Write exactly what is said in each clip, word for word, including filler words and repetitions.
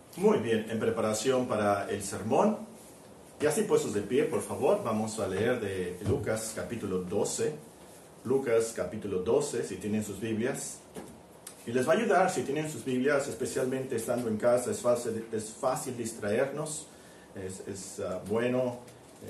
Muy bien, en preparación para el sermón, y así puestos de pie, por favor, vamos a leer de Lucas capítulo doce. Lucas capítulo doce, si tienen sus Biblias. Y les va a ayudar, si tienen sus Biblias, especialmente estando en casa, es fácil, es fácil distraernos, es, es uh, bueno,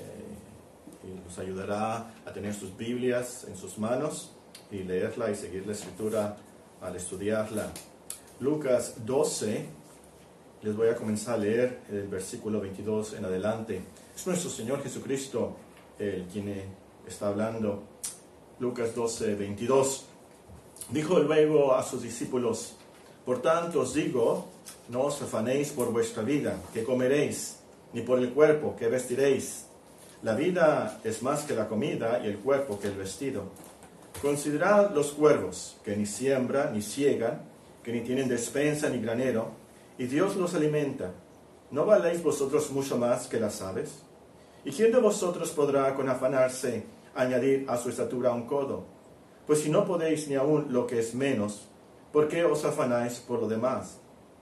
eh, y nos ayudará a tener sus Biblias en sus manos y leerla y seguir la escritura al estudiarla. Lucas doce, les voy a comenzar a leer el versículo veintidós en adelante. Es nuestro Señor Jesucristo el quien está hablando. Lucas doce, veintidós. Dijo luego a sus discípulos: por tanto os digo, no os afanéis por vuestra vida, que comeréis, ni por el cuerpo, que vestiréis. La vida es más que la comida, y el cuerpo que el vestido. Considerad los cuervos, que ni siembran ni siegan, que ni tienen despensa ni granero, y Dios los alimenta. ¿No valéis vosotros mucho más que las aves? ¿Y quién de vosotros podrá con afanarse añadir a su estatura un codo? Pues si no podéis ni aun lo que es menos, ¿por qué os afanáis por lo demás?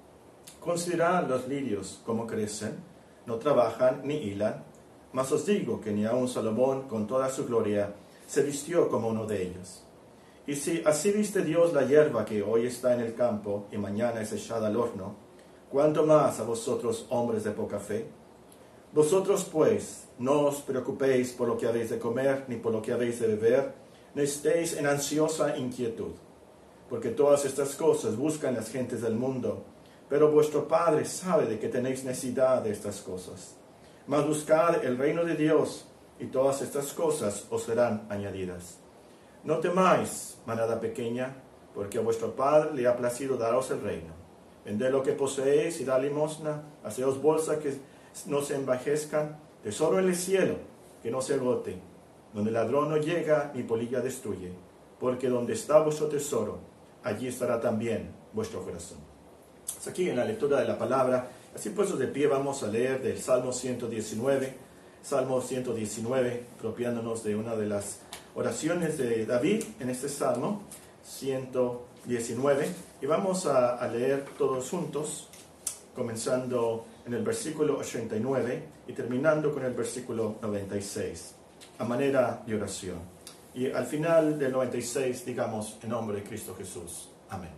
Considerad los lirios cómo crecen, no trabajan ni hilan, mas os digo que ni aun Salomón con toda su gloria se vistió como uno de ellos. Y si así viste Dios la hierba que hoy está en el campo y mañana es echada al horno, ¿cuánto más a vosotros, hombres de poca fe? Vosotros pues, no os preocupéis por lo que habéis de comer, ni por lo que habéis de beber, no estéis en ansiosa inquietud, porque todas estas cosas buscan las gentes del mundo, pero vuestro Padre sabe de que tenéis necesidad de estas cosas. Mas buscad el reino de Dios, y todas estas cosas os serán añadidas. No temáis, manada pequeña, porque a vuestro Padre le ha placido daros el reino. Vended lo que poseéis y da limosna, haceos bolsa que no se envejezcan, tesoro en el cielo, que no se agote, donde el ladrón no llega ni polilla destruye, porque donde está vuestro tesoro, allí estará también vuestro corazón. Hasta aquí en la lectura de la palabra. Así puestos de pie vamos a leer del Salmo ciento diecinueve, Salmo ciento diecinueve, apropiándonos de una de las oraciones de David en este Salmo ciento diecinueve, y vamos a, a leer todos juntos, comenzando en el versículo ochenta y nueve y terminando con el versículo noventa y seis, a manera de oración. Y al final del noventa y seis, digamos, en nombre de Cristo Jesús. Amén.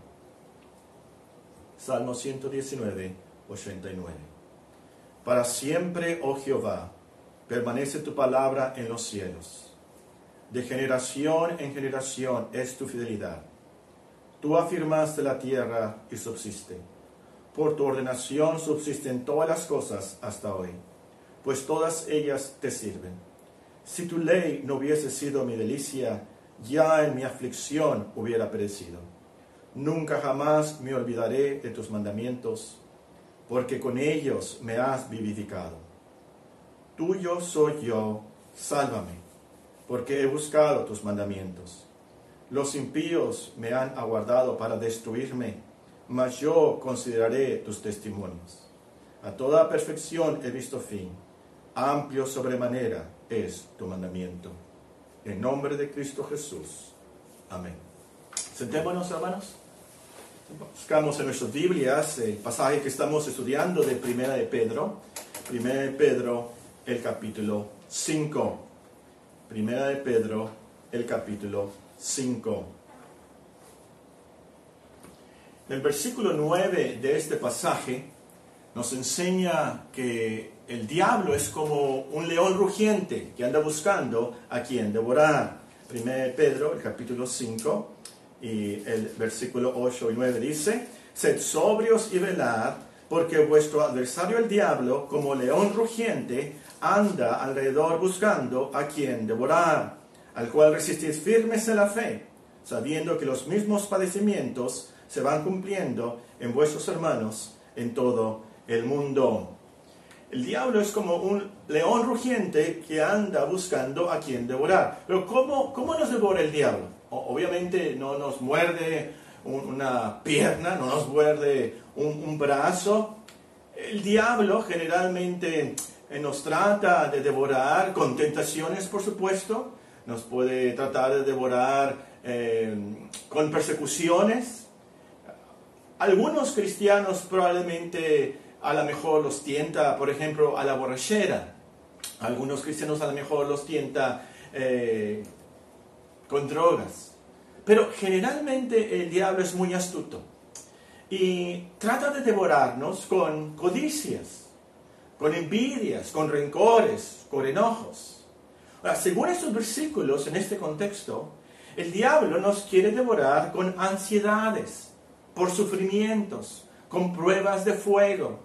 Salmo ciento diecinueve, ochenta y nueve. Para siempre, oh Jehová, permanece tu palabra en los cielos. De generación en generación es tu fidelidad. Tú afirmaste la tierra y subsiste. Por tu ordenación subsisten todas las cosas hasta hoy, pues todas ellas te sirven. Si tu ley no hubiese sido mi delicia, ya en mi aflicción hubiera perecido. Nunca jamás me olvidaré de tus mandamientos, porque con ellos me has vivificado. Tuyo soy yo, sálvame, porque he buscado tus mandamientos. Los impíos me han aguardado para destruirme, mas yo consideraré tus testimonios. A toda perfección he visto fin, amplio sobremanera es tu mandamiento. En nombre de Cristo Jesús. Amén. Sentémonos, hermanos. Buscamos en nuestras Biblias el pasaje que estamos estudiando de Primera de Pedro. Primera de Pedro, el capítulo cinco. Primera de Pedro, el capítulo cinco. El versículo nueve de este pasaje nos enseña que el diablo es como un león rugiente que anda buscando a quien devorar. Primera de Pedro, el capítulo cinco, y el versículo ocho y nueve dice: sed sobrios y velad, porque vuestro adversario el diablo, como león rugiente, anda alrededor buscando a quien devorar, al cual resistid firmes en la fe, sabiendo que los mismos padecimientos se van cumpliendo en vuestros hermanos en todo el mundo. El diablo es como un león rugiente que anda buscando a quien devorar. Pero ¿cómo, cómo nos devora el diablo? Obviamente no nos muerde una pierna, no nos muerde un, un brazo. El diablo generalmente nos trata de devorar con tentaciones, por supuesto. Nos puede tratar de devorar eh, con persecuciones. Algunos cristianos probablemente a lo mejor los tienta, por ejemplo, a la borrachera. Algunos cristianos a lo mejor los tienta eh, con drogas. Pero generalmente el diablo es muy astuto y trata de devorarnos con codicias, con envidias, con rencores, con enojos. Ahora, según estos versículos, en este contexto, el diablo nos quiere devorar con ansiedades, por sufrimientos, con pruebas de fuego.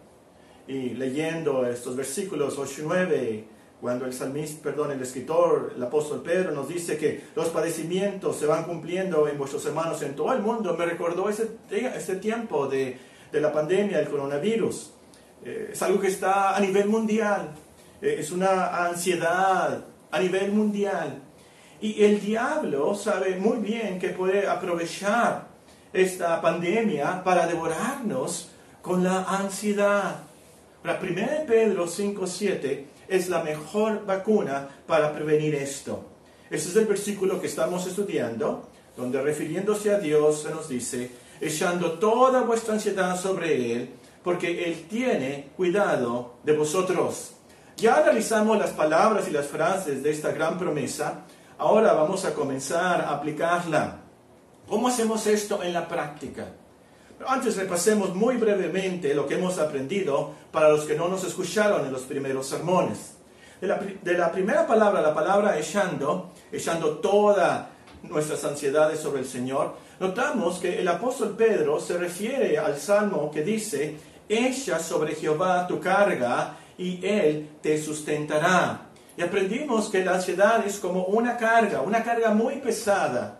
Y leyendo estos versículos ocho y nueve, cuando el salmista, perdón, el escritor, el apóstol Pedro nos dice que los padecimientos se van cumpliendo en vuestros hermanos en todo el mundo, me recordó ese, ese tiempo de, de la pandemia, el coronavirus. Eh, es algo que está a nivel mundial, eh, es una ansiedad a nivel mundial. Y el diablo sabe muy bien que puede aprovechar esta pandemia para devorarnos con la ansiedad. La primera de Pedro cinco siete es la mejor vacuna para prevenir esto. Este es el versículo que estamos estudiando, donde refiriéndose a Dios se nos dice, echando toda vuestra ansiedad sobre Él, porque Él tiene cuidado de vosotros. Ya analizamos las palabras y las frases de esta gran promesa. Ahora vamos a comenzar a aplicarla. ¿Cómo hacemos esto en la práctica? Pero antes repasemos muy brevemente lo que hemos aprendido para los que no nos escucharon en los primeros sermones. De la, de la primera palabra, la palabra echando, echando todas nuestras ansiedades sobre el Señor, notamos que el apóstol Pedro se refiere al salmo que dice, echa sobre Jehová tu carga y Él te sustentará. Y aprendimos que la ansiedad es como una carga, una carga muy pesada.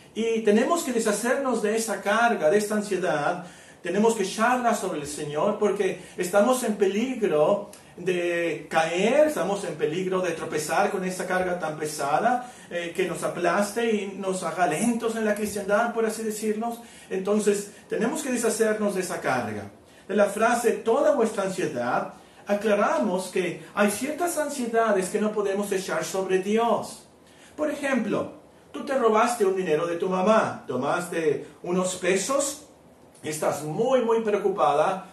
Y tenemos que deshacernos de esa carga, de esta ansiedad. Tenemos que echarla sobre el Señor porque estamos en peligro de caer, estamos en peligro de tropezar con esa carga tan pesada eh, que nos aplaste y nos haga lentos en la cristiandad, por así decirlo. Entonces, tenemos que deshacernos de esa carga. De la frase, toda vuestra ansiedad, aclaramos que hay ciertas ansiedades que no podemos echar sobre Dios. Por ejemplo, tú te robaste un dinero de tu mamá, tomaste unos pesos, estás muy muy preocupada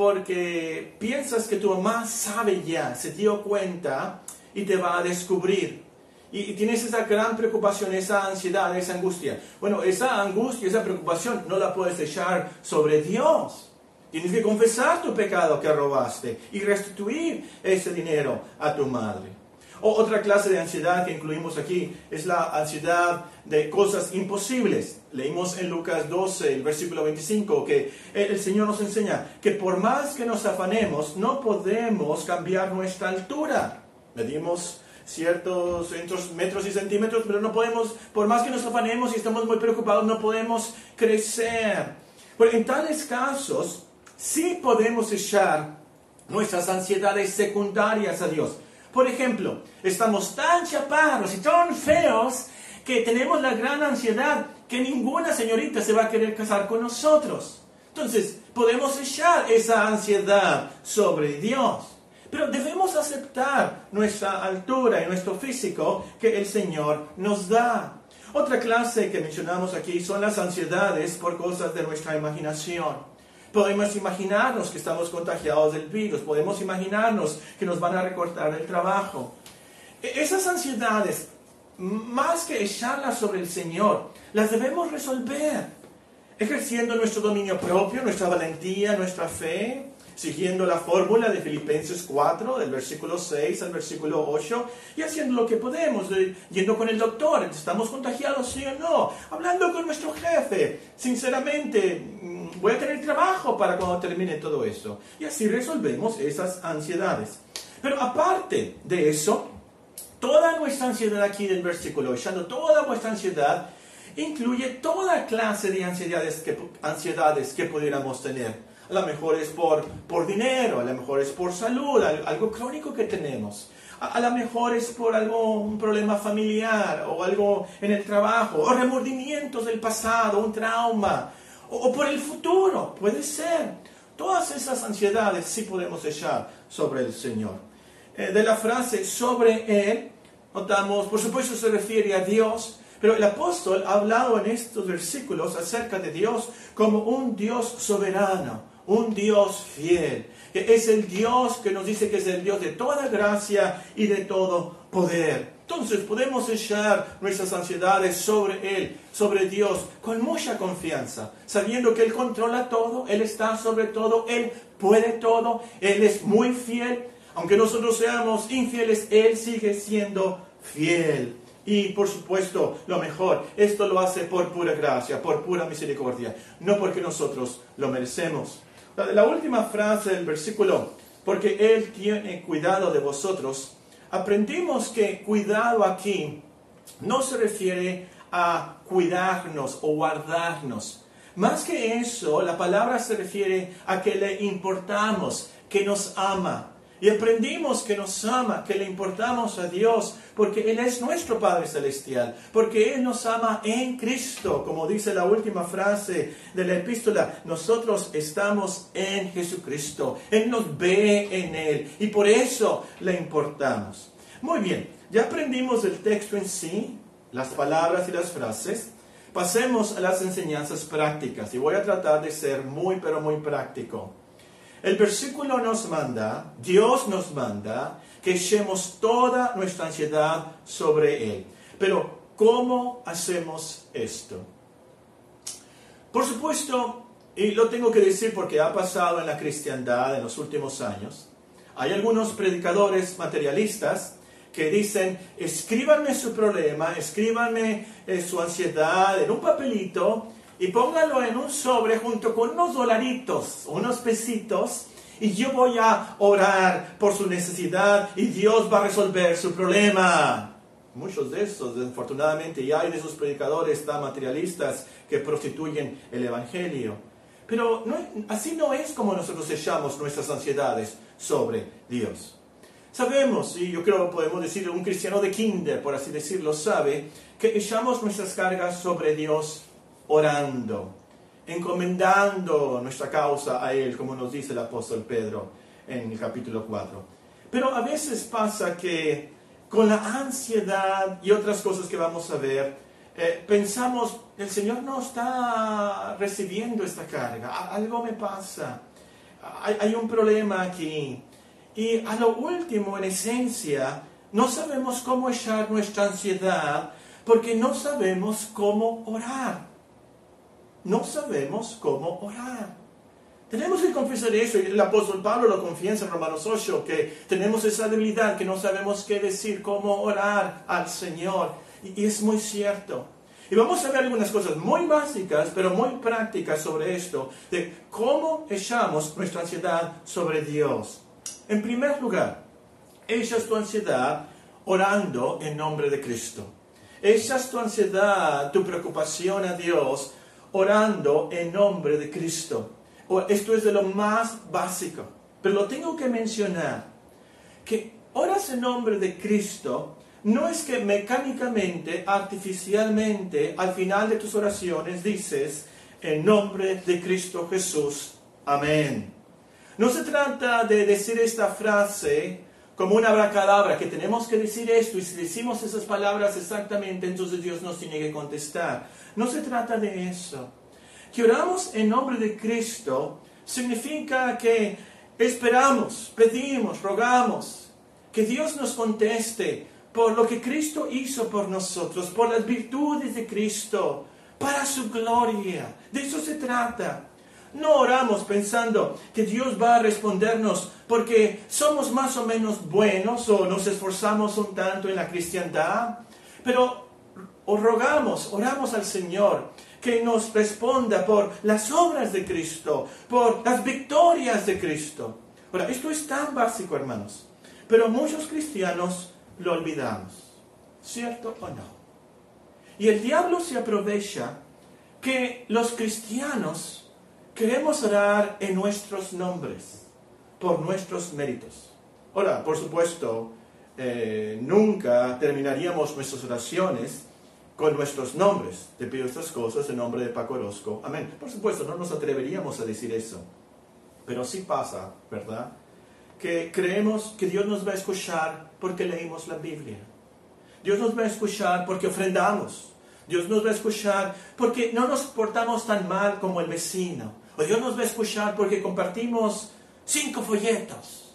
porque piensas que tu mamá sabe ya, se dio cuenta y te va a descubrir. Y tienes esa gran preocupación, esa ansiedad, esa angustia. Bueno, esa angustia, esa preocupación no la puedes echar sobre Dios. Tienes que confesar tu pecado que robaste y restituir ese dinero a tu madre. O otra clase de ansiedad que incluimos aquí es la ansiedad de cosas imposibles. Leímos en Lucas doce, el versículo veinticinco, que el Señor nos enseña que por más que nos afanemos, no podemos cambiar nuestra altura. Medimos ciertos metros y centímetros, pero no podemos, por más que nos afanemos y estamos muy preocupados, no podemos crecer. Pero en tales casos, sí podemos echar nuestras ansiedades secundarias a Dios. Por ejemplo, estamos tan chaparros y tan feos que tenemos la gran ansiedad que ninguna señorita se va a querer casar con nosotros. Entonces, podemos echar esa ansiedad sobre Dios. Pero debemos aceptar nuestra altura y nuestro físico que el Señor nos da. Otra clase que mencionamos aquí son las ansiedades por cosas de nuestra imaginación. Podemos imaginarnos que estamos contagiados del virus, podemos imaginarnos que nos van a recortar el trabajo. Esas ansiedades, más que echarlas sobre el Señor, las debemos resolver, ejerciendo nuestro dominio propio, nuestra valentía, nuestra fe, siguiendo la fórmula de Filipenses cuatro, del versículo seis al versículo ocho, y haciendo lo que podemos, yendo con el doctor, ¿estamos contagiados sí o no? Hablando con nuestro jefe, sinceramente, voy a tener trabajo para cuando termine todo eso. Y así resolvemos esas ansiedades. Pero aparte de eso, toda nuestra ansiedad aquí del versículo, echando toda vuestra ansiedad, incluye toda clase de ansiedades que, ansiedades que pudiéramos tener. A lo mejor es por, por dinero, a lo mejor es por salud, algo crónico que tenemos. A, a lo mejor es por algo, un problema familiar o algo en el trabajo, o remordimientos del pasado, un trauma, o, o por el futuro, puede ser. Todas esas ansiedades sí podemos echar sobre el Señor. Eh, de la frase sobre Él, notamos, por supuesto se refiere a Dios, pero el apóstol ha hablado en estos versículos acerca de Dios como un Dios soberano, un Dios fiel, que es el Dios que nos dice que es el Dios de toda gracia y de todo poder. Entonces podemos echar nuestras ansiedades sobre Él, sobre Dios, con mucha confianza, sabiendo que Él controla todo, Él está sobre todo, Él puede todo, Él es muy fiel. Aunque nosotros seamos infieles, Él sigue siendo fiel. Y por supuesto, lo mejor, esto lo hace por pura gracia, por pura misericordia, no porque nosotros lo merecemos. La, la última frase del versículo, porque Él tiene cuidado de vosotros, aprendimos que cuidado aquí no se refiere a cuidarnos o guardarnos. Más que eso, la palabra se refiere a que le importamos, que nos ama. Y aprendimos que nos ama, que le importamos a Dios, porque Él es nuestro Padre Celestial, porque Él nos ama en Cristo, como dice la última frase de la epístola, nosotros estamos en Jesucristo, Él nos ve en Él, y por eso le importamos. Muy bien, ya aprendimos el texto en sí, las palabras y las frases. Pasemos a las enseñanzas prácticas, y voy a tratar de ser muy, pero muy práctico. El versículo nos manda, Dios nos manda, que echemos toda nuestra ansiedad sobre Él. Pero, ¿cómo hacemos esto? Por supuesto, y lo tengo que decir porque ha pasado en la cristiandad en los últimos años, hay algunos predicadores materialistas que dicen, escríbanme su problema, escríbanme eh, su ansiedad en un papelito, y póngalo en un sobre junto con unos dolaritos, unos pesitos, y yo voy a orar por su necesidad y Dios va a resolver su problema. Muchos de esos, desafortunadamente, ya hay de esos predicadores tan materialistas que prostituyen el Evangelio. Pero no, así no es como nosotros echamos nuestras ansiedades sobre Dios. Sabemos, y yo creo que podemos decir, un cristiano de kinder, por así decirlo, sabe que echamos nuestras cargas sobre Dios orando, encomendando nuestra causa a Él, como nos dice el apóstol Pedro en el capítulo cuatro. Pero a veces pasa que con la ansiedad y otras cosas que vamos a ver, eh, pensamos, el Señor no está recibiendo esta carga, algo me pasa, hay, hay un problema aquí. Y a lo último, en esencia, no sabemos cómo echar nuestra ansiedad porque no sabemos cómo orar. No sabemos cómo orar. Tenemos que confesar eso, y el apóstol Pablo lo confiesa en Romanos ocho, que tenemos esa debilidad, que no sabemos qué decir, cómo orar al Señor. Y, y es muy cierto. Y vamos a ver algunas cosas muy básicas, pero muy prácticas sobre esto, de cómo echamos nuestra ansiedad sobre Dios. En primer lugar, echas tu ansiedad orando en nombre de Cristo. Echas tu ansiedad, tu preocupación a Dios, orando en nombre de Cristo. Esto es de lo más básico. Pero lo tengo que mencionar. Que oras en nombre de Cristo no es que mecánicamente, artificialmente, al final de tus oraciones dices, en nombre de Cristo Jesús. Amén. No se trata de decir esta frase como una abracadabra, que tenemos que decir esto, y si decimos esas palabras exactamente, entonces Dios nos tiene que contestar. No se trata de eso. Que oramos en nombre de Cristo significa que esperamos, pedimos, rogamos, que Dios nos conteste por lo que Cristo hizo por nosotros, por las virtudes de Cristo, para su gloria. De eso se trata. No oramos pensando que Dios va a respondernos porque somos más o menos buenos o nos esforzamos un tanto en la cristiandad, pero rogamos, oramos al Señor que nos responda por las obras de Cristo, por las victorias de Cristo. Ahora, esto es tan básico, hermanos, pero muchos cristianos lo olvidamos, ¿cierto o no? Y el diablo se aprovecha que los cristianos queremos orar en nuestros nombres, por nuestros méritos. Ahora, por supuesto, eh, nunca terminaríamos nuestras oraciones con nuestros nombres. Te pido estas cosas en nombre de Paco Orozco. Amén. Por supuesto, no nos atreveríamos a decir eso. Pero sí pasa, ¿verdad? Que creemos que Dios nos va a escuchar porque leímos la Biblia. Dios nos va a escuchar porque ofrendamos. Dios nos va a escuchar porque no nos portamos tan mal como el vecino. O Dios nos va a escuchar porque compartimos cinco folletos.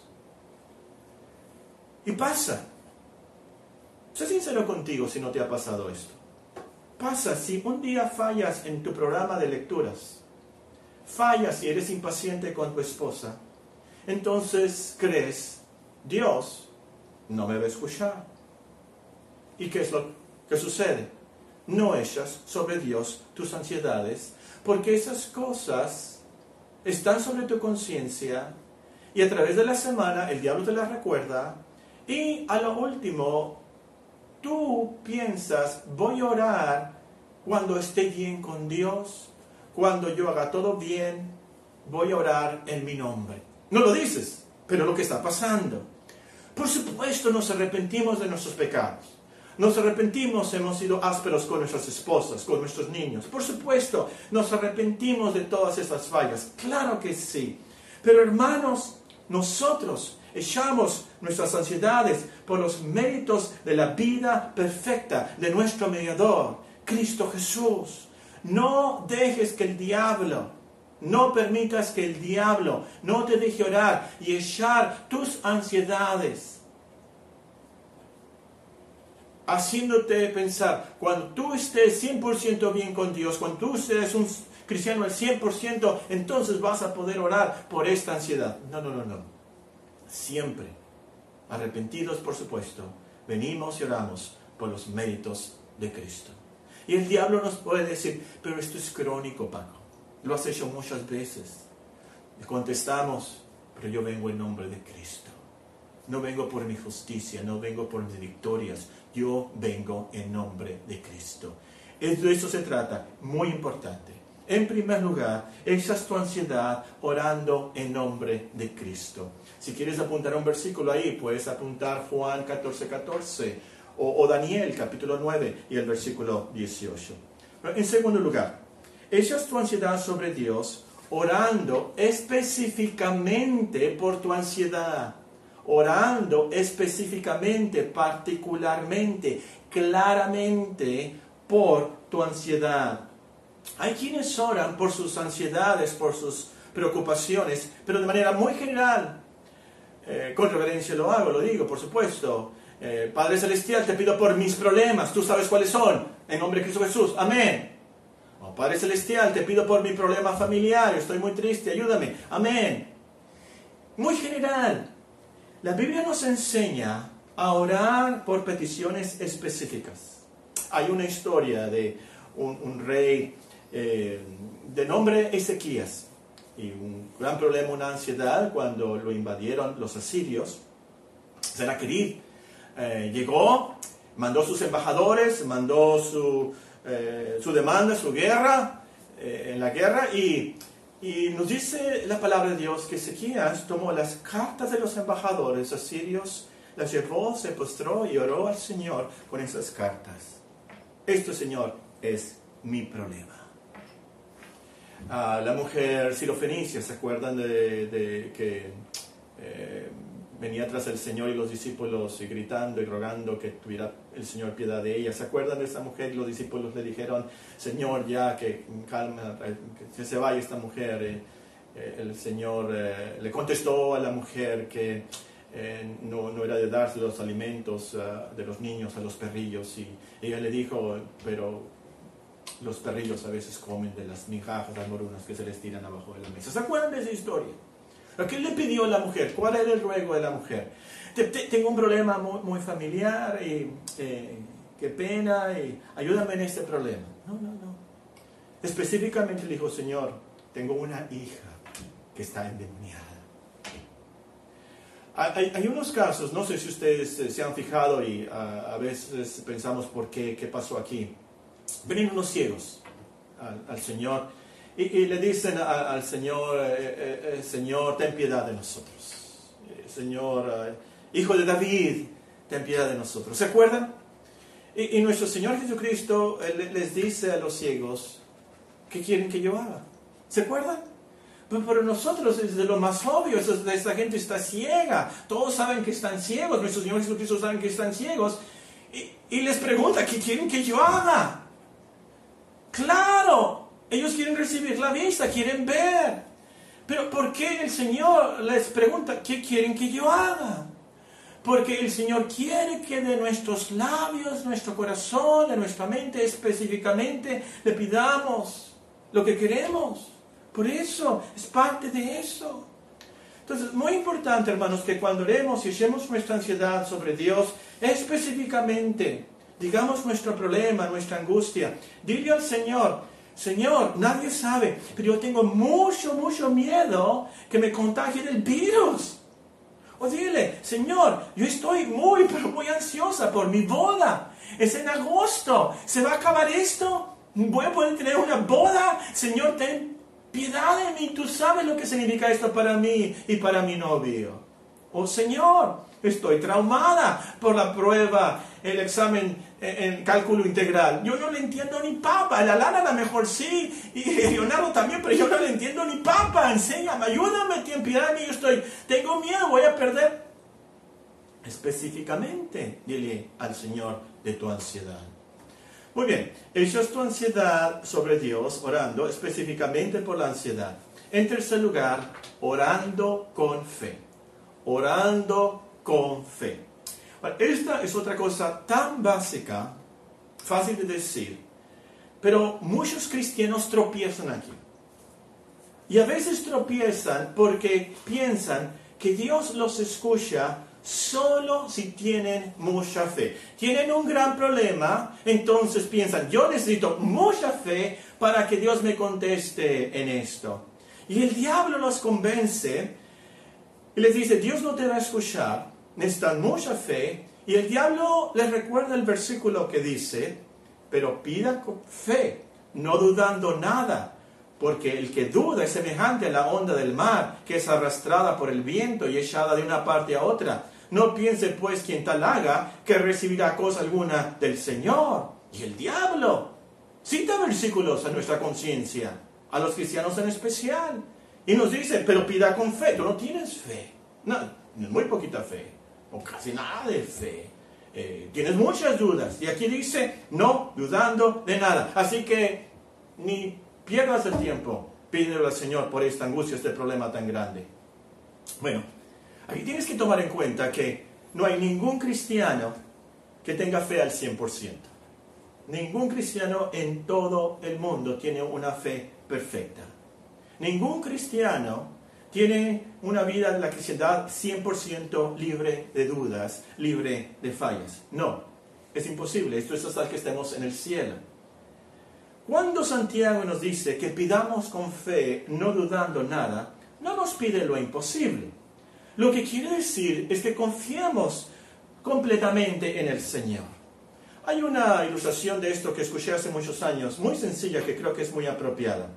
Y pasa. Sé sincero contigo si no te ha pasado esto. Pasa si un día fallas en tu programa de lecturas, fallas y eres impaciente con tu esposa, entonces crees, Dios no me va a escuchar. ¿Y qué es lo que sucede? No echas sobre Dios tus ansiedades, porque esas cosas están sobre tu conciencia y a través de la semana el diablo te las recuerda y a lo último tú piensas, voy a orar cuando esté bien con Dios, cuando yo haga todo bien, voy a orar en mi nombre. No lo dices, pero lo que está pasando. Por supuesto nos arrepentimos de nuestros pecados. Nos arrepentimos, hemos sido ásperos con nuestras esposas, con nuestros niños. Por supuesto, nos arrepentimos de todas esas fallas. Claro que sí. Pero hermanos, nosotros echamos nuestras ansiedades por los méritos de la vida perfecta de nuestro mediador, Cristo Jesús. No dejes que el diablo, no permitas que el diablo no te deje orar y echar tus ansiedades, haciéndote pensar, cuando tú estés cien por ciento bien con Dios, cuando tú seas un cristiano al cien por ciento, entonces vas a poder orar por esta ansiedad. No, no, no, no. Siempre, arrepentidos por supuesto, venimos y oramos por los méritos de Cristo. Y el diablo nos puede decir, pero esto es crónico, Paco. Lo has hecho muchas veces. Y contestamos, pero yo vengo en nombre de Cristo. No vengo por mi justicia, no vengo por mis victorias. Yo vengo en nombre de Cristo. De eso se trata, muy importante. En primer lugar, echas tu ansiedad orando en nombre de Cristo. Si quieres apuntar un versículo ahí, puedes apuntar Juan catorce, catorce o, o Daniel capítulo nueve y el versículo dieciocho. Pero en segundo lugar, echas tu ansiedad sobre Dios orando específicamente por tu ansiedad. Orando específicamente, particularmente, claramente por tu ansiedad. Hay quienes oran por sus ansiedades, por sus preocupaciones, pero de manera muy general. Eh, con reverencia lo hago, lo digo, por supuesto. Eh, Padre Celestial, te pido por mis problemas, tú sabes cuáles son, en nombre de Cristo Jesús, amén. Oh, Padre Celestial, te pido por mi problema familiar, estoy muy triste, ayúdame, amén. Muy general. La Biblia nos enseña a orar por peticiones específicas. Hay una historia de un, un rey eh, de nombre Ezequías y un gran problema, una ansiedad cuando lo invadieron los asirios. Sennacherib eh, llegó, mandó sus embajadores, mandó su, eh, su demanda, su guerra, eh, en la guerra y... Y nos dice la palabra de Dios que Ezequías tomó las cartas de los embajadores asirios, las llevó, se postró y oró al Señor con esas cartas. Esto, Señor, es mi problema. Ah, la mujer sirofenicia, ¿se acuerdan de, de que eh, venía tras el Señor y los discípulos y gritando y rogando que tuviera el Señor piedad de ella? ¿Se acuerdan de esa mujer? Y los discípulos le dijeron, Señor, ya que calma, que se vaya esta mujer. Eh, eh, el Señor eh, le contestó a la mujer que eh, no, no era de dar los alimentos uh, de los niños a los perrillos. Y ella le dijo, pero los perrillos a veces comen de las migajas, las morunas que se les tiran abajo de la mesa. ¿Se acuerdan de esa historia? ¿Qué le pidió a la mujer? ¿Cuál era el ruego de la mujer? Te, te, tengo un problema muy, muy familiar y eh, qué pena y ayúdame en este problema. No, no, no. Específicamente le dijo, Señor, tengo una hija que está endemoniada. Hay, hay unos casos, no sé si ustedes se han fijado y a, a veces pensamos por qué, qué pasó aquí. Vienen unos ciegos al, al Señor. Y, y le dicen a, al Señor, eh, eh, Señor, ten piedad de nosotros. Eh, Señor, eh, Hijo de David, ten piedad de nosotros. ¿Se acuerdan? Y, y nuestro Señor Jesucristo eh, les dice a los ciegos, ¿qué quieren que yo haga? ¿Se acuerdan? Pero para nosotros es de lo más obvio, esta gente está ciega. Todos saben que están ciegos, nuestro Señor Jesucristo saben que están ciegos. Y, y les pregunta, ¿qué quieren que yo haga? ¡Claro! Ellos quieren recibir la vista, quieren ver. Pero ¿por qué el Señor les pregunta qué quieren que yo haga? Porque el Señor quiere que de nuestros labios, nuestro corazón, de nuestra mente específicamente, le pidamos lo que queremos. Por eso, es parte de eso. Entonces, muy importante, hermanos, que cuando oremos y echemos nuestra ansiedad sobre Dios, específicamente, digamos nuestro problema, nuestra angustia, dile al Señor: Señor, nadie sabe, pero yo tengo mucho, mucho miedo que me contagie del virus. O dile: Señor, yo estoy muy, pero muy ansiosa por mi boda. Es en agosto. ¿Se va a acabar esto? ¿Voy a poder tener una boda? Señor, ten piedad de mí. Tú sabes lo que significa esto para mí y para mi novio. O Señor, estoy traumada por la prueba, el examen en cálculo integral. Yo no le entiendo ni papa. La Lana a lo mejor sí, y Leonardo también, pero yo no le entiendo ni papa. Enséñame, ayúdame, ten piedad de mí. Yo estoy, tengo miedo, voy a perder. Específicamente, dile al Señor de tu ansiedad. Muy bien, echas tu ansiedad sobre Dios, orando específicamente por la ansiedad. En tercer lugar, orando con fe. Orando con fe. Esta es otra cosa tan básica, fácil de decir, pero muchos cristianos tropiezan aquí. Y a veces tropiezan porque piensan que Dios los escucha solo si tienen mucha fe. Tienen un gran problema, entonces piensan: yo necesito mucha fe para que Dios me conteste en esto. Y el diablo los convence y les dice: Dios no te va a escuchar, necesitan mucha fe. Y el diablo les recuerda el versículo que dice: pero pida con fe, no dudando nada, porque el que duda es semejante a la onda del mar, que es arrastrada por el viento y echada de una parte a otra. No piense pues quien tal haga, que recibirá cosa alguna del Señor. Y el diablo cita versículos a nuestra conciencia, a los cristianos en especial, y nos dice: pero pida con fe. Tú no tienes fe, no, muy poquita fe, o casi nada de fe. Eh, tienes muchas dudas. Y aquí dice: no dudando de nada. Así que ni pierdas el tiempo, pídele al Señor por esta angustia, este problema tan grande. Bueno, aquí tienes que tomar en cuenta que no hay ningún cristiano que tenga fe al cien por ciento. Ningún cristiano en todo el mundo tiene una fe perfecta. Ningún cristiano tiene una vida de la cristiandad cien por ciento libre de dudas, libre de fallas. No, es imposible. Esto es hasta que estemos en el cielo. Cuando Santiago nos dice que pidamos con fe, no dudando nada, no nos pide lo imposible. Lo que quiere decir es que confiemos completamente en el Señor. Hay una ilustración de esto que escuché hace muchos años, muy sencilla, que creo que es muy apropiada.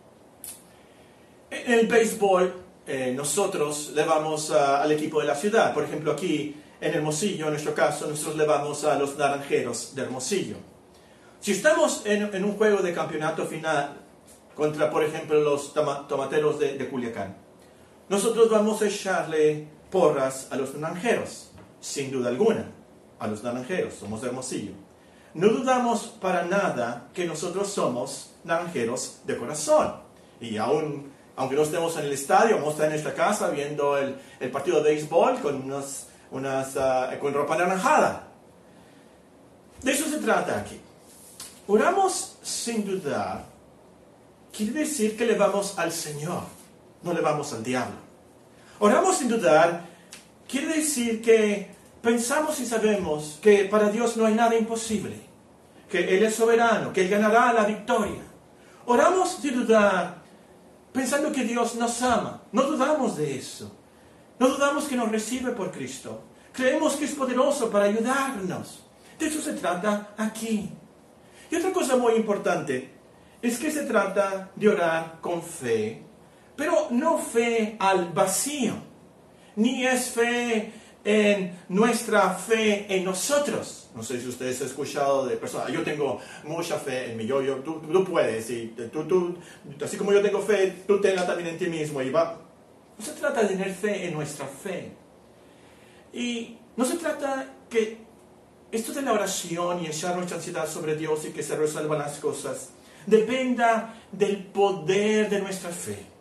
En el béisbol, eh, nosotros le vamos a, al equipo de la ciudad. Por ejemplo, aquí en Hermosillo, en nuestro caso, nosotros le vamos a los Naranjeros de Hermosillo. Si estamos en, en un juego de campeonato final contra, por ejemplo, los toma, tomateros de, de Culiacán, nosotros vamos a echarle porras a los Naranjeros, sin duda alguna, a los Naranjeros, somos de Hermosillo. No dudamos para nada que nosotros somos naranjeros de corazón. Y aún, aunque no estemos en el estadio, vamos a estar en nuestra casa viendo el, el partido de béisbol con, unos, unas, uh, con ropa anaranjada. De eso se trata aquí. Oramos sin dudar, quiere decir que le vamos al Señor, no le vamos al diablo. Oramos sin dudar, quiere decir que pensamos y sabemos que para Dios no hay nada imposible, que Él es soberano, que Él ganará la victoria. Oramos sin dudar, pensando que Dios nos ama, no dudamos de eso. No dudamos que nos recibe por Cristo. Creemos que es poderoso para ayudarnos. De eso se trata aquí. Y otra cosa muy importante es que se trata de orar con fe, pero no fe al vacío, ni es fe en nuestra fe en nosotros. No sé si ustedes han escuchado de personas: yo tengo mucha fe en mí, yo, yo, tú, tú puedes, y tú, tú, así como yo tengo fe, tú tenla también en ti mismo. Y va. No se trata de tener fe en nuestra fe. Y no se trata que esto de la oración y echar nuestra ansiedad sobre Dios y que se resuelvan las cosas dependa del poder de nuestra fe.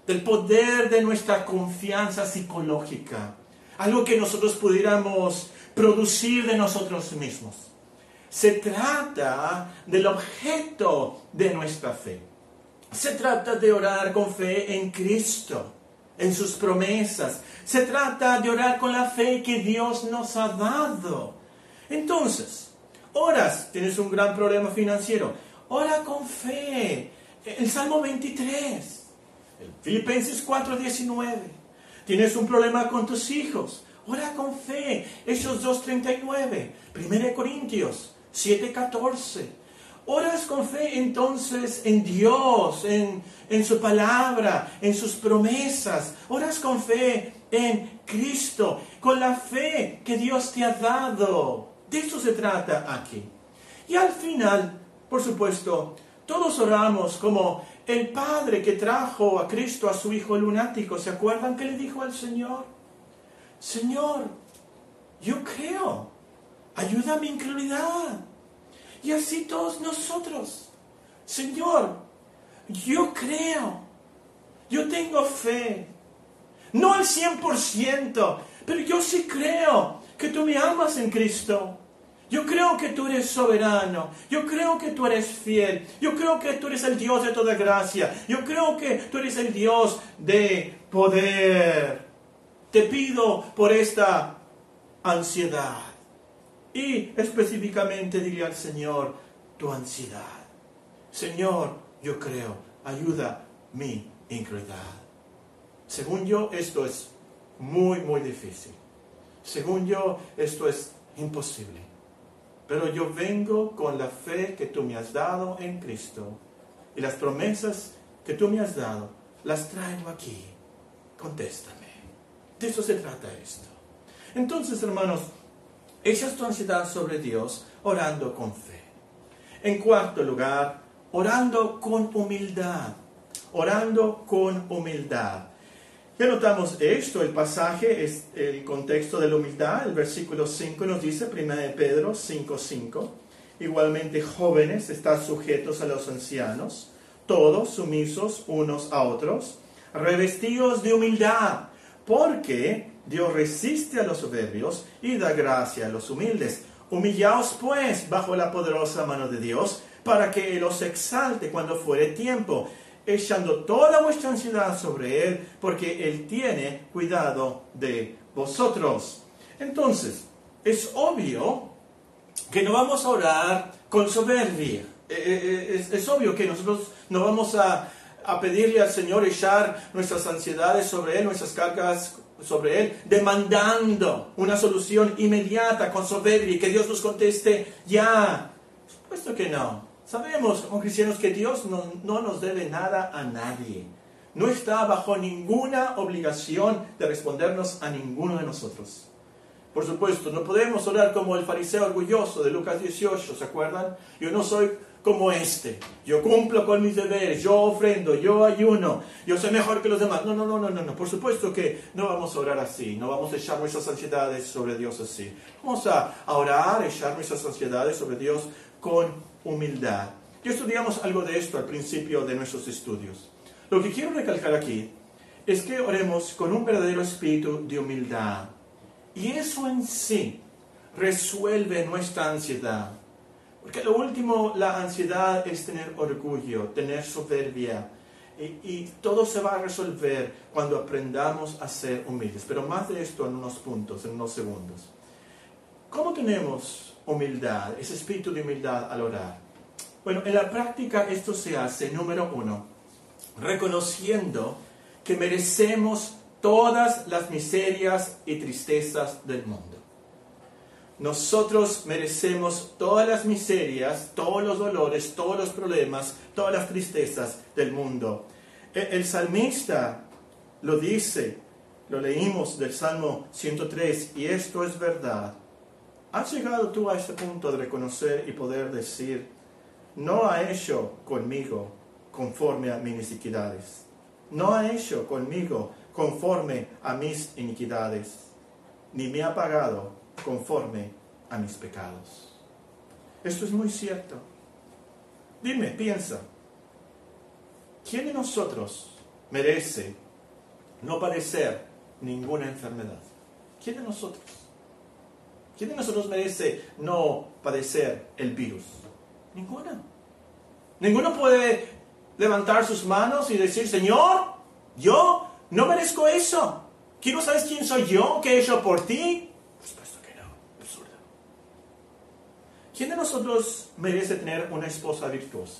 del poder de nuestra confianza psicológica, algo que nosotros pudiéramos producir de nosotros mismos. Se trata del objeto de nuestra fe. Se trata de orar con fe en Cristo, en sus promesas. Se trata de orar con la fe que Dios nos ha dado. Entonces, oras, tienes un gran problema financiero, ora con fe. El Salmo veintitrés, el Filipenses cuatro diecinueve. Tienes un problema con tus hijos, ora con fe. Hechos dos treinta y nueve, primera de Corintios siete catorce. Oras con fe entonces en Dios, en, en su palabra, en sus promesas. Oras con fe en Cristo, con la fe que Dios te ha dado. De eso se trata aquí. Y al final, por supuesto, todos oramos como el padre que trajo a Cristo a su hijo lunático. ¿Se acuerdan que le dijo al Señor? Señor, yo creo, ayuda a mi incredulidad. Y así todos nosotros. Señor, yo creo, yo tengo fe. No al cien por ciento, pero yo sí creo que tú me amas en Cristo. Yo creo que tú eres soberano. Yo creo que tú eres fiel. Yo creo que tú eres el Dios de toda gracia. Yo creo que tú eres el Dios de poder. Te pido por esta ansiedad. Y específicamente diría al Señor, tu ansiedad. Señor, yo creo, ayuda mi incredulidad. Según yo, esto es muy, muy difícil. Según yo, esto es imposible. Pero yo vengo con la fe que tú me has dado en Cristo. Y las promesas que tú me has dado, las traigo aquí. Contéstame. De eso se trata esto. Entonces, hermanos, echas tu ansiedad sobre Dios orando con fe. En cuarto lugar, orando con humildad. Orando con humildad. Ya notamos esto, el pasaje es el contexto de la humildad. El versículo cinco nos dice, primera de Pedro cinco cinco, igualmente jóvenes, estad sujetos a los ancianos, todos sumisos unos a otros, revestidos de humildad, porque Dios resiste a los soberbios y da gracia a los humildes. Humillaos pues bajo la poderosa mano de Dios, para que Él os exalte cuando fuere tiempo, echando toda vuestra ansiedad sobre Él, porque Él tiene cuidado de vosotros. Entonces, es obvio que no vamos a orar con soberbia. Es, es obvio que nosotros no vamos a, a pedirle al Señor echar nuestras ansiedades sobre Él, nuestras cargas sobre Él, demandando una solución inmediata con soberbia y que Dios nos conteste ya. Supuesto que no. Sabemos como cristianos que Dios no, no nos debe nada a nadie. No está bajo ninguna obligación de respondernos a ninguno de nosotros. Por supuesto, no podemos orar como el fariseo orgulloso de Lucas dieciocho, ¿se acuerdan? Yo no soy como este. Yo cumplo con mis deberes, yo ofrendo, yo ayuno, yo soy mejor que los demás. No, no, no, no, no, no. Por supuesto que no vamos a orar así, no vamos a echar nuestras ansiedades sobre Dios así. Vamos a, a orar, a echar nuestras ansiedades sobre Dios con humildad. Ya estudiamos algo de esto al principio de nuestros estudios. Lo que quiero recalcar aquí es que oremos con un verdadero espíritu de humildad. Y eso en sí resuelve nuestra ansiedad. Porque lo último, la ansiedad es tener orgullo, tener soberbia. Y, y todo se va a resolver cuando aprendamos a ser humildes. Pero más de esto en unos puntos, en unos segundos. ¿Cómo tenemos humildad, ese espíritu de humildad al orar? Bueno, en la práctica esto se hace, número uno, reconociendo que merecemos todas las miserias y tristezas del mundo. Nosotros merecemos todas las miserias, todos los dolores, todos los problemas, todas las tristezas del mundo. El salmista lo dice, lo leímos del Salmo ciento tres, y esto es verdad. ¿Has llegado tú a este punto de reconocer y poder decir, no ha hecho conmigo conforme a mis iniquidades? No ha hecho conmigo conforme a mis iniquidades, ni me ha pagado conforme a mis pecados. Esto es muy cierto. Dime, piensa, ¿quién de nosotros merece no padecer ninguna enfermedad? ¿Quién de nosotros? ¿Quién de nosotros merece no padecer el virus? Ninguno. Ninguno puede levantar sus manos y decir, Señor, yo no merezco eso. ¿Quién no sabes quién soy yo? ¿Qué he hecho por ti? Por supuesto que no. Absurdo. ¿Quién de nosotros merece tener una esposa virtuosa?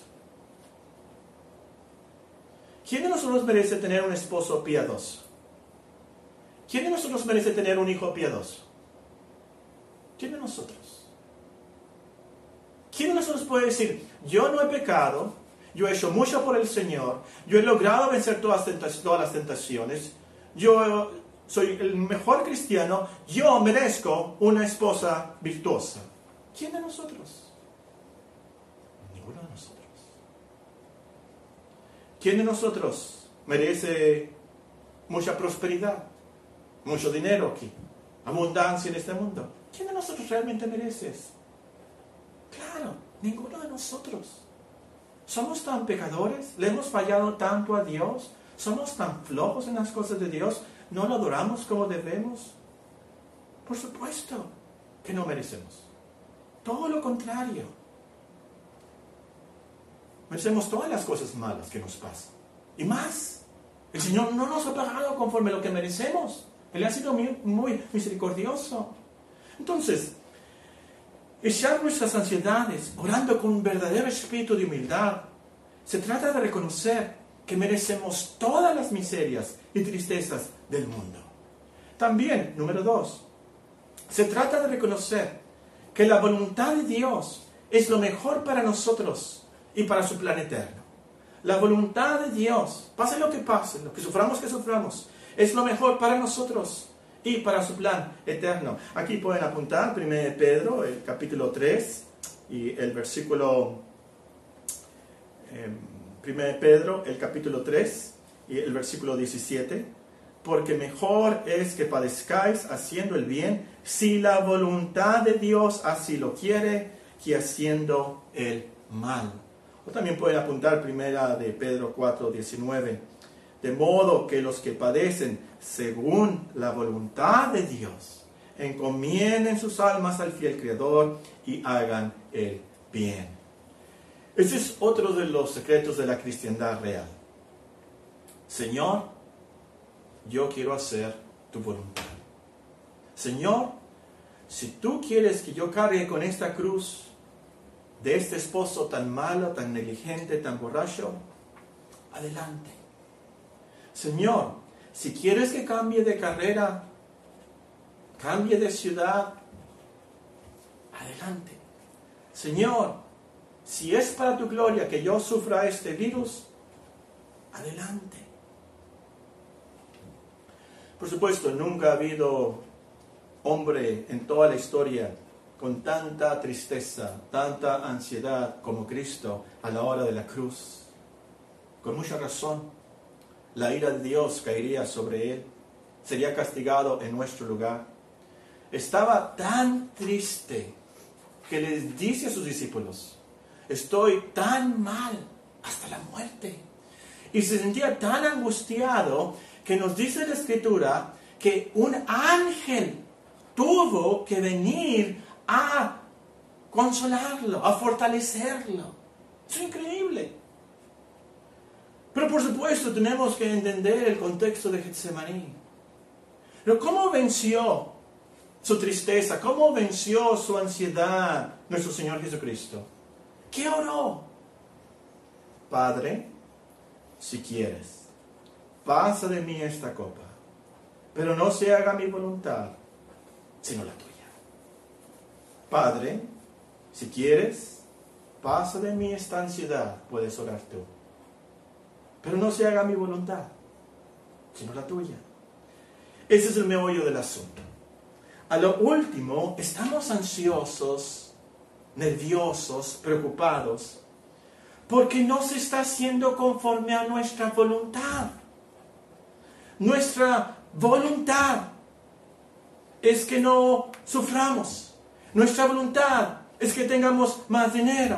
¿Quién de nosotros merece tener un esposo piadoso? ¿Quién de nosotros merece tener un hijo piadoso? ¿Quién de nosotros? ¿Quién de nosotros puede decir, yo no he pecado, yo he hecho mucho por el Señor, yo he logrado vencer todas, todas las tentaciones, yo soy el mejor cristiano, yo merezco una esposa virtuosa? ¿Quién de nosotros? Ninguno de nosotros. ¿Quién de nosotros merece mucha prosperidad, mucho dinero aquí, abundancia en este mundo? ¿Quién de nosotros realmente merece eso? Claro, ninguno de nosotros. ¿Somos tan pecadores? ¿Le hemos fallado tanto a Dios? ¿Somos tan flojos en las cosas de Dios? ¿No lo adoramos como debemos? Por supuesto que no merecemos. Todo lo contrario. Merecemos todas las cosas malas que nos pasan. Y más. El Señor no nos ha pagado conforme a lo que merecemos. Él ha sido muy, muy misericordioso. Entonces, echar nuestras ansiedades, orando con un verdadero espíritu de humildad, se trata de reconocer que merecemos todas las miserias y tristezas del mundo. También, número dos, se trata de reconocer que la voluntad de Dios es lo mejor para nosotros y para su plan eterno. La voluntad de Dios, pase lo que pase, lo que suframos que suframos, es lo mejor para nosotros y para su plan eterno. Aquí pueden apuntar primero de Pedro, el capítulo tres, y el versículo, eh, primero de Pedro, el capítulo tres, y el versículo diecisiete. Porque mejor es que padezcáis haciendo el bien, si la voluntad de Dios así lo quiere, que haciendo el mal. O también pueden apuntar primera de Pedro cuatro, diecinueve. De modo que los que padecen según la voluntad de Dios, encomienden sus almas al fiel Creador y hagan el bien. Ese es otro de los secretos de la cristiandad real. Señor, yo quiero hacer tu voluntad. Señor, si tú quieres que yo cargue con esta cruz de este esposo tan malo, tan negligente, tan borracho, adelante. Señor, si quieres que cambie de carrera, cambie de ciudad, adelante. Señor, si es para tu gloria que yo sufra este virus, adelante. Por supuesto, nunca ha habido hombre en toda la historia con tanta tristeza, tanta ansiedad como Cristo a la hora de la cruz. Con mucha razón, la ira de Dios caería sobre él, sería castigado en nuestro lugar. Estaba tan triste que les dice a sus discípulos, estoy tan mal hasta la muerte. Y se sentía tan angustiado que nos dice la Escritura que un ángel tuvo que venir a consolarlo, a fortalecerlo. Es increíble. Pero por supuesto tenemos que entender el contexto de Getsemaní. Pero ¿cómo venció su tristeza? ¿Cómo venció su ansiedad nuestro Señor Jesucristo? ¿Qué oró? Padre, si quieres, pasa de mí esta copa, pero no se haga mi voluntad, sino la tuya. Padre, si quieres, pasa de mí esta ansiedad, puedes orar tú. Pero no se haga mi voluntad, sino la tuya. Ese es el meollo del asunto. A lo último, estamos ansiosos, nerviosos, preocupados, porque no se está haciendo conforme a nuestra voluntad. Nuestra voluntad es que no suframos. Nuestra voluntad es que tengamos más dinero.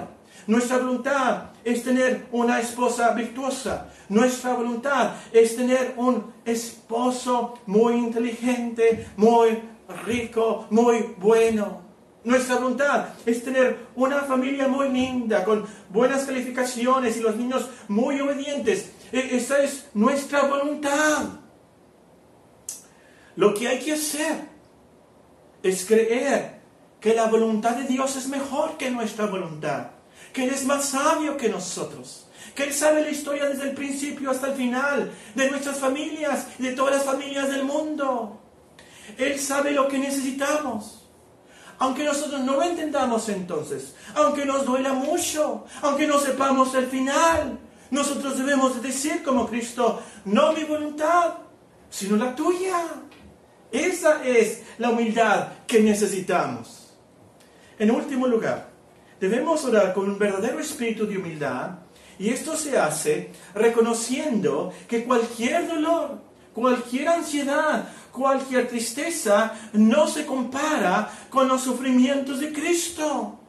Nuestra voluntad es tener una esposa virtuosa. Nuestra voluntad es tener un esposo muy inteligente, muy rico, muy bueno. Nuestra voluntad es tener una familia muy linda, con buenas calificaciones y los niños muy obedientes. Esa es nuestra voluntad. Lo que hay que hacer es creer que la voluntad de Dios es mejor que nuestra voluntad, que Él es más sabio que nosotros, que Él sabe la historia desde el principio hasta el final, de nuestras familias y de todas las familias del mundo. Él sabe lo que necesitamos. Aunque nosotros no lo entendamos entonces, aunque nos duela mucho, aunque no sepamos el final, nosotros debemos decir como Cristo, no mi voluntad, sino la tuya. Esa es la humildad que necesitamos. En último lugar, debemos orar con un verdadero espíritu de humildad, y esto se hace reconociendo que cualquier dolor, cualquier ansiedad, cualquier tristeza no se compara con los sufrimientos de Cristo.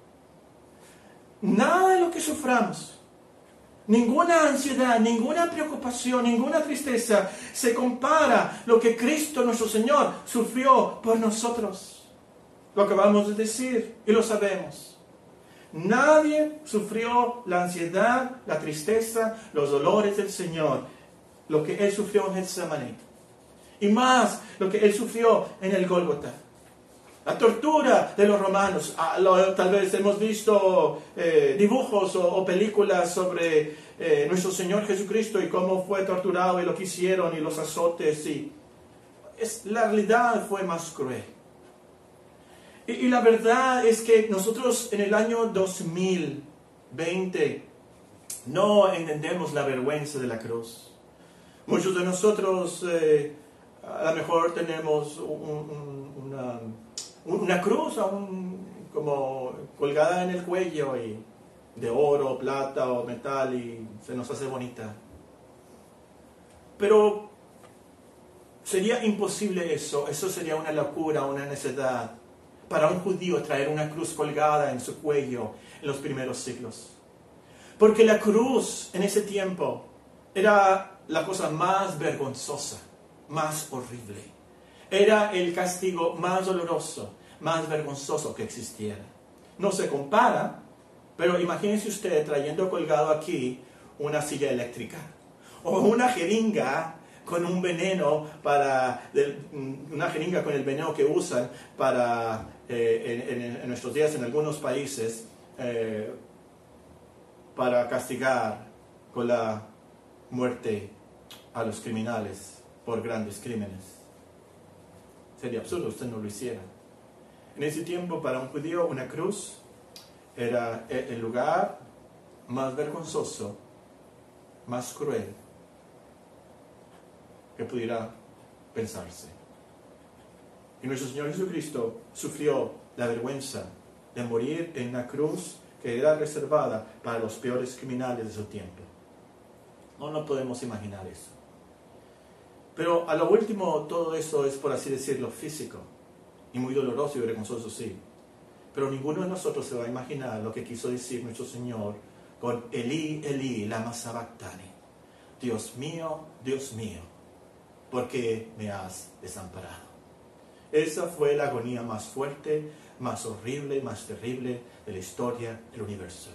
Nada de lo que suframos, ninguna ansiedad, ninguna preocupación, ninguna tristeza se compara a lo que Cristo nuestro Señor sufrió por nosotros. Lo acabamos de decir y lo sabemos. Nadie sufrió la ansiedad, la tristeza, los dolores del Señor, lo que Él sufrió en Getsemaní. Y más lo que Él sufrió en el Gólgota. La tortura de los romanos. Ah, lo, tal vez hemos visto eh, dibujos o, o películas sobre eh, nuestro Señor Jesucristo y cómo fue torturado y lo que hicieron y los azotes. Y es, la realidad fue más cruel. Y, y la verdad es que nosotros en el año dos mil veinte no entendemos la vergüenza de la cruz. Muchos de nosotros eh, a lo mejor tenemos un, un, una, una cruz aún como colgada en el cuello y de oro, plata o metal y se nos hace bonita. Pero sería imposible eso, eso sería una locura, una necedad para un judío traer una cruz colgada en su cuello en los primeros siglos. Porque la cruz en ese tiempo era la cosa más vergonzosa, más horrible. Era el castigo más doloroso, más vergonzoso que existiera. No se compara, pero imagínense usted trayendo colgado aquí una silla eléctrica o una jeringa con un veneno para una jeringa con el veneno que usan para eh, en, en, en nuestros días en algunos países eh, para castigar con la muerte a los criminales por grandes crímenes. Sería absurdo usted no lo hiciera. En ese tiempo para un judío una cruz era el lugar más vergonzoso, más cruel que pudiera pensarse. Y nuestro Señor Jesucristo sufrió la vergüenza de morir en una cruz que era reservada para los peores criminales de su tiempo. No, no podemos imaginar eso. Pero a lo último todo eso es, por así decirlo, físico y muy doloroso y vergonzoso, sí. Pero ninguno de nosotros se va a imaginar lo que quiso decir nuestro Señor con Elí, Elí, lama sabactani. Dios mío, Dios mío, ¿por qué me has desamparado? Esa fue la agonía más fuerte, más horrible, más terrible de la historia del universo.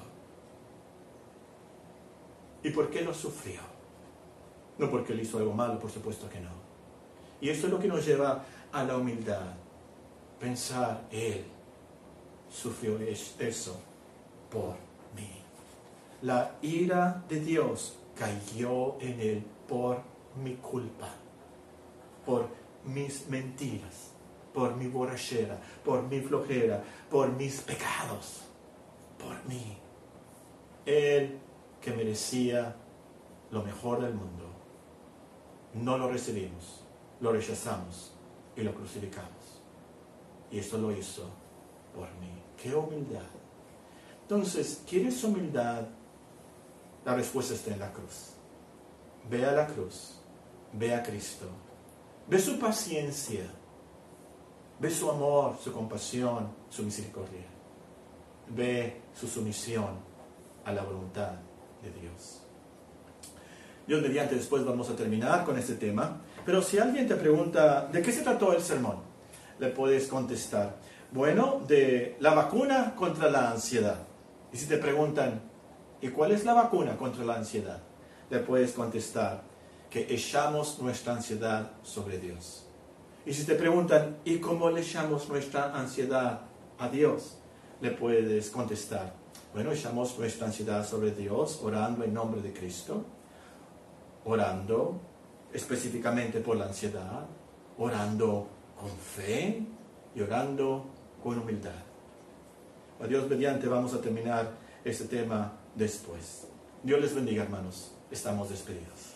¿Y por qué lo sufrió? No porque él hizo algo malo, por supuesto que no. Y esto es lo que nos lleva a la humildad. Pensar, él sufrió eso por mí. La ira de Dios cayó en él por mi culpa, por mis mentiras, por mi borrachera, por mi flojera, por mis pecados, por mí. Él que merecía lo mejor del mundo, no lo recibimos, lo rechazamos y lo crucificamos. Y esto lo hizo por mí. ¡Qué humildad! Entonces, ¿quieres humildad? La respuesta está en la cruz. Ve a la cruz, ve a Cristo, ve su paciencia, ve su amor, su compasión, su misericordia, ve su sumisión a la voluntad de Dios. Dios mediante, después vamos a terminar con este tema, pero si alguien te pregunta, ¿de qué se trató el sermón? Le puedes contestar, bueno, de la vacuna contra la ansiedad. Y si te preguntan, ¿y cuál es la vacuna contra la ansiedad? Le puedes contestar, que echamos nuestra ansiedad sobre Dios. Y si te preguntan, ¿y cómo le echamos nuestra ansiedad a Dios? Le puedes contestar, bueno, echamos nuestra ansiedad sobre Dios orando en nombre de Cristo, orando específicamente por la ansiedad, orando con fe y orando con humildad. A Dios mediante vamos a terminar este tema después. Dios les bendiga, hermanos. Estamos despedidos.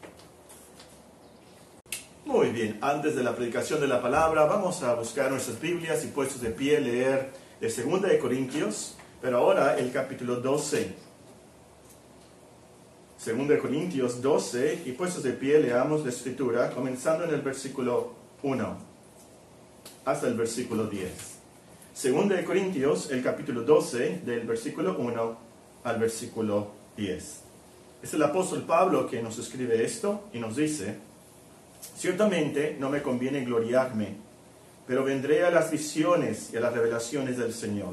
Muy bien, antes de la predicación de la palabra, vamos a buscar nuestras Biblias y puestos de pie, leer de segunda de Corintios, pero ahora el capítulo doce. segunda de Corintios doce, y puestos de pie, leamos la escritura, comenzando en el versículo uno hasta el versículo diez. segunda de Corintios, el capítulo doce, del versículo uno al versículo diez. Es el apóstol Pablo que nos escribe esto y nos dice, ciertamente no me conviene gloriarme, pero vendré a las visiones y a las revelaciones del Señor.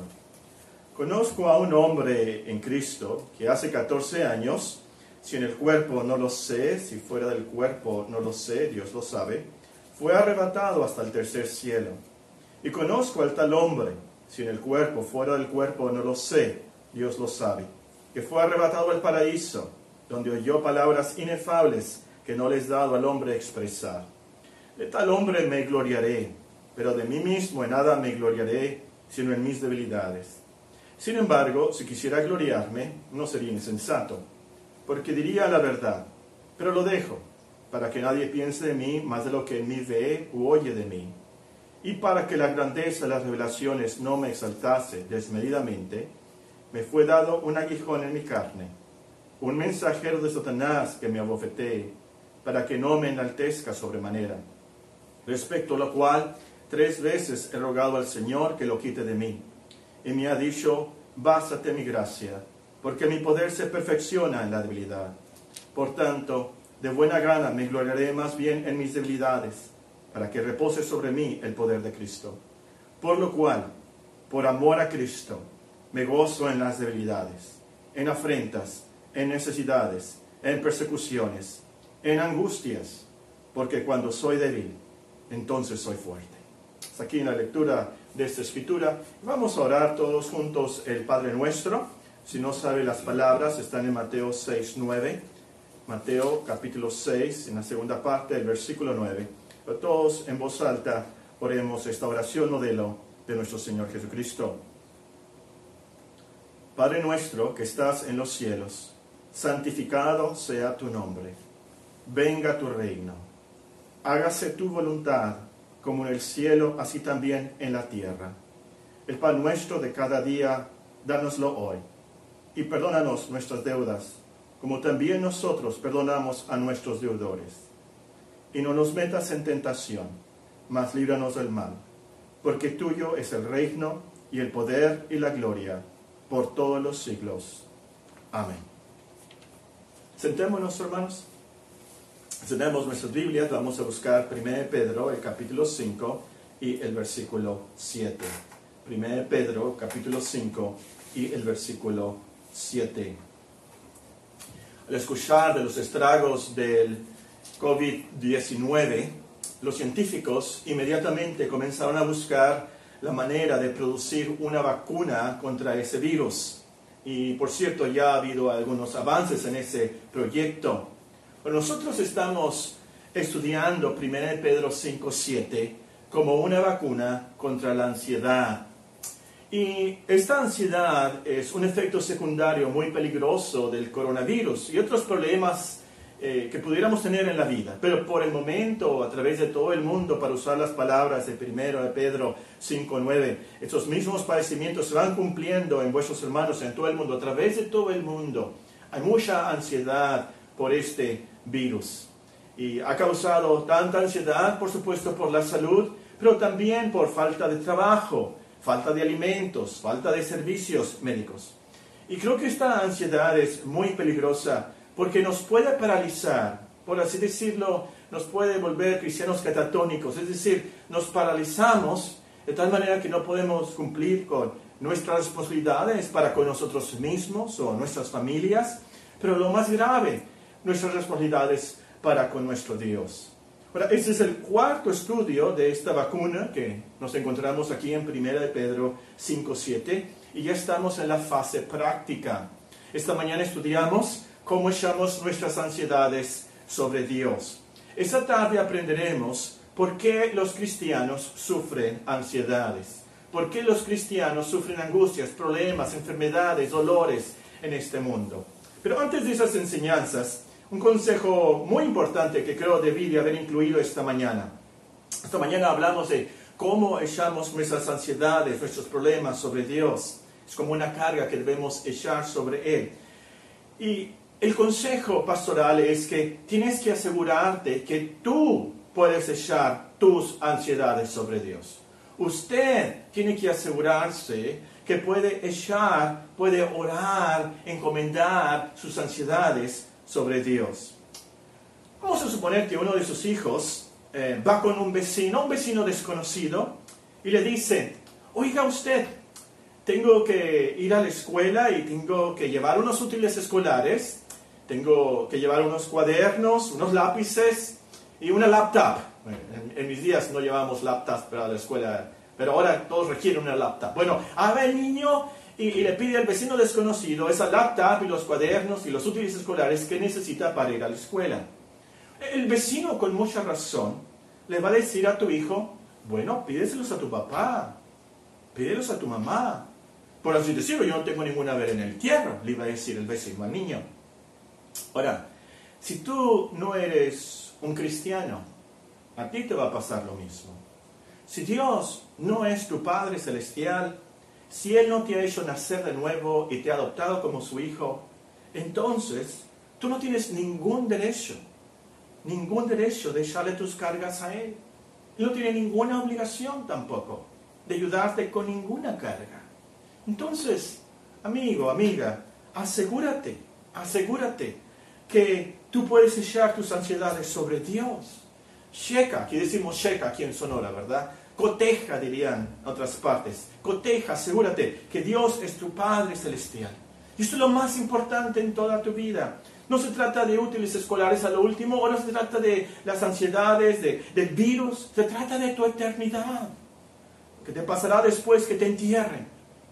Conozco a un hombre en Cristo que hace catorce años, si en el cuerpo no lo sé, si fuera del cuerpo no lo sé, Dios lo sabe, fue arrebatado hasta el tercer cielo. Y conozco al tal hombre, si en el cuerpo, fuera del cuerpo no lo sé, Dios lo sabe, que fue arrebatado al paraíso, donde oyó palabras inefables que no les he dado al hombre expresar. De tal hombre me gloriaré, pero de mí mismo en nada me gloriaré, sino en mis debilidades. Sin embargo, si quisiera gloriarme, no sería insensato, porque diría la verdad, pero lo dejo, para que nadie piense de mí más de lo que en mí ve u oye de mí. Y para que la grandeza de las revelaciones no me exaltase desmedidamente, me fue dado un aguijón en mi carne, un mensajero de Satanás que me abofetee, para que no me enaltezca sobremanera. Respecto a lo cual, tres veces he rogado al Señor que lo quite de mí. Y me ha dicho, bástate mi gracia, porque mi poder se perfecciona en la debilidad. Por tanto, de buena gana me gloriaré más bien en mis debilidades, para que repose sobre mí el poder de Cristo. Por lo cual, por amor a Cristo, me gozo en las debilidades, en afrentas, en necesidades, en persecuciones, en angustias, porque cuando soy débil, entonces soy fuerte. Hasta aquí en la lectura de esta escritura. Vamos a orar todos juntos el Padre Nuestro. Si no sabe las palabras, están en Mateo seis, nueve. Mateo capítulo seis, en la segunda parte del versículo nueve. Pero todos en voz alta oremos esta oración modelo de nuestro Señor Jesucristo. Padre nuestro que estás en los cielos, santificado sea tu nombre. Venga tu reino. Hágase tu voluntad, como en el cielo, así también en la tierra. El pan nuestro de cada día, dánoslo hoy. Y perdónanos nuestras deudas, como también nosotros perdonamos a nuestros deudores. Y no nos metas en tentación, mas líbranos del mal. Porque tuyo es el reino, y el poder, y la gloria, por todos los siglos. Amén. Sentémonos, hermanos. Tenemos nuestras Biblias, vamos a buscar primera de Pedro, el capítulo cinco y el versículo siete. primera de Pedro, capítulo cinco y el versículo siete. Al escuchar de los estragos del COVID diecinueve, los científicos inmediatamente comenzaron a buscar la manera de producir una vacuna contra ese virus. Y por cierto, ya ha habido algunos avances en ese proyecto. Pero nosotros estamos estudiando primera de Pedro cinco, siete como una vacuna contra la ansiedad. Y esta ansiedad es un efecto secundario muy peligroso del coronavirus y otros problemas eh, que pudiéramos tener en la vida. Pero por el momento, a través de todo el mundo, para usar las palabras de primera de Pedro cinco, nueve, estos mismos padecimientos se van cumpliendo en vuestros hermanos en todo el mundo. A través de todo el mundo hay mucha ansiedad por este virus. Y ha causado tanta ansiedad, por supuesto, por la salud, pero también por falta de trabajo, falta de alimentos, falta de servicios médicos. Y creo que esta ansiedad es muy peligrosa porque nos puede paralizar, por así decirlo, nos puede volver cristianos catatónicos, es decir, nos paralizamos de tal manera que no podemos cumplir con nuestras responsabilidades para con nosotros mismos o nuestras familias, pero lo más grave, nuestras responsabilidades para con nuestro Dios. Ahora, este es el cuarto estudio de esta vacuna que nos encontramos aquí en primera de Pedro cinco siete y ya estamos en la fase práctica. Esta mañana estudiamos cómo echamos nuestras ansiedades sobre Dios. Esta tarde aprenderemos por qué los cristianos sufren ansiedades, por qué los cristianos sufren angustias, problemas, enfermedades, dolores en este mundo. Pero antes de esas enseñanzas, un consejo muy importante que creo debí de haber incluido esta mañana. Esta mañana hablamos de cómo echamos nuestras ansiedades, nuestros problemas sobre Dios. Es como una carga que debemos echar sobre Él. Y el consejo pastoral es que tienes que asegurarte que tú puedes echar tus ansiedades sobre Dios. Usted tiene que asegurarse que puede echar, puede orar, encomendar sus ansiedades sobre Dios. Vamos a suponer que uno de sus hijos eh, va con un vecino, un vecino desconocido, y le dice, oiga usted, tengo que ir a la escuela y tengo que llevar unos útiles escolares, tengo que llevar unos cuadernos, unos lápices y una laptop. Bueno, en, en mis días no llevábamos laptops para la escuela, pero ahora todos requieren una laptop. Bueno, ahora el niño y, y le pide al vecino desconocido esa laptop y los cuadernos y los útiles escolares que necesita para ir a la escuela. El vecino, con mucha razón, le va a decir a tu hijo, bueno, pídeselos a tu papá, pídelos a tu mamá. Por así decirlo, yo no tengo ninguna vera en el tierra, le iba a decir el vecino al niño. Ahora, si tú no eres un cristiano, a ti te va a pasar lo mismo. Si Dios no es tu Padre Celestial, si Él no te ha hecho nacer de nuevo y te ha adoptado como su hijo, entonces tú no tienes ningún derecho, ningún derecho de echarle tus cargas a Él. Él no tiene ninguna obligación tampoco de ayudarte con ninguna carga. Entonces, amigo, amiga, asegúrate, asegúrate que tú puedes echar tus ansiedades sobre Dios. Checa, aquí decimos checa aquí en Sonora, ¿verdad? Coteja, dirían en otras partes. Coteja, asegúrate que Dios es tu Padre Celestial. Y esto es lo más importante en toda tu vida. No se trata de útiles escolares a lo último, o no se trata de las ansiedades, de, del virus. Se trata de tu eternidad. ¿Qué te pasará después que te entierren?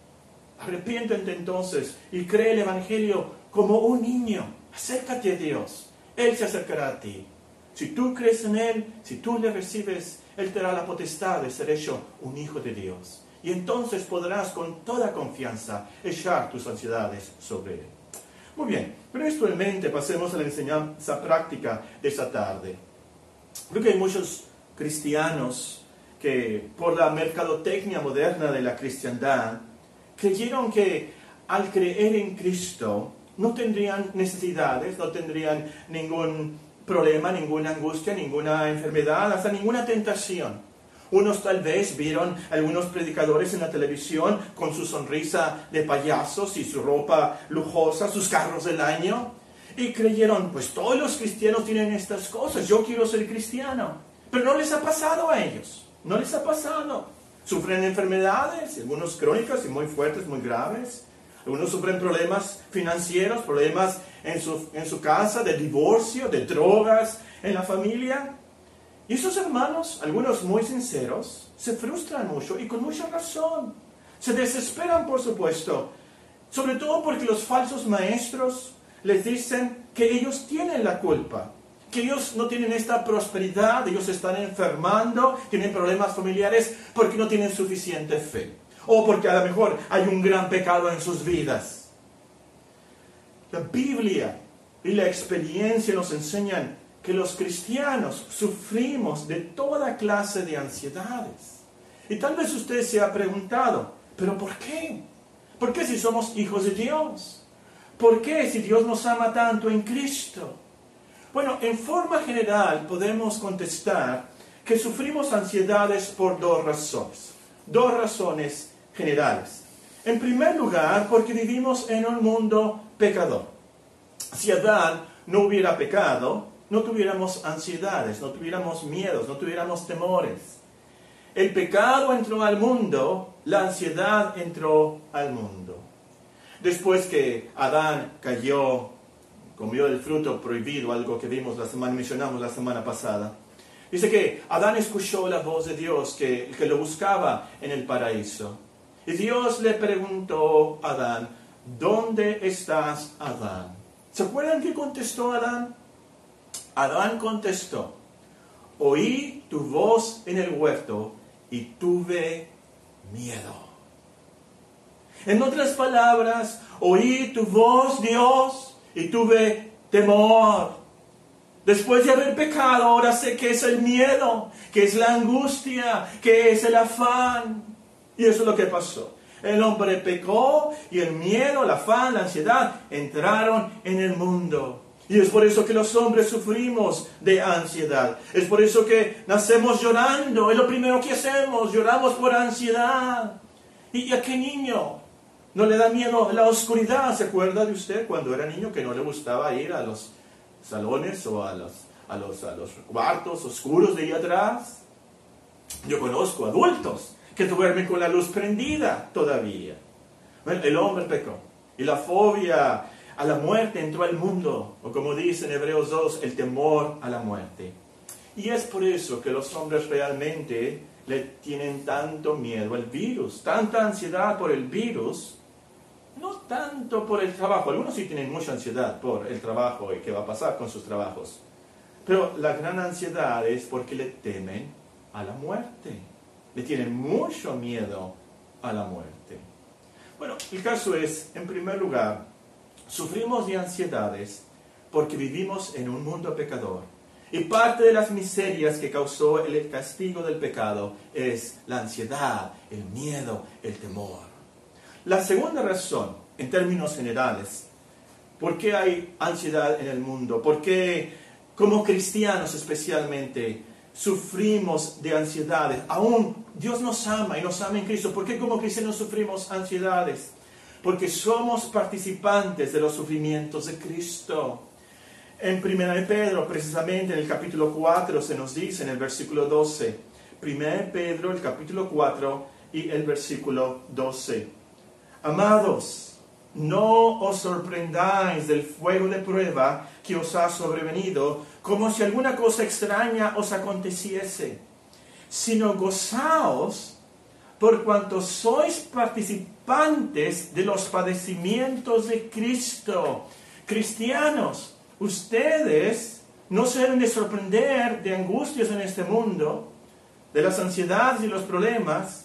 Arrepiéntete entonces y cree el Evangelio como un niño. Acércate a Dios. Él se acercará a ti. Si tú crees en Él, si tú le recibes, Él te dará la potestad de ser hecho un hijo de Dios. Y entonces podrás con toda confianza echar tus ansiedades sobre Él. Muy bien, pero esto en mente, pasemos a la enseñanza práctica de esta tarde. Creo que hay muchos cristianos que por la mercadotecnia moderna de la cristiandad creyeron que al creer en Cristo no tendrían necesidades, no tendrían ningún problema, ninguna angustia, ninguna enfermedad, hasta ninguna tentación. Unos tal vez vieron algunos predicadores en la televisión con su sonrisa de payasos y su ropa lujosa, sus carros del año, y creyeron, pues todos los cristianos tienen estas cosas, yo quiero ser cristiano. Pero no les ha pasado a ellos, no les ha pasado. Sufren enfermedades, algunos crónicas y muy fuertes, muy graves. Algunos sufren problemas financieros, problemas en su, en su casa, de divorcio, de drogas en la familia. Y esos hermanos, algunos muy sinceros, se frustran mucho y con mucha razón. Se desesperan, por supuesto, sobre todo porque los falsos maestros les dicen que ellos tienen la culpa, que ellos no tienen esta prosperidad, ellos se están enfermando, tienen problemas familiares porque no tienen suficiente fe. O porque a lo mejor hay un gran pecado en sus vidas. La Biblia y la experiencia nos enseñan que los cristianos sufrimos de toda clase de ansiedades. Y tal vez usted se ha preguntado, ¿pero por qué? ¿Por qué si somos hijos de Dios? ¿Por qué si Dios nos ama tanto en Cristo? Bueno, en forma general podemos contestar que sufrimos ansiedades por dos razones. Dos razones generales. En primer lugar, porque vivimos en un mundo pecador. Si Adán no hubiera pecado, no tuviéramos ansiedades, no tuviéramos miedos, no tuviéramos temores. El pecado entró al mundo, la ansiedad entró al mundo. Después que Adán cayó, comió el fruto prohibido, algo que vimos la semana, mencionamos la semana pasada, dice que Adán escuchó la voz de Dios que, que lo buscaba en el paraíso. Y Dios le preguntó a Adán, ¿dónde estás, Adán? ¿Se acuerdan qué contestó Adán? Adán contestó, oí tu voz en el huerto y tuve miedo. En otras palabras, oí tu voz, Dios, y tuve temor. Después de haber pecado, ahora sé que es el miedo, que es la angustia, que es el afán. Y eso es lo que pasó. El hombre pecó y el miedo, el afán, la ansiedad entraron en el mundo. Y es por eso que los hombres sufrimos de ansiedad. Es por eso que nacemos llorando. Es lo primero que hacemos. Lloramos por ansiedad. ¿Y a qué niño no le da miedo la oscuridad? ¿Se acuerda de usted cuando era niño que no le gustaba ir a los salones o a los, a los, a los cuartos oscuros de ahí atrás? Yo conozco adultos que duermen con la luz prendida todavía. Bueno, el hombre pecó. Y la fobia a la muerte entró al mundo. O como dice en Hebreos dos, el temor a la muerte. Y es por eso que los hombres realmente le tienen tanto miedo al virus. Tanta ansiedad por el virus. No tanto por el trabajo. Algunos sí tienen mucha ansiedad por el trabajo y qué va a pasar con sus trabajos. Pero la gran ansiedad es porque le temen a la muerte. Le tienen mucho miedo a la muerte. Bueno, el caso es, en primer lugar, sufrimos de ansiedades porque vivimos en un mundo pecador. Y parte de las miserias que causó el castigo del pecado es la ansiedad, el miedo, el temor. La segunda razón, en términos generales, ¿por qué hay ansiedad en el mundo? ¿Por qué, como cristianos especialmente, sufrimos de ansiedades? Aún Dios nos ama y nos ama en Cristo. ¿Por qué como cristianos sufrimos ansiedades? Porque somos participantes de los sufrimientos de Cristo. En primera de Pedro, precisamente en el capítulo cuatro, se nos dice en el versículo doce. primera de Pedro, el capítulo cuatro y el versículo doce. Amados, no os sorprendáis del fuego de prueba que os ha sobrevenido, como si alguna cosa extraña os aconteciese, sino gozaos por cuanto sois participantes de los padecimientos de Cristo. Cristianos, ustedes no se deben de sorprender de angustias en este mundo, de las ansiedades y los problemas,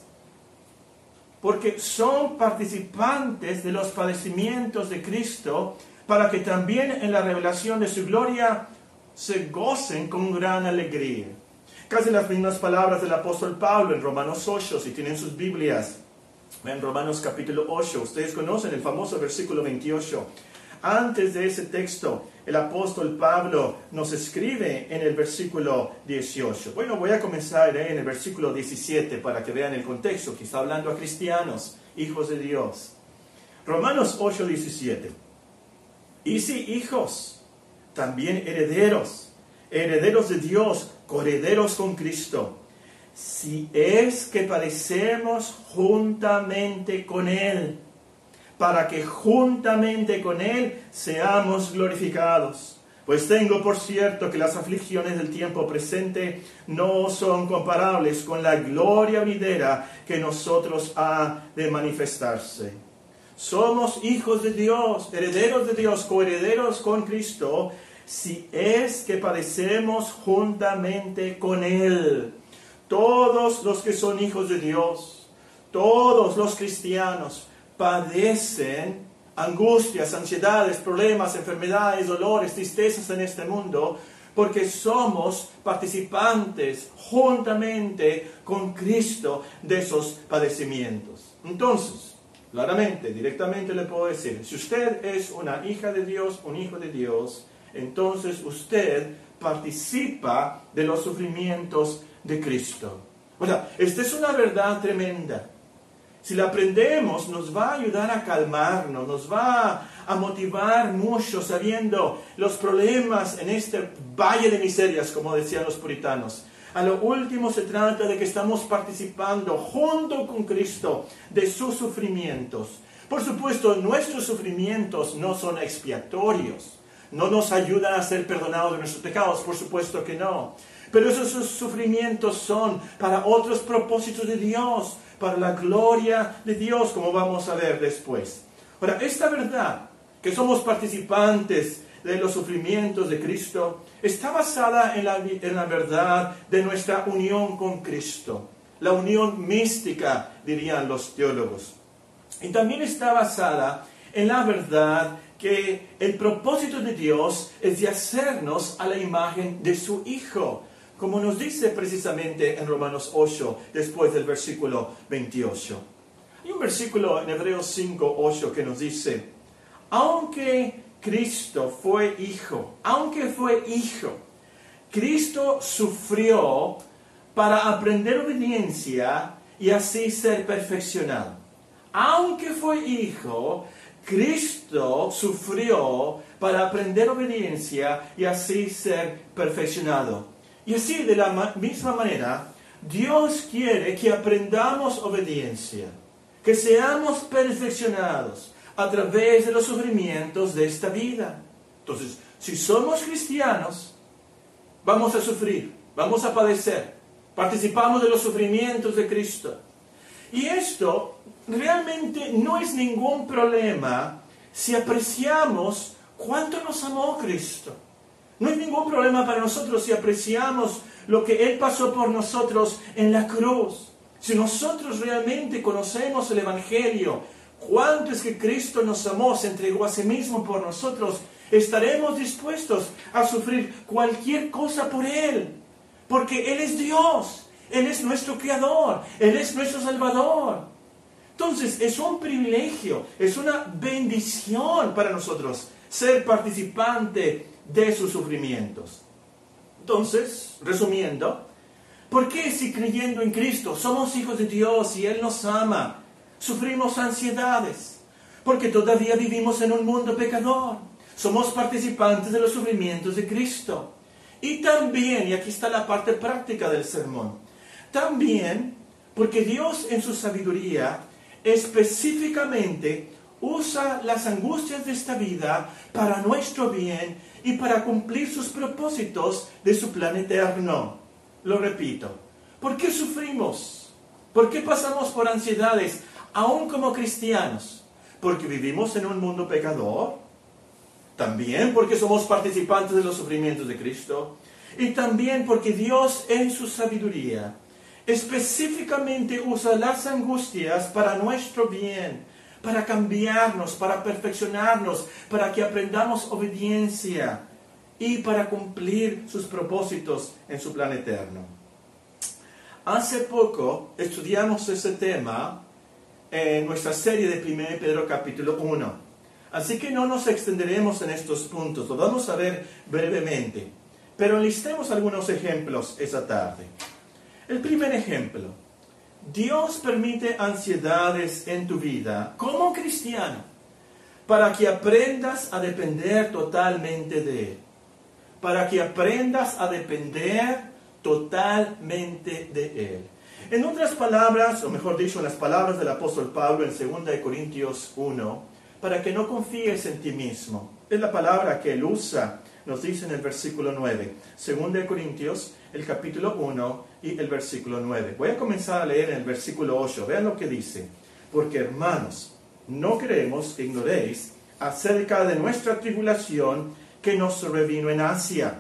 porque son participantes de los padecimientos de Cristo, para que también en la revelación de su gloria se gocen con gran alegría. Casi las mismas palabras del apóstol Pablo en Romanos ocho, si tienen sus Biblias. En Romanos capítulo ocho, ustedes conocen el famoso versículo veintiocho. Antes de ese texto, el apóstol Pablo nos escribe en el versículo dieciocho. Bueno, voy a comenzar en el versículo diecisiete para que vean el contexto, que está hablando a cristianos, hijos de Dios. Romanos ocho, diecisiete. Y si hijos, también herederos, herederos de Dios, coherederos con Cristo, si es que padecemos juntamente con Él, para que juntamente con Él seamos glorificados. Pues tengo por cierto que las aflicciones del tiempo presente no son comparables con la gloria venidera que nosotros ha de manifestarse. Somos hijos de Dios, herederos de Dios, coherederos con Cristo, si es que padecemos juntamente con Él. Todos los que son hijos de Dios, todos los cristianos, padecen angustias, ansiedades, problemas, enfermedades, dolores, tristezas en este mundo, porque somos participantes juntamente con Cristo de esos padecimientos. Entonces, claramente, directamente le puedo decir, si usted es una hija de Dios, un hijo de Dios, entonces usted participa de los sufrimientos de Cristo. O sea, esta es una verdad tremenda. Si la aprendemos, nos va a ayudar a calmarnos, nos va a motivar mucho sabiendo los problemas en este valle de miserias, como decían los puritanos. A lo último se trata de que estamos participando junto con Cristo de sus sufrimientos. Por supuesto, nuestros sufrimientos no son expiatorios, no nos ayudan a ser perdonados de nuestros pecados, por supuesto que no. Pero esos sufrimientos son para otros propósitos de Dios, para la gloria de Dios, como vamos a ver después. Ahora, esta verdad, que somos participantes de los sufrimientos de Cristo, está basada en la, en la verdad de nuestra unión con Cristo. La unión mística, dirían los teólogos. Y también está basada en la verdad que el propósito de Dios es de hacernos a la imagen de su Hijo, como nos dice precisamente en Romanos ocho, después del versículo veintiocho. Hay un versículo en Hebreos cinco, ocho que nos dice, aunque Cristo fue Hijo, aunque fue Hijo, Cristo sufrió para aprender obediencia y así ser perfeccionado. Aunque fue Hijo, Cristo sufrió para aprender obediencia y así ser perfeccionado. Y así, de la ma- misma manera, Dios quiere que aprendamos obediencia, que seamos perfeccionados a través de los sufrimientos de esta vida. Entonces, si somos cristianos, vamos a sufrir, vamos a padecer, participamos de los sufrimientos de Cristo. Y esto realmente no es ningún problema si apreciamos cuánto nos amó Cristo. No es ningún problema para nosotros si apreciamos lo que Él pasó por nosotros en la cruz. Si nosotros realmente conocemos el Evangelio, cuánto es que Cristo nos amó, se entregó a sí mismo por nosotros, estaremos dispuestos a sufrir cualquier cosa por Él. Porque Él es Dios, Él es nuestro Creador, Él es nuestro Salvador. Entonces es un privilegio, es una bendición para nosotros ser participante de sus sufrimientos. Entonces, resumiendo, ¿por qué si creyendo en Cristo somos hijos de Dios y Él nos ama, sufrimos ansiedades? Porque todavía vivimos en un mundo pecador. Somos participantes de los sufrimientos de Cristo. Y también, y aquí está la parte práctica del sermón, también porque Dios en su sabiduría específicamente usa las angustias de esta vida para nuestro bien y para cumplir sus propósitos de su plan eterno. Lo repito, ¿por qué sufrimos? ¿Por qué pasamos por ansiedades, aún como cristianos? ¿Porque vivimos en un mundo pecador? También porque somos participantes de los sufrimientos de Cristo. Y también porque Dios en su sabiduría específicamente usa las angustias para nuestro bien, para cambiarnos, para perfeccionarnos, para que aprendamos obediencia y para cumplir sus propósitos en su plan eterno. Hace poco estudiamos ese tema en nuestra serie de primero Pedro capítulo uno. Así que no nos extenderemos en estos puntos, lo vamos a ver brevemente. Pero listemos algunos ejemplos esa tarde. El primer ejemplo. Dios permite ansiedades en tu vida como cristiano para que aprendas a depender totalmente de Él. Para que aprendas a depender totalmente de Él. En otras palabras, o mejor dicho, en las palabras del apóstol Pablo en segunda de Corintios uno, para que no confíes en ti mismo. Es la palabra que él usa, nos dice en el versículo nueve. segunda de Corintios, el capítulo uno y el versículo nueve. Voy a comenzar a leer en el versículo ocho. Vean lo que dice. Porque hermanos, no queremos que ignoréis acerca de nuestra tribulación que nos sobrevino en Asia.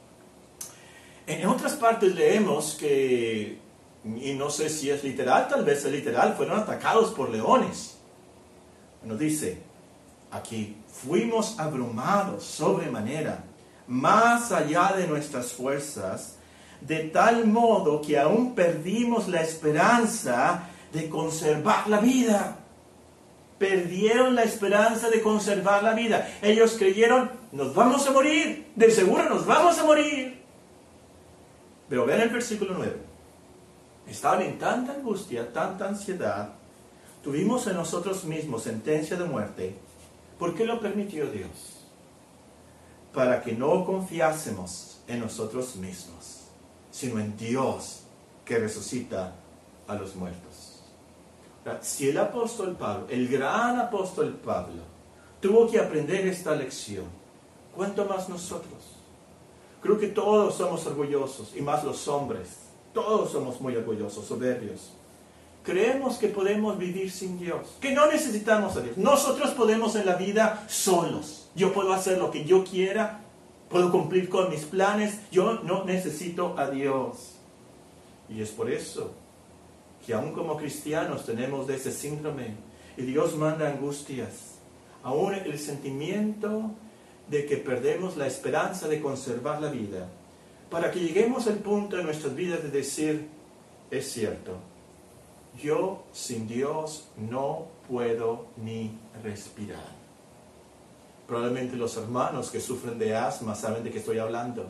En otras partes leemos que, y no sé si es literal, tal vez es literal, fueron atacados por leones. Nos dice aquí, fuimos abrumados sobremanera, más allá de nuestras fuerzas, de tal modo que aún perdimos la esperanza de conservar la vida. Perdieron la esperanza de conservar la vida. Ellos creyeron, nos vamos a morir, de seguro nos vamos a morir. Pero vean el versículo nueve. Estaban en tanta angustia, tanta ansiedad, tuvimos en nosotros mismos sentencia de muerte, ¿por qué lo permitió Dios? Para que no confiásemos en nosotros mismos, sino en Dios que resucita a los muertos. Si el apóstol Pablo, el gran apóstol Pablo, tuvo que aprender esta lección, ¿cuánto más nosotros? Creo que todos somos orgullosos, y más los hombres. Todos somos muy orgullosos, soberbios. Creemos que podemos vivir sin Dios, que no necesitamos a Dios. Nosotros podemos en la vida solos. Yo puedo hacer lo que yo quiera, puedo cumplir con mis planes, yo no necesito a Dios. Y es por eso que aún como cristianos tenemos de ese síndrome, y Dios manda angustias, aún el sentimiento de que perdemos la esperanza de conservar la vida, para que lleguemos al punto en nuestras vidas de decir, es cierto, yo sin Dios no puedo ni respirar. Probablemente los hermanos que sufren de asma saben de qué estoy hablando.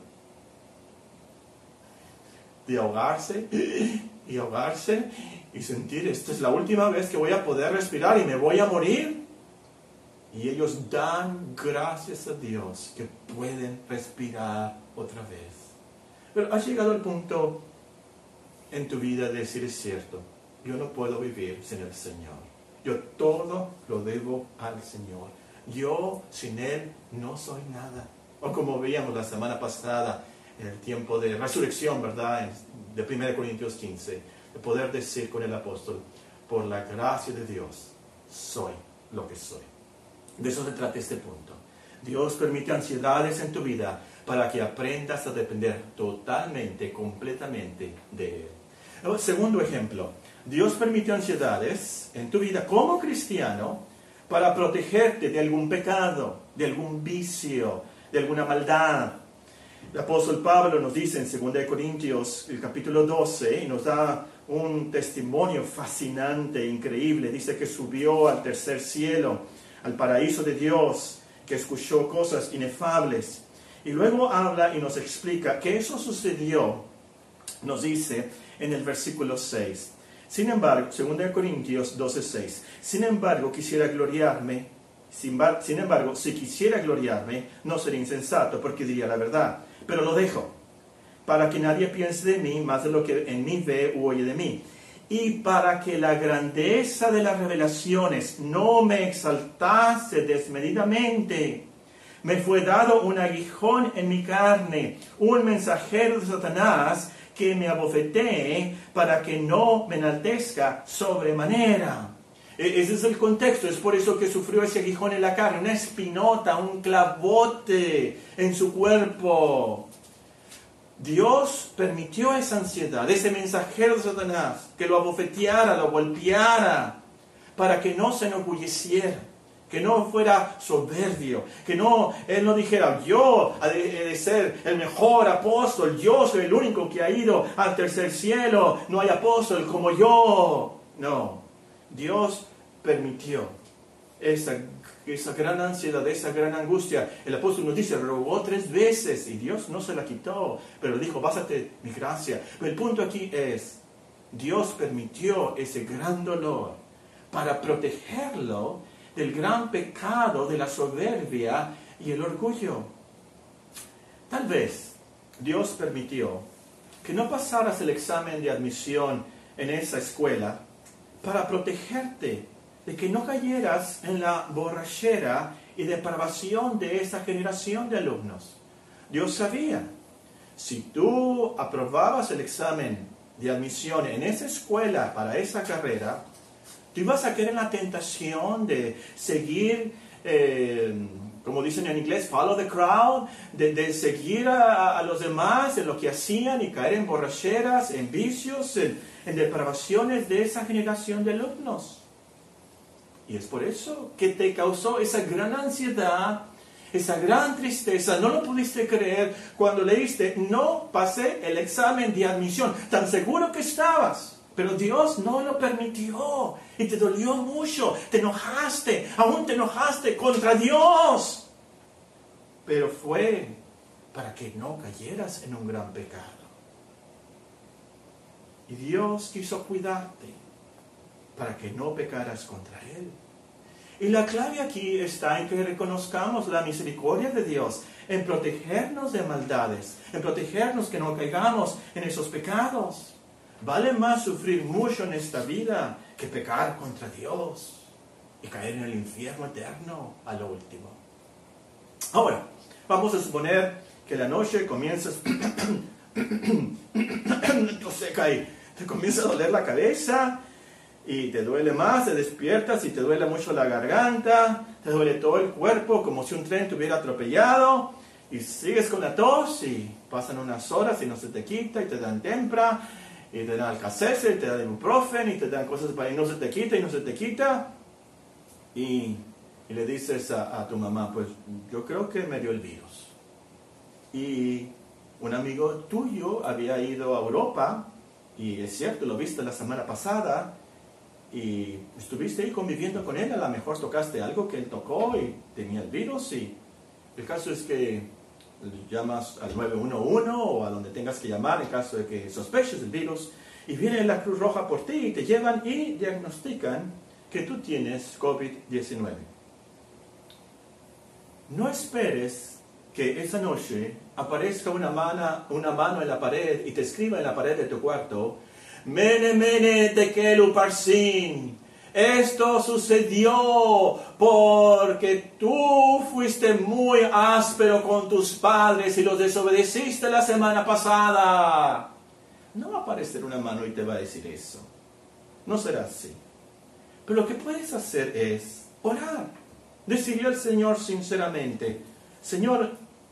De ahogarse y ahogarse y sentir, esta es la última vez que voy a poder respirar y me voy a morir. Y ellos dan gracias a Dios que pueden respirar otra vez. Pero has llegado al punto en tu vida de decir, es cierto, yo no puedo vivir sin el Señor. Yo todo lo debo al Señor. Yo sin Él no soy nada. O como veíamos la semana pasada, en el tiempo de resurrección, ¿verdad? De primera Corintios quince, de poder decir con el apóstol, por la gracia de Dios, soy lo que soy. De eso se trata este punto. Dios permite ansiedades en tu vida para que aprendas a depender totalmente, completamente de Él. El segundo ejemplo, Dios permite ansiedades en tu vida como cristiano para protegerte de algún pecado, de algún vicio, de alguna maldad. El apóstol Pablo nos dice en segunda Corintios, el capítulo doce, y nos da un testimonio fascinante, increíble. Dice que subió al tercer cielo, al paraíso de Dios, que escuchó cosas inefables. Y luego habla y nos explica que eso sucedió, nos dice en el versículo seis. Sin embargo, segunda Corintios doce, seis. Sin embargo, quisiera gloriarme, sin, sin embargo, si quisiera gloriarme, no sería insensato, porque diría la verdad. Pero lo dejo, para que nadie piense de mí más de lo que en mí ve u oye de mí. Y para que la grandeza de las revelaciones no me exaltase desmedidamente, me fue dado un aguijón en mi carne, un mensajero de Satanás que me abofetee para que no me enaltezca sobremanera. Ese es el contexto, es por eso que sufrió ese aguijón en la carne, una espinota, un clavote en su cuerpo. Dios permitió esa ansiedad, ese mensajero de Satanás, que lo abofeteara, lo golpeara, para que no se enorgulleciera, que no fuera soberbio, que no, él no dijera, yo he de ser el mejor apóstol, yo soy el único que ha ido al tercer cielo, no hay apóstol como yo. No, Dios permitió esa, esa gran ansiedad, esa gran angustia. El apóstol nos dice, rogó tres veces y Dios no se la quitó, pero dijo, bástate mi gracia. Pero el punto aquí es, Dios permitió ese gran dolor para protegerlo del gran pecado de la soberbia y el orgullo. Tal vez Dios permitió que no pasaras el examen de admisión en esa escuela para protegerte de que no cayeras en la borrachera y depravación de esa generación de alumnos. Dios sabía, si tú aprobabas el examen de admisión en esa escuela para esa carrera, tú ibas a caer en la tentación de seguir, eh, como dicen en inglés, follow the crowd, de, de seguir a, a los demás en lo que hacían y caer en borracheras, en vicios, en, en depravaciones de esa generación de alumnos. Y es por eso que te causó esa gran ansiedad, esa gran tristeza. No lo pudiste creer cuando leíste, no pasé el examen de admisión, tan seguro que estabas. Pero Dios no lo permitió y te dolió mucho, te enojaste, aún te enojaste contra Dios. Pero fue para que no cayeras en un gran pecado. Y Dios quiso cuidarte. para que no pecaras contra Él. Y la clave aquí está en que reconozcamos la misericordia de Dios, en protegernos de maldades, en protegernos que no caigamos en esos pecados. Vale más sufrir mucho en esta vida que pecar contra Dios y caer en el infierno eterno a lo último. Ahora, vamos a suponer que la noche comienzas, no sé, cae, te comienza a doler la cabeza y te duele más, te despiertas y te duele mucho la garganta, te duele todo el cuerpo como si un tren te hubiera atropellado y sigues con la tos y pasan unas horas y no se te quita y te dan tempra y te dan Alka-Seltzer y te dan ibuprofen y te dan cosas para y no se te quita y no se te quita y, y le dices a, a tu mamá, pues yo creo que me dio el virus. Y un amigo tuyo había ido a Europa y es cierto, lo viste la semana pasada y estuviste ahí conviviendo con él, a lo mejor tocaste algo que él tocó y tenía el virus y el caso es que llamas al nueve uno uno o a donde tengas que llamar en caso de que sospeches el virus y viene la Cruz Roja por ti y te llevan y diagnostican que tú tienes COVID diecinueve. No esperes que esa noche aparezca una mano, una mano en la pared y te escriba en la pared de tu cuarto: Mene, mene, tekel uparsin. Esto sucedió porque tú fuiste muy áspero con tus padres y los desobedeciste la semana pasada. No va a aparecer una mano y te va a decir eso. No será así. Pero lo que puedes hacer es orar. Decirle al Señor sinceramente: Señor,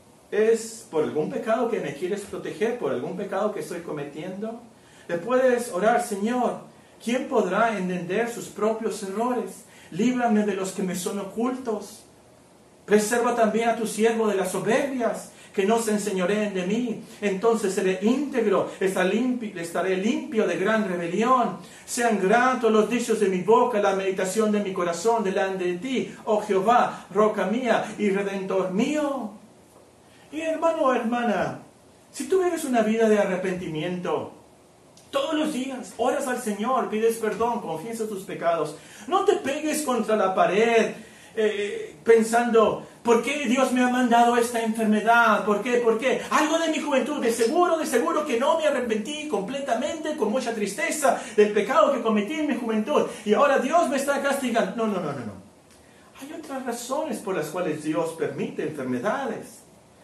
¿es por algún pecado que me quieres proteger? ¿Por algún pecado que estoy cometiendo? Le puedes orar: Señor, ¿quién podrá entender sus propios errores? Líbrame de los que me son ocultos. Preserva también a tu siervo de las soberbias, que no se enseñoreen de mí. Entonces seré íntegro, estaré limpio, estaré limpio de gran rebelión. Sean gratos los dichos de mi boca, la meditación de mi corazón delante de ti, oh Jehová, roca mía y redentor mío. Y hermano o hermana, si tú vives una vida de arrepentimiento, todos los días oras al Señor, pides perdón, confiesas tus pecados, no te pegues contra la pared eh, pensando: ¿por qué Dios me ha mandado esta enfermedad? ¿Por qué? ¿Por qué? Algo de mi juventud, de seguro, de seguro que no me arrepentí completamente, con mucha tristeza del pecado que cometí en mi juventud y ahora Dios me está castigando. No, no, no, no, no. Hay otras razones por las cuales Dios permite enfermedades.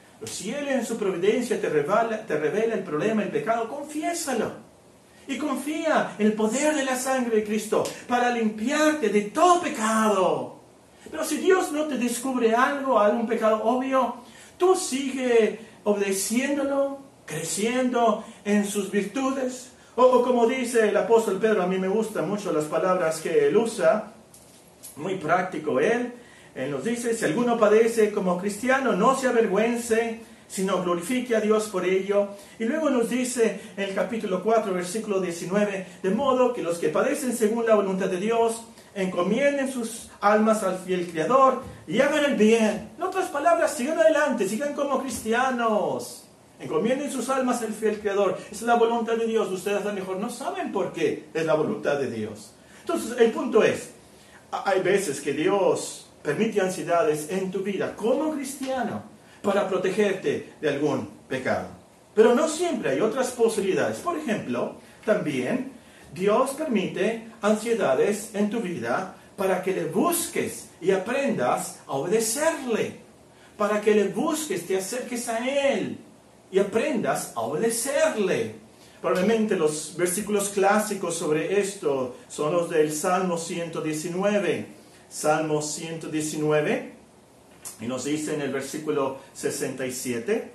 Si Él en su providencia te revela, te revela el problema, el pecado, confiésalo. Y confía en el poder de la sangre de Cristo para limpiarte de todo pecado. Pero si Dios no te descubre algo, algún pecado obvio, tú sigue obedeciéndolo, creciendo en sus virtudes. O, o como dice el apóstol Pedro, a mí me gustan mucho las palabras que él usa, muy práctico él. Él nos dice: si alguno padece como cristiano, no se avergüence, sino glorifique a Dios por ello. Y luego nos dice en el capítulo cuatro, versículo diecinueve, de modo que los que padecen según la voluntad de Dios, encomienden sus almas al fiel Creador y hagan el bien. En otras palabras, sigan adelante, sigan como cristianos. Encomienden sus almas al fiel Creador. Es la voluntad de Dios. Ustedes a lo mejor no saben por qué es la voluntad de Dios. Entonces, el punto es, hay veces que Dios permite ansiedades en tu vida como cristiano para protegerte de algún pecado. Pero no siempre, hay otras posibilidades. Por ejemplo, también Dios permite ansiedades en tu vida para que le busques y aprendas a obedecerle. Para que le busques, te acerques a Él y aprendas a obedecerle. Probablemente los versículos clásicos sobre esto son los del Salmo ciento diecinueve. Salmo ciento diecinueve. Y nos dice en el versículo sesenta y siete: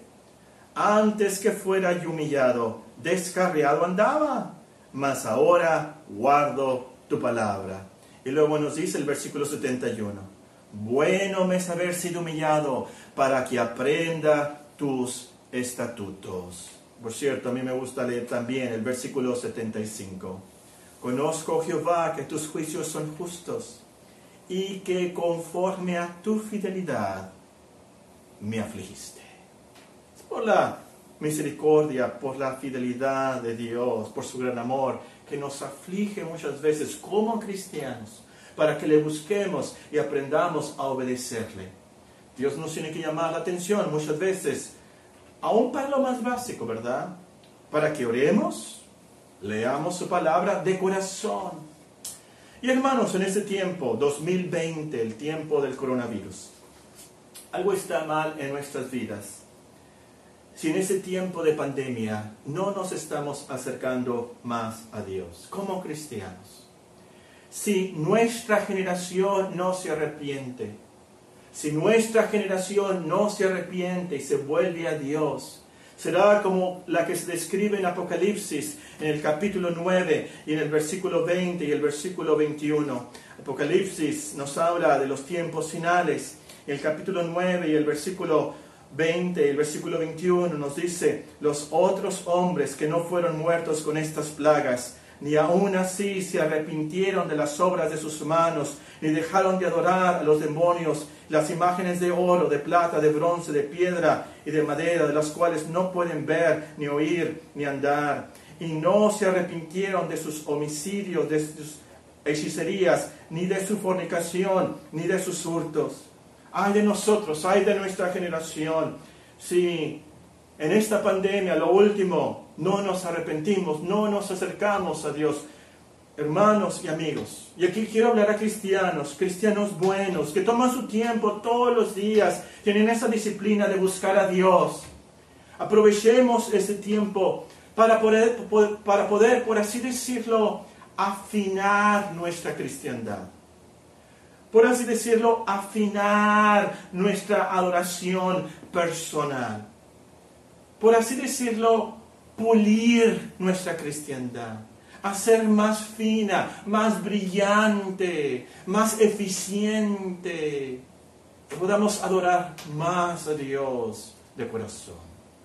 antes que fuera yo humillado, descarriado andaba, mas ahora guardo tu palabra. Y luego nos dice el versículo setenta y uno: bueno me es haber sido humillado, para que aprenda tus estatutos. Por cierto, a mí me gusta leer también el versículo setenta y cinco: conozco, Jehová, que tus juicios son justos, y que conforme a tu fidelidad me afligiste. Es por la misericordia, por la fidelidad de Dios, por su gran amor, que nos aflige muchas veces como cristianos, para que le busquemos y aprendamos a obedecerle. Dios nos tiene que llamar la atención muchas veces, aún para lo más básico, ¿verdad? Para que oremos, leamos su palabra de corazón. Y hermanos, en este tiempo, dos mil veinte, el tiempo del coronavirus, algo está mal en nuestras vidas. Si en ese tiempo de pandemia no nos estamos acercando más a Dios como cristianos, si nuestra generación no se arrepiente, si nuestra generación no se arrepiente y se vuelve a Dios, será como la que se describe en Apocalipsis, en el capítulo nueve y en el versículo veinte y el versículo veintiuno. Apocalipsis nos habla de los tiempos finales. En el capítulo nueve y el versículo veinte y el versículo veintiuno nos dice: los otros hombres que no fueron muertos con estas plagas, ni aún así se arrepintieron de las obras de sus manos, ni dejaron de adorar a los demonios, las imágenes de oro, de plata, de bronce, de piedra y de madera, de las cuales no pueden ver, ni oír, ni andar. Y no se arrepintieron de sus homicidios, de sus hechicerías, ni de su fornicación, ni de sus hurtos. Ay de nosotros, ay de nuestra generación, si en esta pandemia, lo último, no nos arrepentimos, no nos acercamos a Dios. Hermanos y amigos, y aquí quiero hablar a cristianos, cristianos buenos, que toman su tiempo todos los días, tienen esa disciplina de buscar a Dios. Aprovechemos ese tiempo para poder, para poder, por así decirlo, afinar nuestra cristiandad. Por así decirlo, afinar nuestra adoración personal. Por así decirlo, pulir nuestra cristiandad. Hacer más fina, más brillante, más eficiente. Que podamos adorar más a Dios de corazón.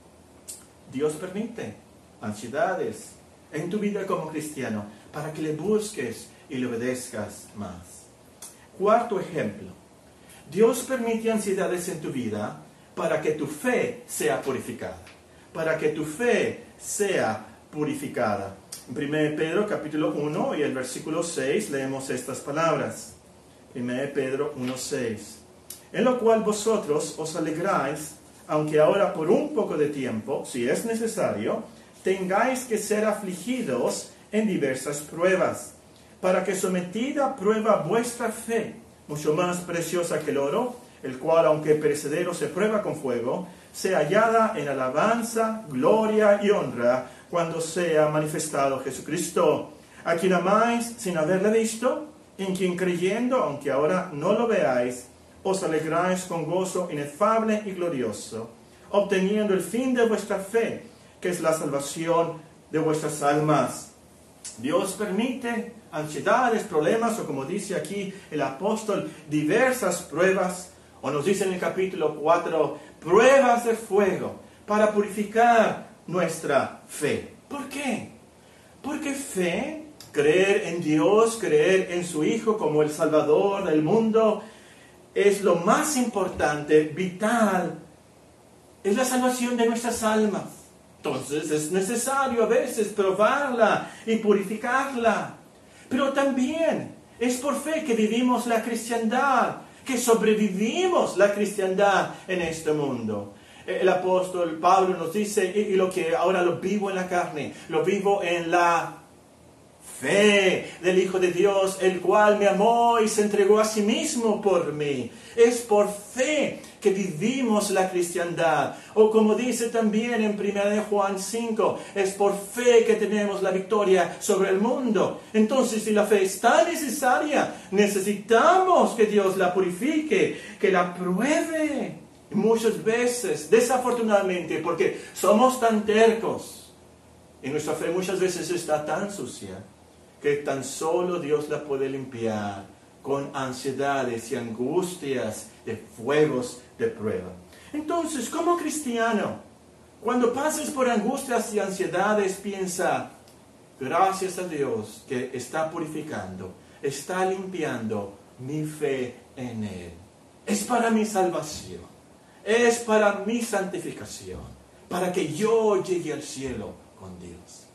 Dios permite ansiedades en tu vida como cristiano para que le busques y le obedezcas más. Cuarto ejemplo. Dios permite ansiedades en tu vida para que tu fe sea purificada. Para que tu fe sea purificada. En primera Pedro capítulo uno y el versículo seis leemos estas palabras. primera Pedro uno seis. En lo cual vosotros os alegráis, aunque ahora por un poco de tiempo, si es necesario, tengáis que ser afligidos en diversas pruebas, para que sometida a prueba vuestra fe, mucho más preciosa que el oro, el cual aunque perecedero se prueba con fuego, sea hallada en alabanza, gloria y honra cuando sea manifestado Jesucristo, a quien amáis sin haberle visto, en quien creyendo, aunque ahora no lo veáis, os alegráis con gozo inefable y glorioso, obteniendo el fin de vuestra fe, que es la salvación de vuestras almas. Dios permite ansiedades, problemas, o como dice aquí el apóstol, diversas pruebas, o nos dice en el capítulo cuatro, pruebas de fuego, para purificar nuestra fe. ¿Por qué? Porque fe, creer en Dios, creer en su Hijo como el Salvador del mundo, es lo más importante, vital, es la salvación de nuestras almas. Entonces es necesario a veces probarla y purificarla. Pero también es por fe que vivimos la cristiandad, que sobrevivimos la cristiandad en este mundo. El apóstol Pablo nos dice, y lo que ahora lo vivo en la carne, lo vivo en la fe del Hijo de Dios, el cual me amó y se entregó a sí mismo por mí. Es por fe que vivimos la cristiandad. O como dice también en primera de Juan cinco, es por fe que tenemos la victoria sobre el mundo. Entonces, si la fe es tan necesaria, necesitamos que Dios la purifique, que la pruebe. Y muchas veces, desafortunadamente, porque somos tan tercos, y nuestra fe muchas veces está tan sucia, que tan solo Dios la puede limpiar con ansiedades y angustias de fuegos de prueba. Entonces, como cristiano, cuando pases por angustias y ansiedades, piensa, gracias a Dios que está purificando, está limpiando mi fe en Él. Es para mi salvación, es para mi santificación, para que yo llegue al cielo con Dios.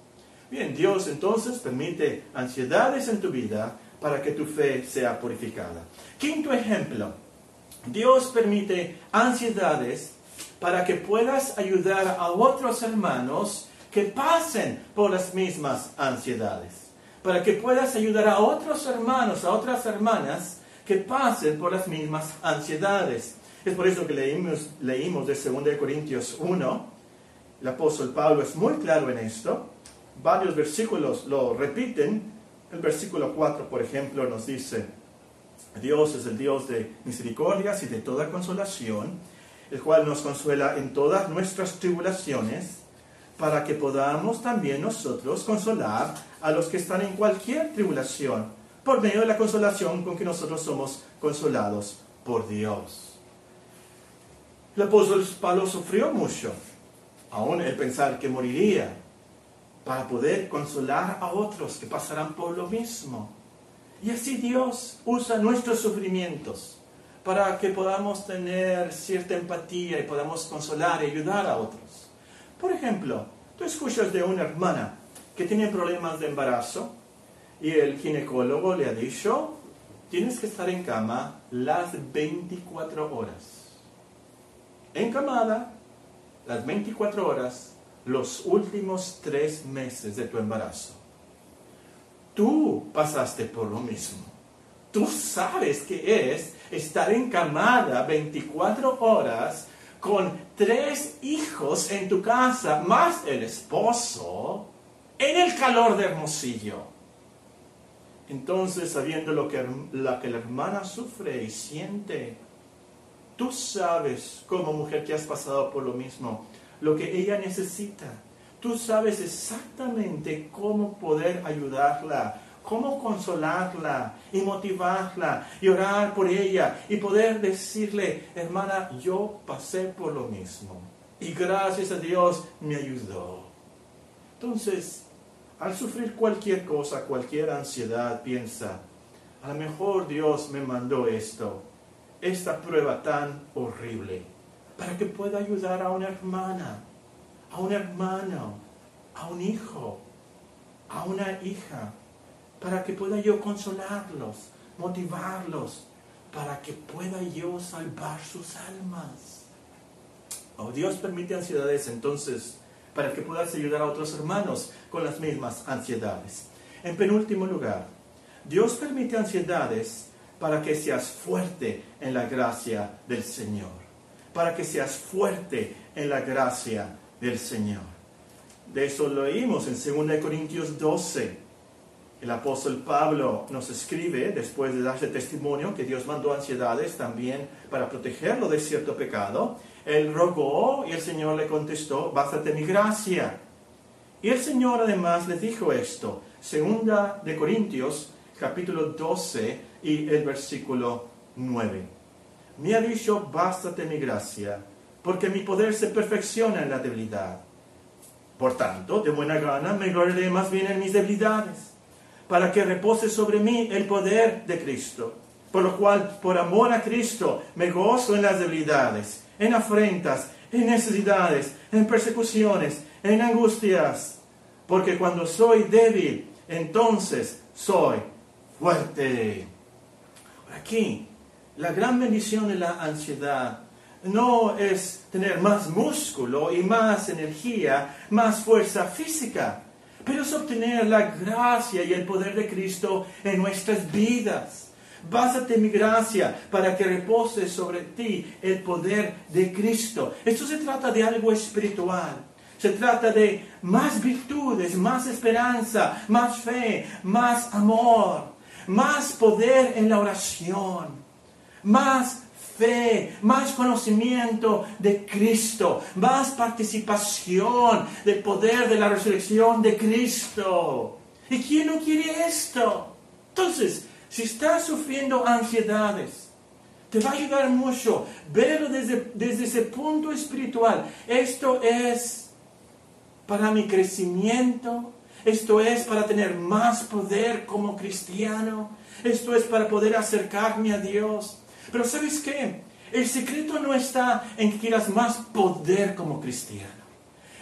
Bien, Dios entonces permite ansiedades en tu vida para que tu fe sea purificada. Quinto ejemplo, Dios permite ansiedades para que puedas ayudar a otros hermanos que pasen por las mismas ansiedades. Para que puedas ayudar a otros hermanos, a otras hermanas que pasen por las mismas ansiedades. Es por eso que leímos, leímos de segunda de Corintios uno. El apóstol Pablo es muy claro en esto. Varios versículos lo repiten. El versículo cuatro, por ejemplo, nos dice: Dios es el Dios de misericordias y de toda consolación, el cual nos consuela en todas nuestras tribulaciones, para que podamos también nosotros consolar a los que están en cualquier tribulación, por medio de la consolación con que nosotros somos consolados por Dios. El apóstol Pablo sufrió mucho, aún el pensar que moriría, para poder consolar a otros que pasarán por lo mismo. Y así Dios usa nuestros sufrimientos para que podamos tener cierta empatía y podamos consolar y ayudar a otros. Por ejemplo, tú escuchas de una hermana que tiene problemas de embarazo y el ginecólogo le ha dicho: tienes que estar en cama las veinticuatro horas. Encamada las veinticuatro horas, los últimos tres meses de tu embarazo. Tú pasaste por lo mismo. Tú sabes qué es estar encamada veinticuatro horas con tres hijos en tu casa, más el esposo, en el calor de Hermosillo. Entonces, sabiendo lo que, la que la hermana sufre y siente, tú sabes, como mujer que has pasado por lo mismo, lo que ella necesita. Tú sabes exactamente cómo poder ayudarla, cómo consolarla y motivarla y orar por ella y poder decirle: hermana, yo pasé por lo mismo y gracias a Dios me ayudó. Entonces, al sufrir cualquier cosa, cualquier ansiedad, piensa: a lo mejor Dios me mandó esto, esta prueba tan horrible, para que pueda ayudar a una hermana, a un hermano, a un hijo, a una hija, para que pueda yo consolarlos, motivarlos, para que pueda yo salvar sus almas. Oh, Dios permite ansiedades entonces para que puedas ayudar a otros hermanos con las mismas ansiedades. En penúltimo lugar, Dios permite ansiedades para que seas fuerte en la gracia del Señor. Para que seas fuerte en la gracia del Señor. De eso lo leímos en segunda de Corintios doce. El apóstol Pablo nos escribe, después de darse testimonio que Dios mandó ansiedades también para protegerlo de cierto pecado. Él rogó y el Señor le contestó: bástate mi gracia. Y el Señor además le dijo esto, segunda de Corintios, capítulo doce y el versículo nueve. Me ha dicho: bástate mi gracia, porque mi poder se perfecciona en la debilidad. Por tanto, de buena gana me gloriaré más bien en mis debilidades, para que repose sobre mí el poder de Cristo. Por lo cual, por amor a Cristo, me gozo en las debilidades, en afrentas, en necesidades, en persecuciones, en angustias. Porque cuando soy débil, entonces soy fuerte. Aquí, la gran bendición de la ansiedad no es tener más músculo y más energía, más fuerza física, pero es obtener la gracia y el poder de Cristo en nuestras vidas. Básate mi gracia para que repose sobre ti el poder de Cristo. Esto se trata de algo espiritual. Se trata de más virtudes, más esperanza, más fe, más amor, más poder en la oración, más fe, más conocimiento de Cristo, más participación del poder de la resurrección de Cristo. ¿Y quién no quiere esto? Entonces, si estás sufriendo ansiedades, te va a ayudar mucho verlo desde, desde ese punto espiritual. Esto es para mi crecimiento. Esto es para tener más poder como cristiano. Esto es para poder acercarme a Dios. Pero ¿sabes qué? El secreto no está en que quieras más poder como cristiano.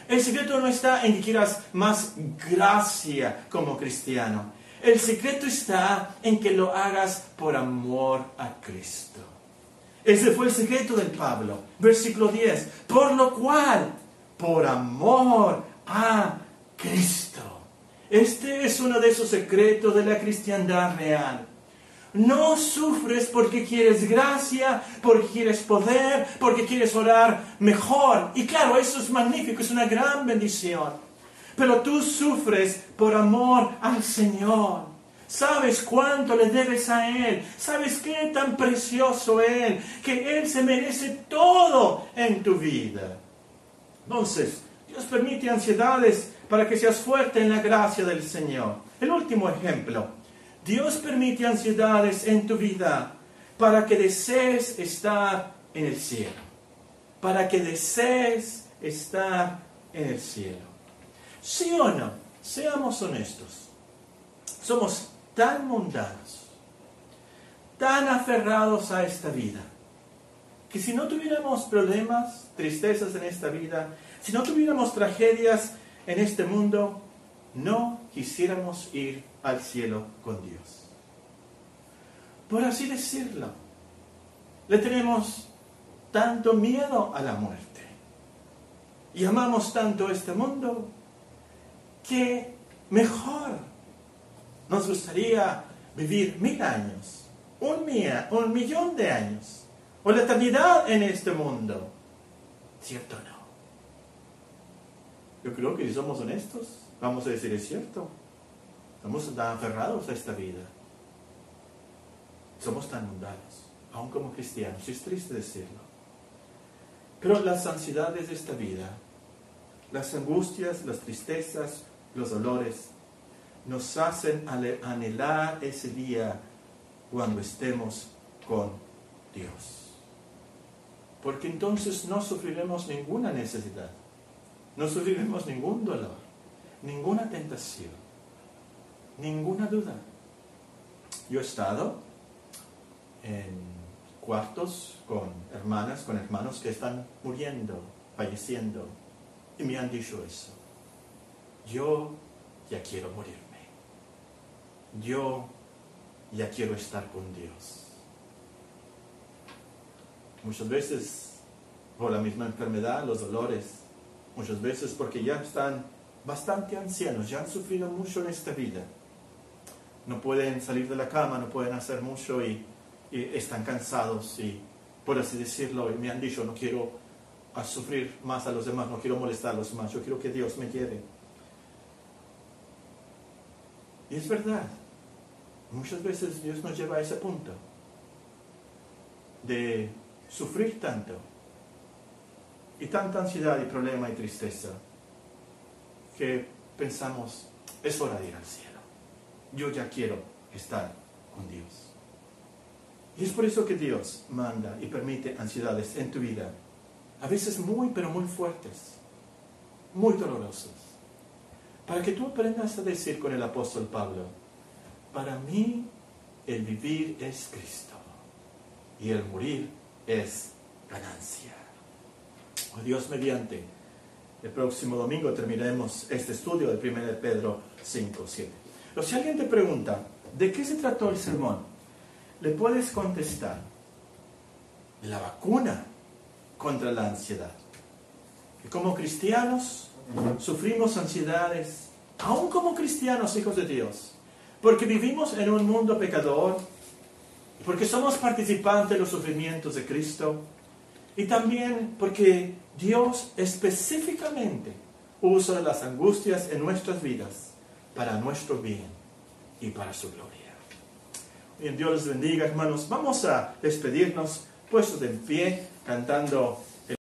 El secreto no está en que quieras más gracia como cristiano. El secreto está en que lo hagas por amor a Cristo. Ese fue el secreto del Pablo. Versículo diez. Por lo cual, por amor a Cristo. Este es uno de esos secretos de la cristiandad real. No sufres porque quieres gracia, porque quieres poder, porque quieres orar mejor. Y claro, eso es magnífico, es una gran bendición. Pero tú sufres por amor al Señor. Sabes cuánto le debes a Él. Sabes qué tan precioso Él, que Él se merece todo en tu vida. Entonces, Dios permite ansiedades para que seas fuerte en la gracia del Señor. El último ejemplo. Dios permite ansiedades en tu vida para que desees estar en el cielo. Para que desees estar en el cielo. ¿Sí o no? Seamos honestos. Somos tan mundanos, tan aferrados a esta vida, que si no tuviéramos problemas, tristezas en esta vida, si no tuviéramos tragedias en este mundo, no quisiéramos ir al cielo con Dios. Por así decirlo, le tenemos tanto miedo a la muerte y amamos tanto este mundo que mejor nos gustaría vivir mil años, un, mía, un millón de años, o la eternidad en este mundo. ¿Cierto o no? Yo creo que si somos honestos, vamos a decir, es cierto. Estamos tan aferrados a esta vida. Somos tan mundanos, aún como cristianos. Es triste decirlo. Pero las ansiedades de esta vida, las angustias, las tristezas, los dolores, nos hacen anhelar ese día cuando estemos con Dios. Porque entonces no sufriremos ninguna necesidad, no sufriremos ningún dolor, ninguna tentación, ninguna duda. Yo he estado en cuartos con hermanas, con hermanos que están muriendo, falleciendo, y me han dicho eso. Yo ya quiero morirme. Yo ya quiero estar con Dios. Muchas veces por la misma enfermedad, los dolores, muchas veces porque ya están bastante ancianos, ya han sufrido mucho en esta vida. No pueden salir de la cama, no pueden hacer mucho y, y están cansados y, por así decirlo, me han dicho, no quiero a sufrir más a los demás, no quiero molestar a los demás, yo quiero que Dios me lleve. Y es verdad, muchas veces Dios nos lleva a ese punto de sufrir tanto y tanta ansiedad y problema y tristeza que pensamos, es hora de ir al cielo. Yo ya quiero estar con Dios. Y es por eso que Dios manda y permite ansiedades en tu vida, a veces muy pero muy fuertes, muy dolorosas, para que tú aprendas a decir con el apóstol Pablo, para mí el vivir es Cristo y el morir es ganancia. Oh, Dios mediante, el próximo domingo terminaremos este estudio de primera de Pedro cinco, siete. Pero si alguien te pregunta, ¿de qué se trató el sermón? Le puedes contestar, la vacuna contra la ansiedad. Que como cristianos sufrimos ansiedades, aún como cristianos, hijos de Dios, porque vivimos en un mundo pecador, porque somos participantes de los sufrimientos de Cristo, y también porque Dios específicamente usa las angustias en nuestras vidas para nuestro bien y para su gloria. Bien, Dios les bendiga, hermanos. Vamos a despedirnos puestos en pie, cantando.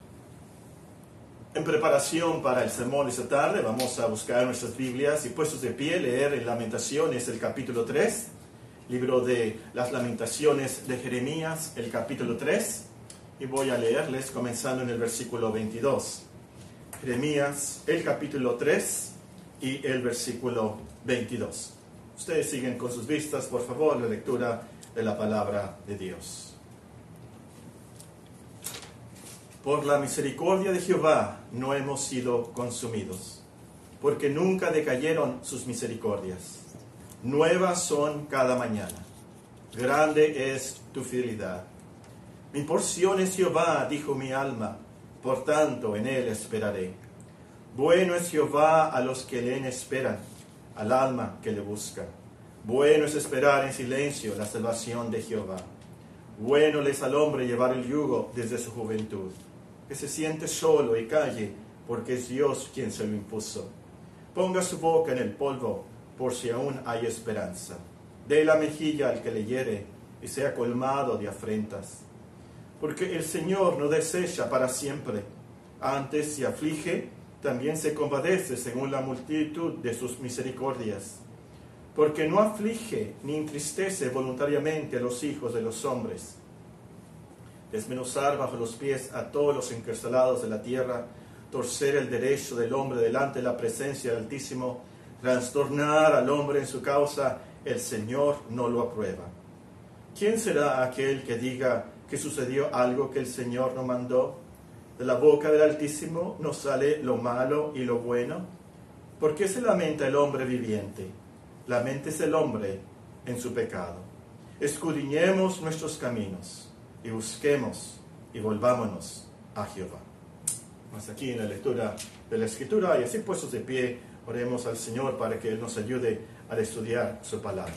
En preparación para el sermón de esta tarde, vamos a buscar nuestras Biblias y puestos de pie, leer en Lamentaciones el capítulo tres, libro de las Lamentaciones de Jeremías, el capítulo tres, y voy a leerles comenzando en el versículo veintidós. Jeremías, el capítulo tres y el versículo veintidós. Ustedes siguen con sus vistas, por favor, la lectura de la palabra de Dios. Por la misericordia de Jehová no hemos sido consumidos, porque nunca decayeron sus misericordias. Nuevas son cada mañana. Grande es tu fidelidad. Mi porción es Jehová, dijo mi alma, por tanto en él esperaré. Bueno es Jehová a los que le esperan, al alma que le busca. Bueno es esperar en silencio la salvación de Jehová. Bueno les al hombre llevar el yugo desde su juventud, que se siente solo y calle, porque es Dios quien se lo impuso. Ponga su boca en el polvo, por si aún hay esperanza. Dé la mejilla al que le hiere, y sea colmado de afrentas. Porque el Señor no desecha para siempre, antes se aflige, también se compadece según la multitud de sus misericordias. Porque no aflige ni entristece voluntariamente a los hijos de los hombres. Desmenuzar bajo los pies a todos los encarcelados de la tierra, torcer el derecho del hombre delante de la presencia del Altísimo, trastornar al hombre en su causa, el Señor no lo aprueba. ¿Quién será aquel que diga que sucedió algo que el Señor no mandó? De la boca del Altísimo no sale lo malo y lo bueno. ¿Por qué se lamenta el hombre viviente? Laméntese el hombre en su pecado. Escudriñemos nuestros caminos y busquemos y volvámonos a Jehová. Hasta aquí en la lectura de la Escritura, y así puestos de pie, oremos al Señor para que Él nos ayude a estudiar su palabra.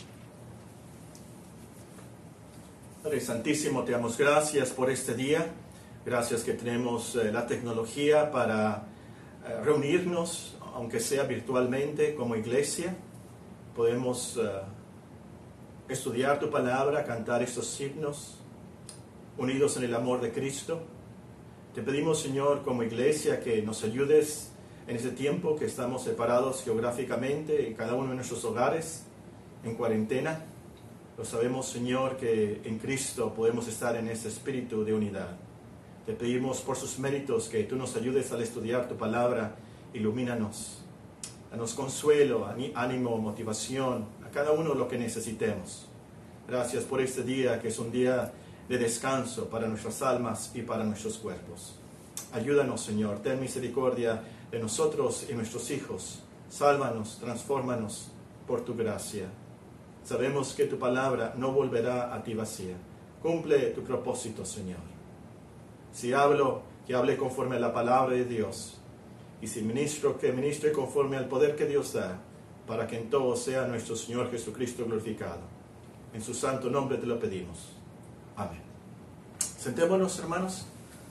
Padre Santísimo, te damos gracias por este día. Gracias que tenemos eh, la tecnología para eh, reunirnos, aunque sea virtualmente, como iglesia. Podemos uh, estudiar tu palabra, cantar estos himnos, unidos en el amor de Cristo. Te pedimos, Señor, como iglesia, que nos ayudes en ese tiempo que estamos separados geográficamente en cada uno de nuestros hogares, en cuarentena. Lo sabemos, Señor, que en Cristo podemos estar en ese espíritu de unidad. Te pedimos por sus méritos que tú nos ayudes al estudiar tu palabra. Ilumínanos. Danos consuelo, ánimo, motivación, a cada uno lo que necesitemos. Gracias por este día, que es un día de descanso para nuestras almas y para nuestros cuerpos. Ayúdanos, Señor, ten misericordia de nosotros y nuestros hijos. Sálvanos, transfórmanos por tu gracia. Sabemos que tu palabra no volverá a ti vacía. Cumple tu propósito, Señor. Si hablo, que hable conforme a la palabra de Dios. Y si ministro, que ministre conforme al poder que Dios da, para que en todo sea nuestro Señor Jesucristo glorificado. En su santo nombre te lo pedimos. Amén. Sentémonos, hermanos.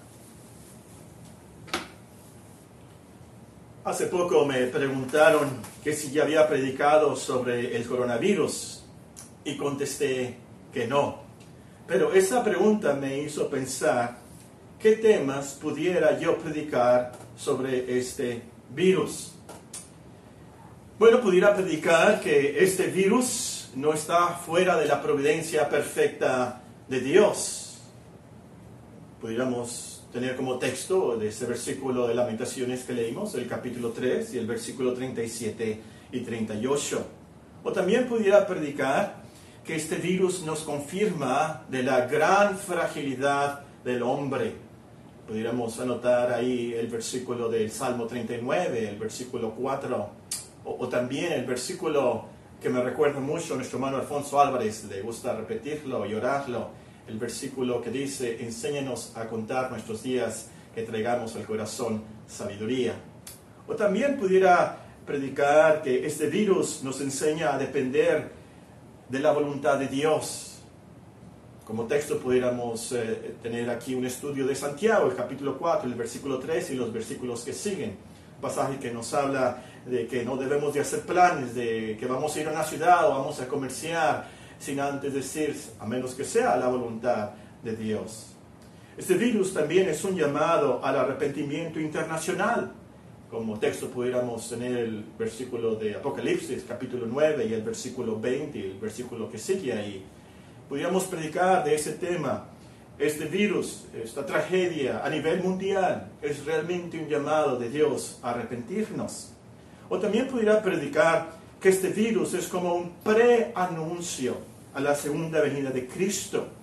Hace poco me preguntaron que si ya había predicado sobre el coronavirus, y contesté que no. Pero esa pregunta me hizo pensar qué temas pudiera yo predicar sobre este virus. Bueno, pudiera predicar que este virus no está fuera de la providencia perfecta de Dios. Pudiéramos tener como texto de ese versículo de Lamentaciones que leímos, el capítulo tres y el versículo treinta y siete y treinta y ocho. O también pudiera predicar que este virus nos confirma de la gran fragilidad del hombre. Pudiéramos anotar ahí el versículo del Salmo treinta y nueve, el versículo cuatro, o, o también el versículo que me recuerda mucho a nuestro hermano Alfonso Álvarez, le gusta repetirlo y orarlo, el versículo que dice: enséñanos a contar nuestros días, que traigamos al corazón sabiduría. O también pudiera predicar que este virus nos enseña a depender de la voluntad de Dios. Como texto pudiéramos eh, tener aquí un estudio de Santiago, el capítulo cuatro, el versículo tres y los versículos que siguen. Un pasaje que nos habla de que no debemos de hacer planes, de que vamos a ir a una ciudad o vamos a comerciar, sin antes decir, a menos que sea la voluntad de Dios. Este virus también es un llamado al arrepentimiento internacional. Como texto pudiéramos tener el versículo de Apocalipsis, capítulo nueve, y el versículo veinte, el versículo que sigue ahí. Pudiéramos predicar de ese tema. Este virus, esta tragedia a nivel mundial, es realmente un llamado de Dios a arrepentirnos. O también pudiera predicar que este virus es como un preanuncio a la segunda venida de Cristo.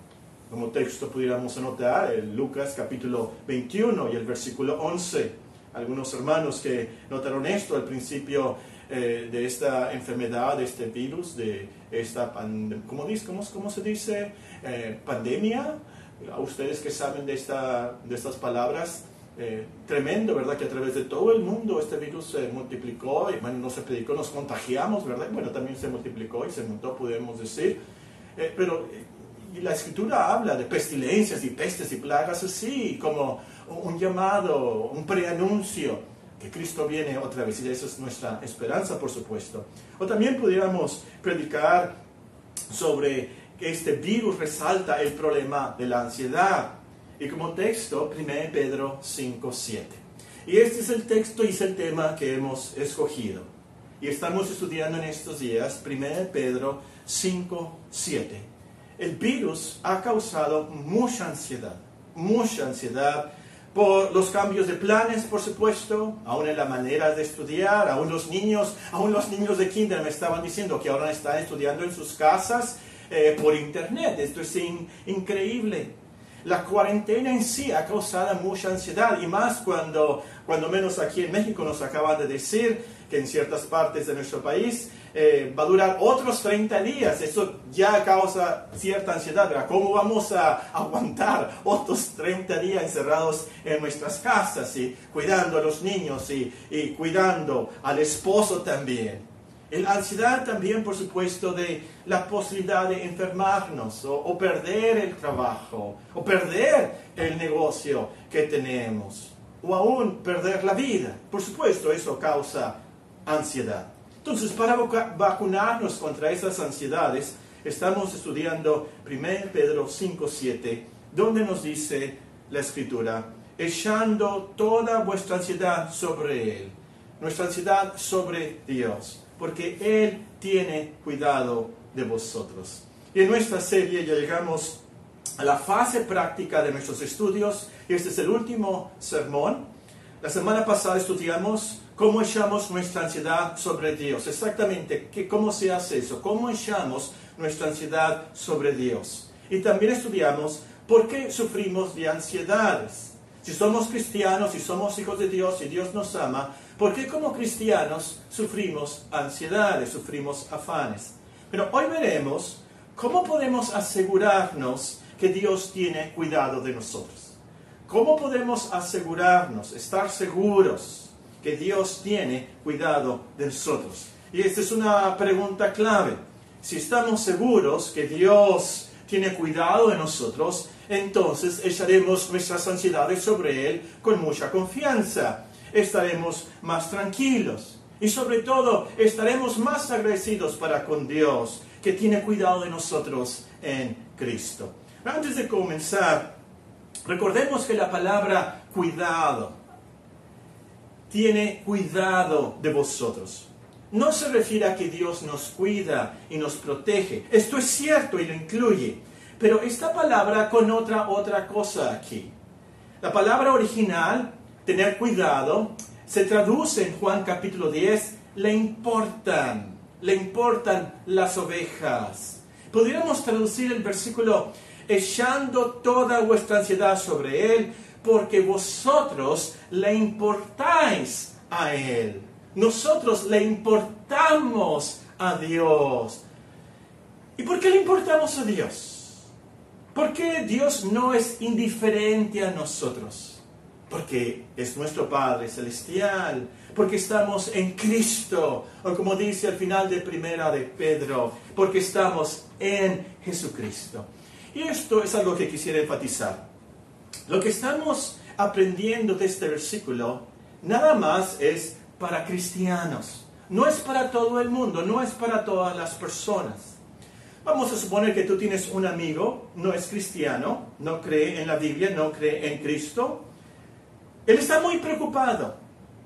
Como texto pudiéramos anotar el Lucas capítulo veintiuno y el versículo once. Algunos hermanos que notaron esto al principio eh, de esta enfermedad, de este virus, de esta, pan, ¿cómo, dice, cómo, cómo se dice? Eh, pandemia. A ustedes que saben de, esta, de estas palabras, eh, tremendo, ¿verdad? Que a través de todo el mundo este virus se multiplicó, y bueno, no se predicó, nos contagiamos, ¿verdad? Bueno, también se multiplicó y se montó, podemos decir. Eh, pero y la Escritura habla de pestilencias y pestes y plagas así, como un llamado, un preanuncio, que Cristo viene otra vez, y esa es nuestra esperanza, por supuesto. O también pudiéramos predicar sobre que este virus resalta el problema de la ansiedad. Y como texto, primera Pedro cinco siete. Y este es el texto y es el tema que hemos escogido. Y estamos estudiando en estos días primera Pedro cinco siete. El virus ha causado mucha ansiedad, mucha ansiedad por los cambios de planes, por supuesto, aún en la manera de estudiar, aún los niños, aún los niños de kinder me estaban diciendo que ahora están estudiando en sus casas, Eh, por internet. Esto es in, increíble. La cuarentena en sí ha causado mucha ansiedad, y más cuando, cuando menos aquí en México nos acaban de decir que en ciertas partes de nuestro país eh, va a durar otros treinta días. Eso ya causa cierta ansiedad, ¿verdad? ¿Cómo vamos a aguantar otros treinta días encerrados en nuestras casas y cuidando a los niños y, y cuidando al esposo también? La ansiedad también, por supuesto, de la posibilidad de enfermarnos o, o perder el trabajo o perder el negocio que tenemos o aún perder la vida. Por supuesto, eso causa ansiedad. Entonces, para vacunarnos contra esas ansiedades, estamos estudiando primera Pedro cinco siete, donde nos dice la Escritura, echando toda vuestra ansiedad sobre Él, nuestra ansiedad sobre Dios, porque Él tiene cuidado de vosotros. Y en nuestra serie ya llegamos a la fase práctica de nuestros estudios, y este es el último sermón. La semana pasada estudiamos cómo echamos nuestra ansiedad sobre Dios. Exactamente, ¿qué, cómo se hace eso? ¿Cómo echamos nuestra ansiedad sobre Dios? Y también estudiamos por qué sufrimos de ansiedades. Si somos cristianos, si somos hijos de Dios, si Dios nos ama, ¿por qué como cristianos sufrimos ansiedades, sufrimos afanes? Pero hoy veremos cómo podemos asegurarnos que Dios tiene cuidado de nosotros. ¿Cómo podemos asegurarnos, estar seguros que Dios tiene cuidado de nosotros? Y esta es una pregunta clave. Si estamos seguros que Dios tiene cuidado de nosotros, entonces echaremos nuestras ansiedades sobre Él con mucha confianza. Estaremos más tranquilos y sobre todo estaremos más agradecidos para con Dios, que tiene cuidado de nosotros en Cristo. Antes de comenzar, recordemos que la palabra cuidado tiene cuidado de vosotros. No se refiere a que Dios nos cuida y nos protege. Esto es cierto y lo incluye. Pero esta palabra connota otra cosa aquí. La palabra original, tener cuidado, se traduce en Juan capítulo diez, le importan, le importan las ovejas. Podríamos traducir el versículo, echando toda vuestra ansiedad sobre Él, porque vosotros le importáis a Él. Nosotros le importamos a Dios. ¿Y por qué le importamos a Dios? ¿Por qué Dios no es indiferente a nosotros? Porque es nuestro Padre Celestial, porque estamos en Cristo, o como dice al final de primera de Pedro, porque estamos en Jesucristo. Y esto es algo que quisiera enfatizar. Lo que estamos aprendiendo de este versículo, nada más es para cristianos. No es para todo el mundo, no es para todas las personas. Vamos a suponer que tú tienes un amigo, no es cristiano, no cree en la Biblia, no cree en Cristo. Él está muy preocupado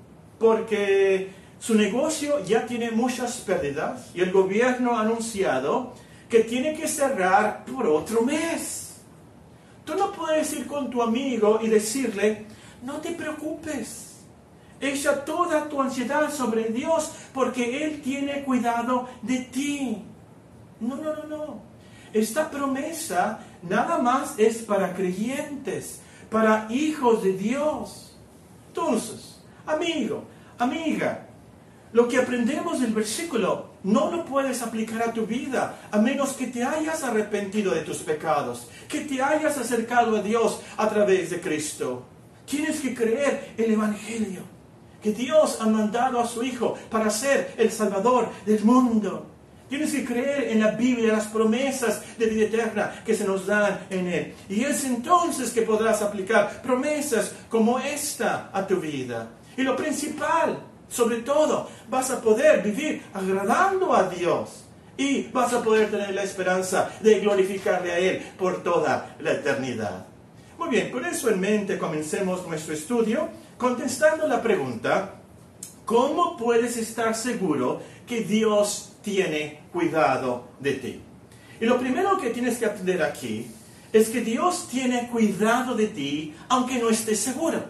porque su negocio ya tiene muchas pérdidas y el gobierno ha anunciado que tiene que cerrar por otro mes. Tú no puedes ir con tu amigo y decirle, no te preocupes, echa toda tu ansiedad sobre Dios porque Él tiene cuidado de ti. No, no, no, no. esta promesa nada más es para creyentes, para hijos de Dios. Entonces, amigo, amiga, lo que aprendemos del versículo no lo puedes aplicar a tu vida a menos que te hayas arrepentido de tus pecados, que te hayas acercado a Dios a través de Cristo. Tienes que creer el Evangelio, que Dios ha mandado a su Hijo para ser el Salvador del mundo. Tienes que creer en la Biblia, las promesas de vida eterna que se nos dan en Él. Y es entonces que podrás aplicar promesas como esta a tu vida. Y lo principal, sobre todo, vas a poder vivir agradando a Dios. Y vas a poder tener la esperanza de glorificarle a Él por toda la eternidad. Muy bien, con eso en mente comencemos nuestro estudio contestando la pregunta: ¿cómo puedes estar seguro que Dios tiene cuidado de ti? Y lo primero que tienes que aprender aquí es que Dios tiene cuidado de ti aunque no estés seguro.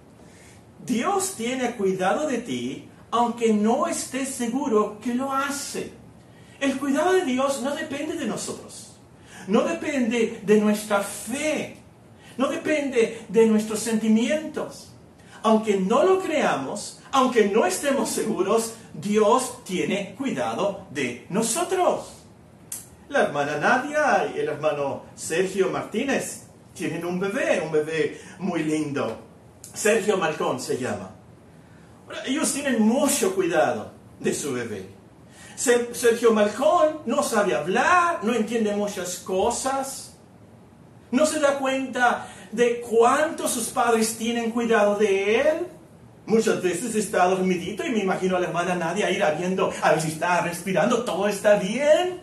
Dios tiene cuidado de ti aunque no estés seguro que lo hace. El cuidado de Dios no depende de nosotros, no depende de nuestra fe, no depende de nuestros sentimientos. Aunque no lo creamos, aunque no estemos seguros, Dios tiene cuidado de nosotros. La hermana Nadia y el hermano Sergio Martínez tienen un bebé, un bebé muy lindo. Sergio Malcón se llama. Ellos tienen mucho cuidado de su bebé. Sergio Malcón no sabe hablar, no entiende muchas cosas, no se da cuenta de cuánto sus padres tienen cuidado de él. Muchas veces está dormidito y me imagino a la hermana Nadia ir a viendo a ver si está respirando, todo está bien.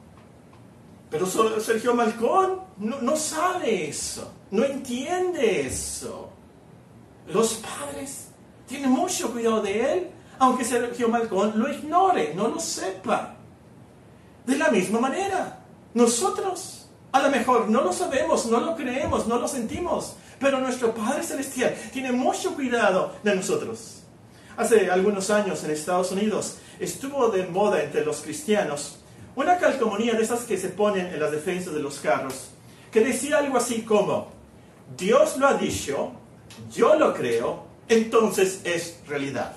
Pero Sergio Malcón no, no sabe eso, no entiende eso. Los padres tienen mucho cuidado de él, aunque Sergio Malcón lo ignore, no lo sepa. De la misma manera, nosotros a lo mejor no lo sabemos, no lo creemos, no lo sentimos, pero nuestro Padre Celestial tiene mucho cuidado de nosotros. Hace algunos años en Estados Unidos estuvo de moda entre los cristianos una calcomanía de esas que se ponen en las defensas de los carros, que decía algo así como: Dios lo ha dicho, yo lo creo, entonces es realidad.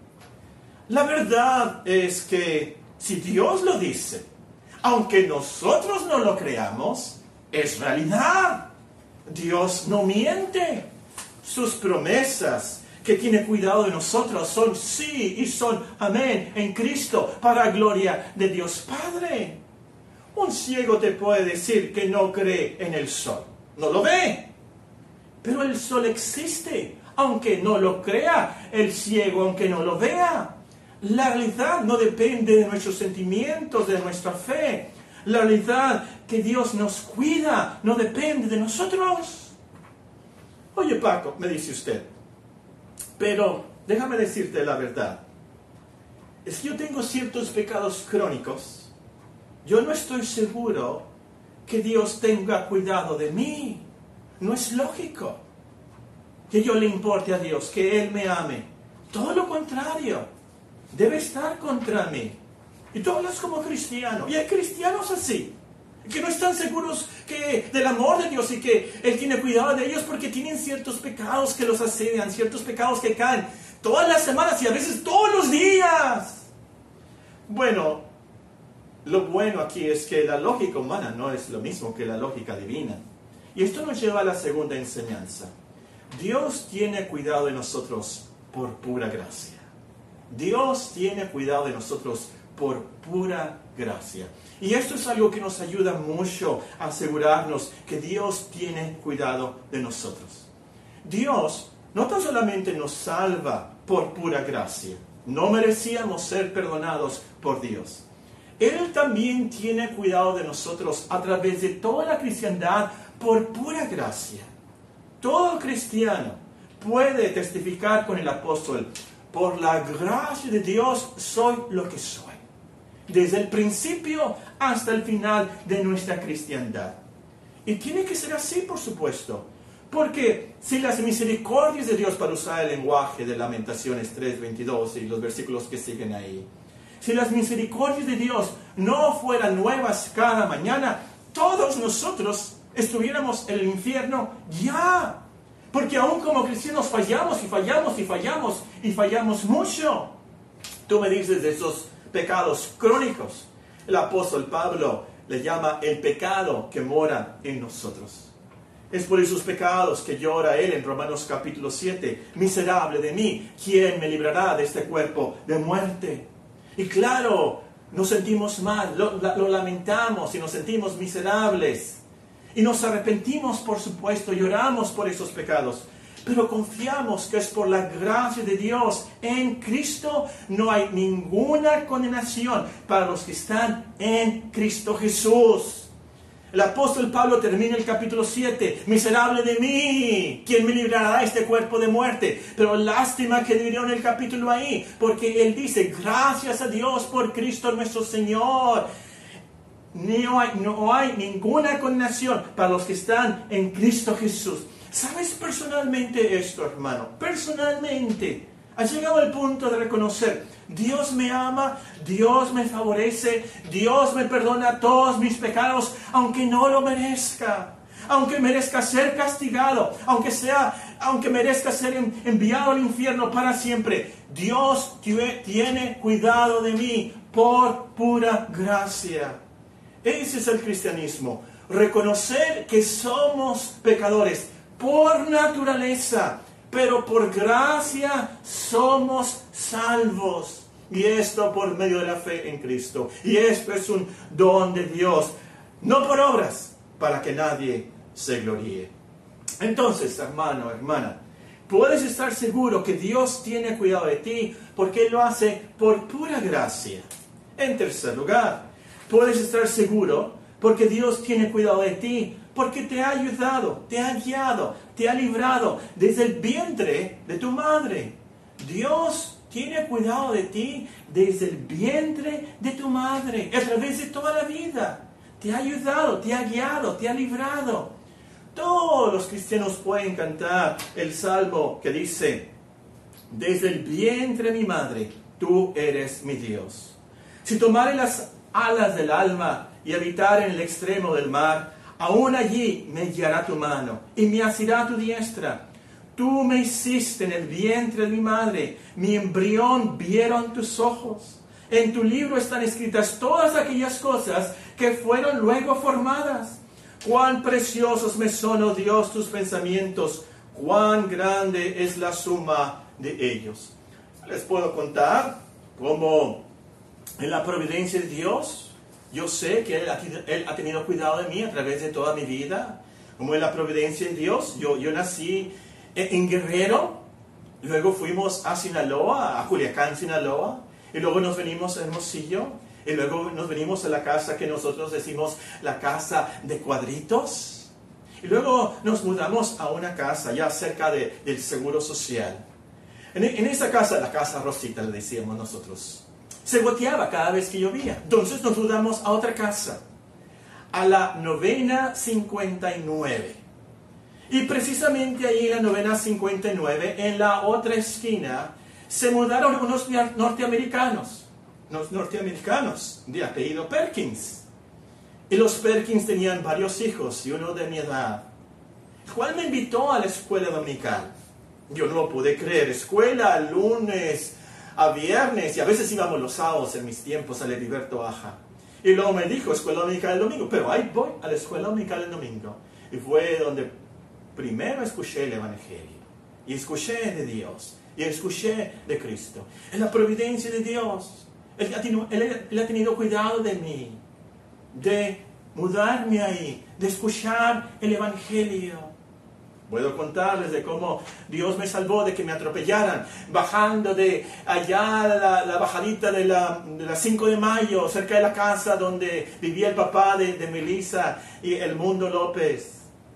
La verdad es que si Dios lo dice, aunque nosotros no lo creamos, es realidad. Dios no miente. Sus promesas, que tiene cuidado de nosotros, son sí y son amén en Cristo, para gloria de Dios Padre. Un ciego te puede decir que no cree en el sol. No lo ve. Pero el sol existe, aunque no lo crea. El ciego, aunque no lo vea. La realidad no depende de nuestros sentimientos, de nuestra fe. La realidad que Dios nos cuida no depende de nosotros. Oye, Paco, me dice usted, pero déjame decirte la verdad. Es que yo tengo ciertos pecados crónicos. Yo no estoy seguro que Dios tenga cuidado de mí. No es lógico que yo le importe a Dios, que Él me ame. Todo lo contrario. Debe estar contra mí. Y tú hablas como cristiano. Y hay cristianos así, que no están seguros que, del amor de Dios y que Él tiene cuidado de ellos porque tienen ciertos pecados que los asedian, ciertos pecados que caen todas las semanas y a veces todos los días. Bueno, lo bueno aquí es que la lógica humana no es lo mismo que la lógica divina. Y esto nos lleva a la segunda enseñanza. Dios tiene cuidado de nosotros por pura gracia. Dios tiene cuidado de nosotros por pura gracia. Y esto es algo que nos ayuda mucho a asegurarnos que Dios tiene cuidado de nosotros. Dios no tan solamente nos salva por pura gracia. No merecíamos ser perdonados por Dios. Él también tiene cuidado de nosotros a través de toda la cristiandad por pura gracia. Todo cristiano puede testificar con el apóstol: por la gracia de Dios soy lo que soy. Desde el principio hasta el final de nuestra cristiandad. Y tiene que ser así, por supuesto. Porque si las misericordias de Dios, para usar el lenguaje de Lamentaciones tres veintidós y los versículos que siguen ahí, si las misericordias de Dios no fueran nuevas cada mañana, todos nosotros estuviéramos en el infierno ya. Porque aún como cristianos fallamos y fallamos y fallamos y fallamos mucho. Tú me dices de esos pecados crónicos. El apóstol Pablo le llama el pecado que mora en nosotros. Es por esos pecados que llora él en Romanos capítulo siete. Miserable de mí, ¿quién me librará de este cuerpo de muerte? Y claro, nos sentimos mal, lo, lo lamentamos y nos sentimos miserables. Y nos arrepentimos, por supuesto, lloramos por esos pecados. Pero confiamos que es por la gracia de Dios. En Cristo no hay ninguna condenación para los que están en Cristo Jesús. El apóstol Pablo termina el capítulo siete. Miserable de mí, ¿quién me librará de este cuerpo de muerte? Pero lástima que dividieron el capítulo ahí, porque él dice, gracias a Dios por Cristo nuestro Señor. No hay, no hay ninguna condenación para los que están en Cristo Jesús. ¿Sabes personalmente esto, hermano? Personalmente. Has llegado al punto de reconocer, Dios me ama, Dios me favorece, Dios me perdona todos mis pecados, aunque no lo merezca. Aunque merezca ser castigado, aunque, sea, aunque merezca ser enviado al infierno para siempre. Dios tiene cuidado de mí por pura gracia. Ese es el cristianismo. Reconocer que somos pecadores por naturaleza, pero por gracia somos salvos. Y esto por medio de la fe en Cristo. Y esto es un don de Dios, no por obras, para que nadie se gloríe. Entonces, hermano, hermana, puedes estar seguro que Dios tiene cuidado de ti porque Él lo hace por pura gracia. En tercer lugar, puedes estar seguro porque Dios tiene cuidado de ti, porque te ha ayudado, te ha guiado, te ha librado desde el vientre de tu madre. Dios tiene cuidado de ti desde el vientre de tu madre, a través de toda la vida. Te ha ayudado, te ha guiado, te ha librado. Todos los cristianos pueden cantar el salmo que dice, desde el vientre de mi madre, tú eres mi Dios. Si tomare las alas del alma y habitar en el extremo del mar, aún allí me guiará tu mano y me asirá tu diestra. Tú me hiciste en el vientre de mi madre, mi embrión vieron tus ojos. En tu libro están escritas todas aquellas cosas que fueron luego formadas. Cuán preciosos me son, oh Dios, tus pensamientos, cuán grande es la suma de ellos. Les puedo contar cómo en la providencia de Dios, yo sé que Él ha, Él ha tenido cuidado de mí a través de toda mi vida. Como en la providencia de Dios, yo, yo nací en Guerrero, luego fuimos a Sinaloa, a Culiacán, Sinaloa, y luego nos venimos a Hermosillo, y luego nos venimos a la casa que nosotros decimos la casa de cuadritos, y luego nos mudamos a una casa ya cerca de, del Seguro Social. En, en esa casa, la casa Rosita le decíamos nosotros, se goteaba cada vez que llovía. Entonces nos mudamos a otra casa, a la novena cincuenta y nueve. Y precisamente ahí en la novena cincuenta y nueve, en la otra esquina, se mudaron unos norteamericanos, unos norteamericanos de apellido Perkins. Y los Perkins tenían varios hijos y uno de mi edad, el cual me invitó a la escuela dominical. Yo no lo pude creer, escuela lunes a viernes, y a veces íbamos los sábados en mis tiempos a Heriberto Aja. Y luego me dijo, escuela dominical el domingo, pero ahí voy a la escuela dominical el domingo. Y fue donde primero escuché el Evangelio, y escuché de Dios, y escuché de Cristo. En la providencia de Dios, Él ha, tenido, él, él ha tenido cuidado de mí, de mudarme ahí, de escuchar el Evangelio. Puedo contarles de cómo Dios me salvó de que me atropellaran, bajando de allá la, la bajadita de la, de la cinco de mayo, cerca de la casa donde vivía el papá de, de Melissa y el Mundo López.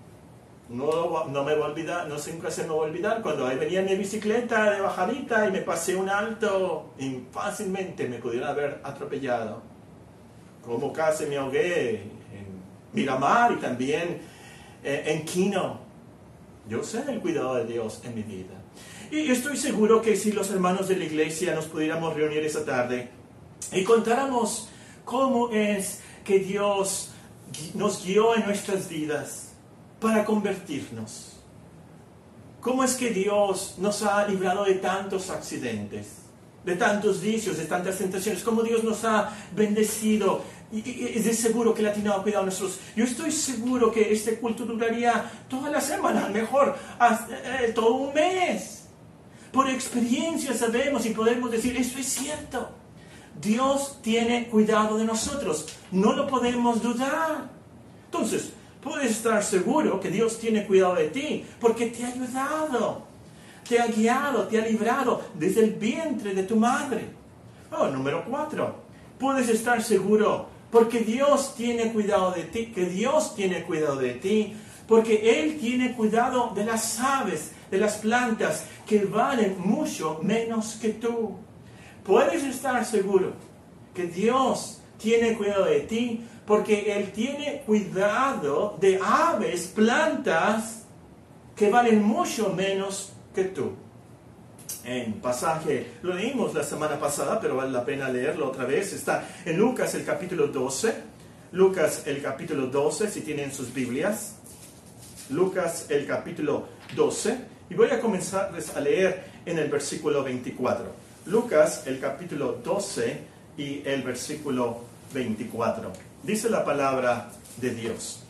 No, no me voy a olvidar, no sé nunca se me va a olvidar, cuando ahí venía mi bicicleta de bajadita y me pasé un alto y fácilmente me pudieron haber atropellado. Como casi me ahogué en Miramar y también eh, en Quino. Yo sé del cuidado de Dios en mi vida. Y estoy seguro que si los hermanos de la iglesia nos pudiéramos reunir esa tarde y contáramos cómo es que Dios nos guió en nuestras vidas para convertirnos. ¿Cómo es que Dios nos ha librado de tantos accidentes, de tantos vicios, de tantas tentaciones? ¿Cómo Dios nos ha bendecido? Y, y, y de seguro que Él ha tenido cuidado de nosotros. Yo estoy seguro que este culto duraría toda la semana, mejor hasta, eh, todo un mes. Por experiencia sabemos y podemos decir, esto es cierto. Dios tiene cuidado de nosotros. No lo podemos dudar. Entonces, puedes estar seguro que Dios tiene cuidado de ti porque te ha ayudado, te ha guiado, te ha librado desde el vientre de tu madre. Oh, número cuatro. Puedes estar seguro porque Dios tiene cuidado de ti, que Dios tiene cuidado de ti, porque Él tiene cuidado de las aves, de las plantas que valen mucho menos que tú. Puedes estar seguro que Dios tiene cuidado de ti porque Él tiene cuidado de aves, plantas que valen mucho menos que tú. En pasaje, lo leímos la semana pasada, pero vale la pena leerlo otra vez. Está en Lucas el capítulo doce. Lucas el capítulo doce, si tienen sus Biblias. Lucas el capítulo doce. Y voy a comenzar a leer en el versículo veinticuatro. Lucas el capítulo doce y el versículo veinticuatro. Dice la palabra de Dios.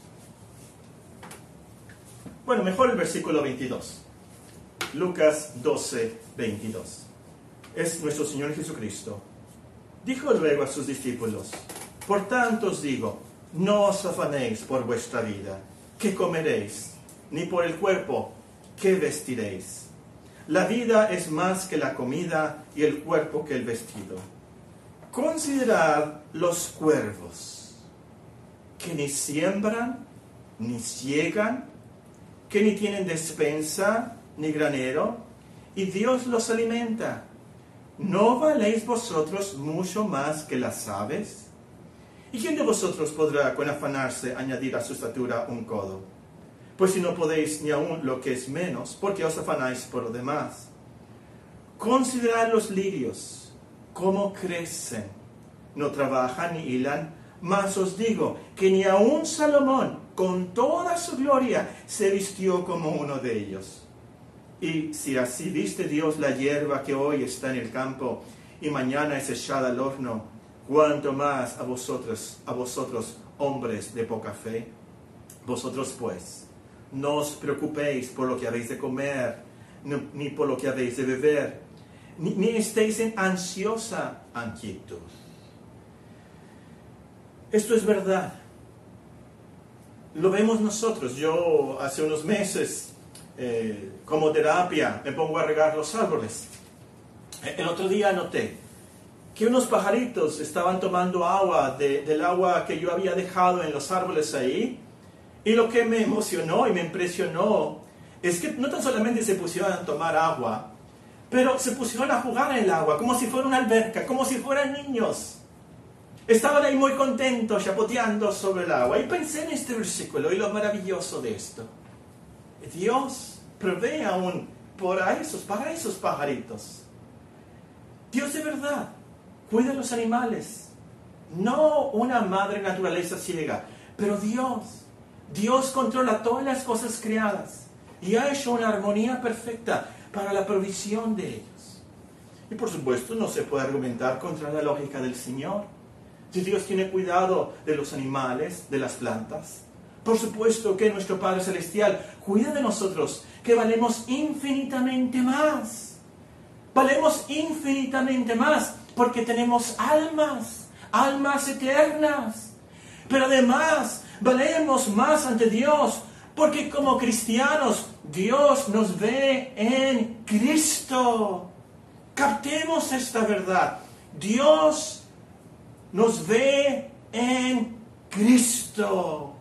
Bueno, mejor el versículo veintidós. Lucas doce, veintidós. Es nuestro Señor Jesucristo. Dijo luego a sus discípulos: por tanto os digo, no os afanéis por vuestra vida, qué comeréis, ni por el cuerpo, qué vestiréis. La vida es más que la comida y el cuerpo que el vestido. Considerad los cuervos, que ni siembran, ni ciegan, que ni tienen despensa, ni granero, y Dios los alimenta. ¿No valéis vosotros mucho más que las aves? ¿Y quién de vosotros podrá con afanarse añadir a su estatura un codo? Pues si no podéis ni aun lo que es menos, ¿por qué os afanáis por lo demás? Considerad los lirios, cómo crecen, no trabajan ni hilan, mas os digo que ni aun Salomón, con toda su gloria, se vistió como uno de ellos. Y si así viste Dios la hierba que hoy está en el campo y mañana es echada al horno, ¿cuánto más a vosotros, a vosotros hombres de poca fe? Vosotros pues, no os preocupéis por lo que habéis de comer, ni por lo que habéis de beber, ni, ni estéis en ansiosa inquietud. Esto es verdad. Lo vemos nosotros. Yo hace unos meses, eh, como terapia, me pongo a regar los árboles. El otro día noté que unos pajaritos estaban tomando agua de, del agua que yo había dejado en los árboles ahí. Y lo que me emocionó y me impresionó es que no tan solamente se pusieron a tomar agua, pero se pusieron a jugar en el agua, como si fuera una alberca, como si fueran niños. Estaban ahí muy contentos, chapoteando sobre el agua. Y pensé en este versículo y lo maravilloso de esto. Dios provee aún por esos, para esos pajaritos. Dios de verdad cuida a los animales. No una madre naturaleza ciega, pero Dios. Dios controla todas las cosas creadas y ha hecho una armonía perfecta para la provisión de ellos. Y por supuesto no se puede argumentar contra la lógica del Señor. Si Dios tiene cuidado de los animales, de las plantas, por supuesto que nuestro Padre Celestial cuida de nosotros, que valemos infinitamente más. Valemos infinitamente más porque tenemos almas, almas eternas. Pero además valemos más ante Dios porque como cristianos Dios nos ve en Cristo. Captemos esta verdad. Dios nos ve en Cristo.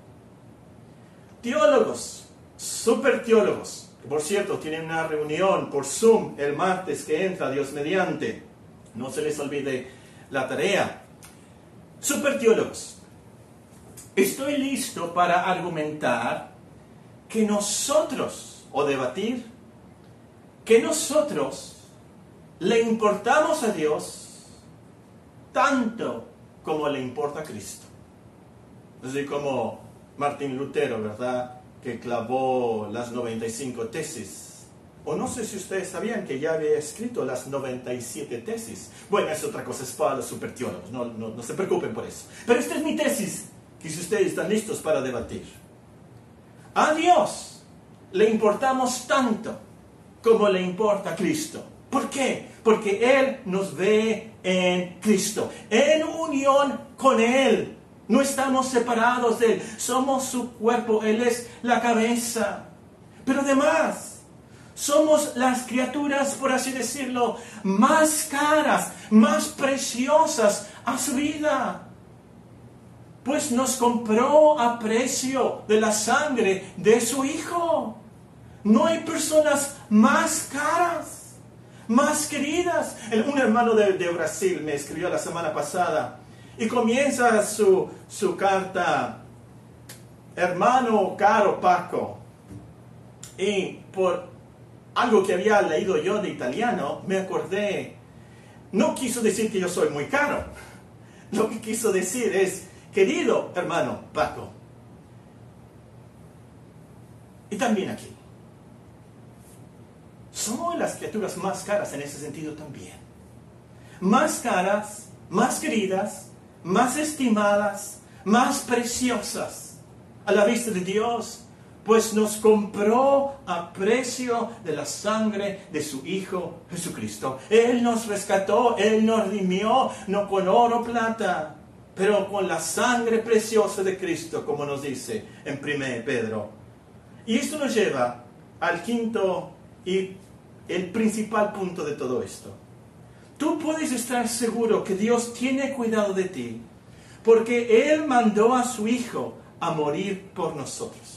Teólogos, super teólogos, que por cierto tienen una reunión por Zoom el martes que entra, Dios mediante. No se les olvide la tarea. Super teólogos. Estoy listo para argumentar que nosotros, o debatir, que nosotros le importamos a Dios tanto como le importa a Cristo. Así como Martín Lutero, ¿verdad?, que clavó las noventa y cinco tesis. O no sé si ustedes sabían que ya había escrito las noventa y siete tesis. Bueno, es otra cosa, es para los superteólogos, no, no, no se preocupen por eso. Pero esta es mi tesis, que si ustedes están listos para debatir. A Dios le importamos tanto como le importa a Cristo. ¿Por qué? Porque Él nos ve en Cristo, en unión con Él. No estamos separados de Él, somos su cuerpo, Él es la cabeza. Pero además, somos las criaturas, por así decirlo, más caras, más preciosas a su vida. Pues nos compró a precio de la sangre de su Hijo. No hay personas más caras, más queridas. Un hermano de, de Brasil me escribió la semana pasada y comienza su, su carta: hermano caro Paco. Y por algo que había leído yo de italiano, me acordé, no quiso decir que yo soy muy caro. Lo que quiso decir es, querido hermano Paco. Y también aquí. Somos las criaturas más caras en ese sentido también. Más caras, más queridas, más estimadas, más preciosas a la vista de Dios, pues nos compró a precio de la sangre de su Hijo Jesucristo. Él nos rescató, Él nos redimió, no con oro o plata, pero con la sangre preciosa de Cristo, como nos dice en primera de Pedro. Y esto nos lleva al quinto y el principal punto de todo esto. Tú puedes estar seguro que Dios tiene cuidado de ti, porque Él mandó a su Hijo a morir por nosotros.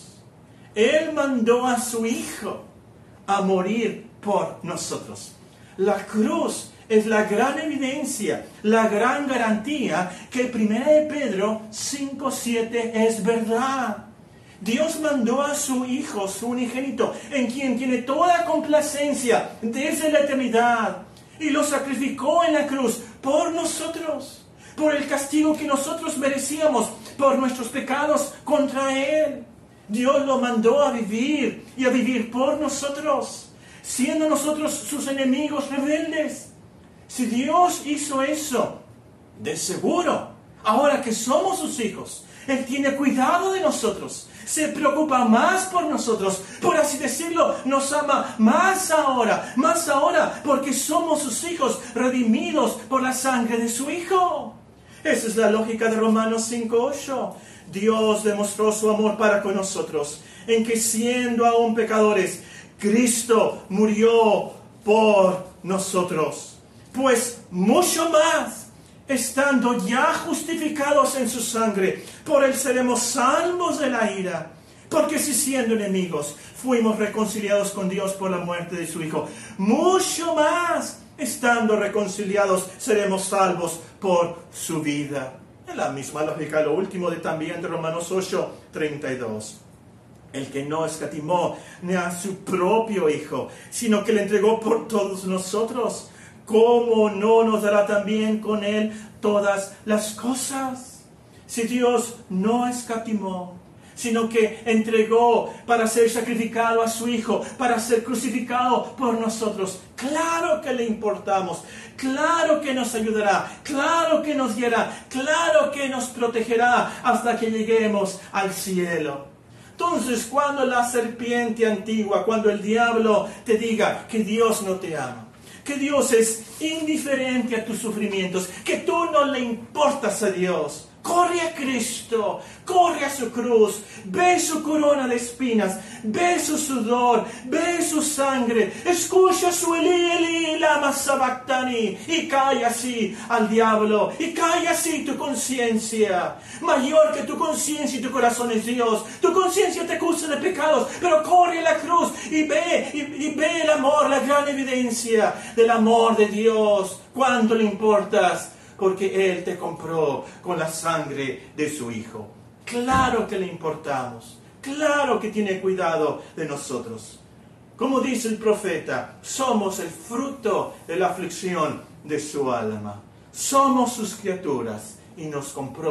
Él mandó a su Hijo a morir por nosotros. La cruz es la gran evidencia, la gran garantía que primera de Pedro cinco siete es verdad. Dios mandó a su Hijo, su unigénito, en quien tiene toda complacencia desde la eternidad, y lo sacrificó en la cruz por nosotros, por el castigo que nosotros merecíamos, por nuestros pecados contra Él. Dios lo mandó a vivir y a vivir por nosotros, siendo nosotros sus enemigos rebeldes. Si Dios hizo eso, de seguro, ahora que somos sus hijos, Él tiene cuidado de nosotros, se preocupa más por nosotros, por así decirlo, nos ama más ahora, más ahora, porque somos sus hijos redimidos por la sangre de su Hijo. Esa es la lógica de Romanos cinco ocho. Dios demostró su amor para con nosotros, en que siendo aún pecadores, Cristo murió por nosotros. Pues mucho más, estando ya justificados en su sangre, por Él seremos salvos de la ira. Porque si siendo enemigos, fuimos reconciliados con Dios por la muerte de su Hijo, mucho más, estando reconciliados, seremos salvos por su vida. Es la misma lógica, lo último de también de Romanos ocho treinta y dos. El que no escatimó ni a su propio Hijo, sino que le entregó por todos nosotros, ¿cómo no nos dará también con Él todas las cosas? Si Dios no escatimó, sino que entregó para ser sacrificado a su Hijo, para ser crucificado por nosotros, claro que le importamos, claro que nos ayudará, claro que nos guiará, claro que nos protegerá hasta que lleguemos al cielo. Entonces, cuando la serpiente antigua, cuando el diablo te diga que Dios no te ama, que Dios es indiferente a tus sufrimientos, que tú no le importas a Dios, corre a Cristo, corre a su cruz, ve su corona de espinas, ve su sudor, ve su sangre, escucha su Eli, Eli, lama sabactani, y cae así al diablo, y cae así tu conciencia. Mayor que tu conciencia y tu corazón es Dios. Tu conciencia te acusa de pecados, pero corre a la cruz y ve, y, y ve el amor, la gran evidencia del amor de Dios. ¿Cuánto le importas? Porque Él te compró con la sangre de su Hijo. Claro que le importamos. Claro que tiene cuidado de nosotros. Como dice el profeta, somos el fruto de la aflicción de su alma. Somos sus criaturas y nos compró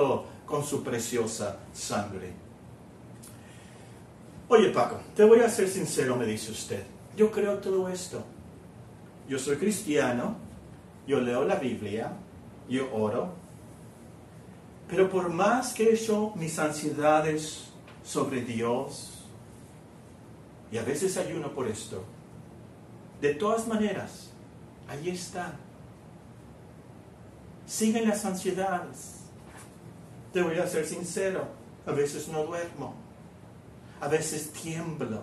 con su preciosa sangre. Oye Paco, te voy a ser sincero, me dice usted. Yo creo todo esto. Yo soy cristiano, yo leo la Biblia, yo oro. Pero por más que echo mis ansiedades sobre Dios, y a veces ayuno por esto, de todas maneras, ahí está. Siguen las ansiedades. Te voy a ser sincero, a veces no duermo, a veces tiemblo.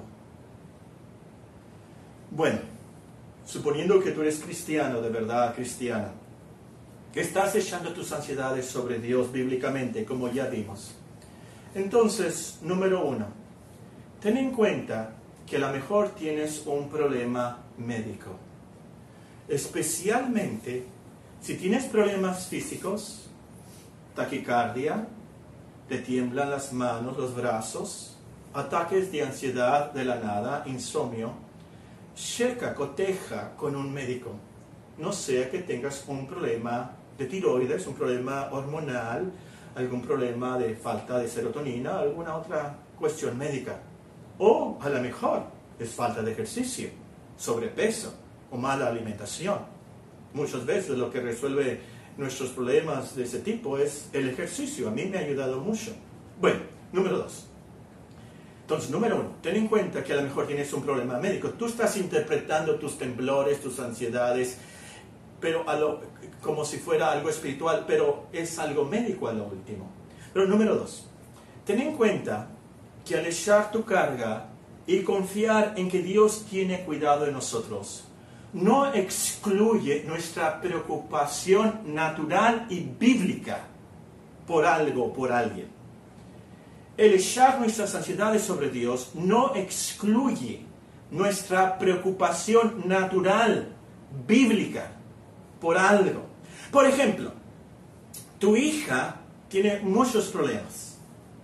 Bueno, suponiendo que tú eres cristiano, de verdad cristiana, que estás echando tus ansiedades sobre Dios bíblicamente, como ya vimos. Entonces, número uno, ten en cuenta que a lo mejor tienes un problema médico. Especialmente si tienes problemas físicos, taquicardia, te tiemblan las manos, los brazos, ataques de ansiedad de la nada, insomnio, checa, coteja con un médico. No sea que tengas un problema de tiroides, un problema hormonal, algún problema de falta de serotonina, alguna otra cuestión médica. O a lo mejor es falta de ejercicio, sobrepeso o mala alimentación. Muchas veces lo que resuelve nuestros problemas de ese tipo es el ejercicio. A mí me ha ayudado mucho. Bueno, número dos. Entonces, número uno, ten en cuenta que a lo mejor tienes un problema médico. Tú estás interpretando tus temblores, tus ansiedades, pero a lo, como si fuera algo espiritual, pero es algo médico a lo último. Pero número dos, ten en cuenta que al echar tu carga y confiar en que Dios tiene cuidado de nosotros, no excluye nuestra preocupación natural y bíblica por algo, por alguien. El echar nuestras ansiedades sobre Dios no excluye nuestra preocupación natural, bíblica, por algo. Por ejemplo, tu hija tiene muchos problemas.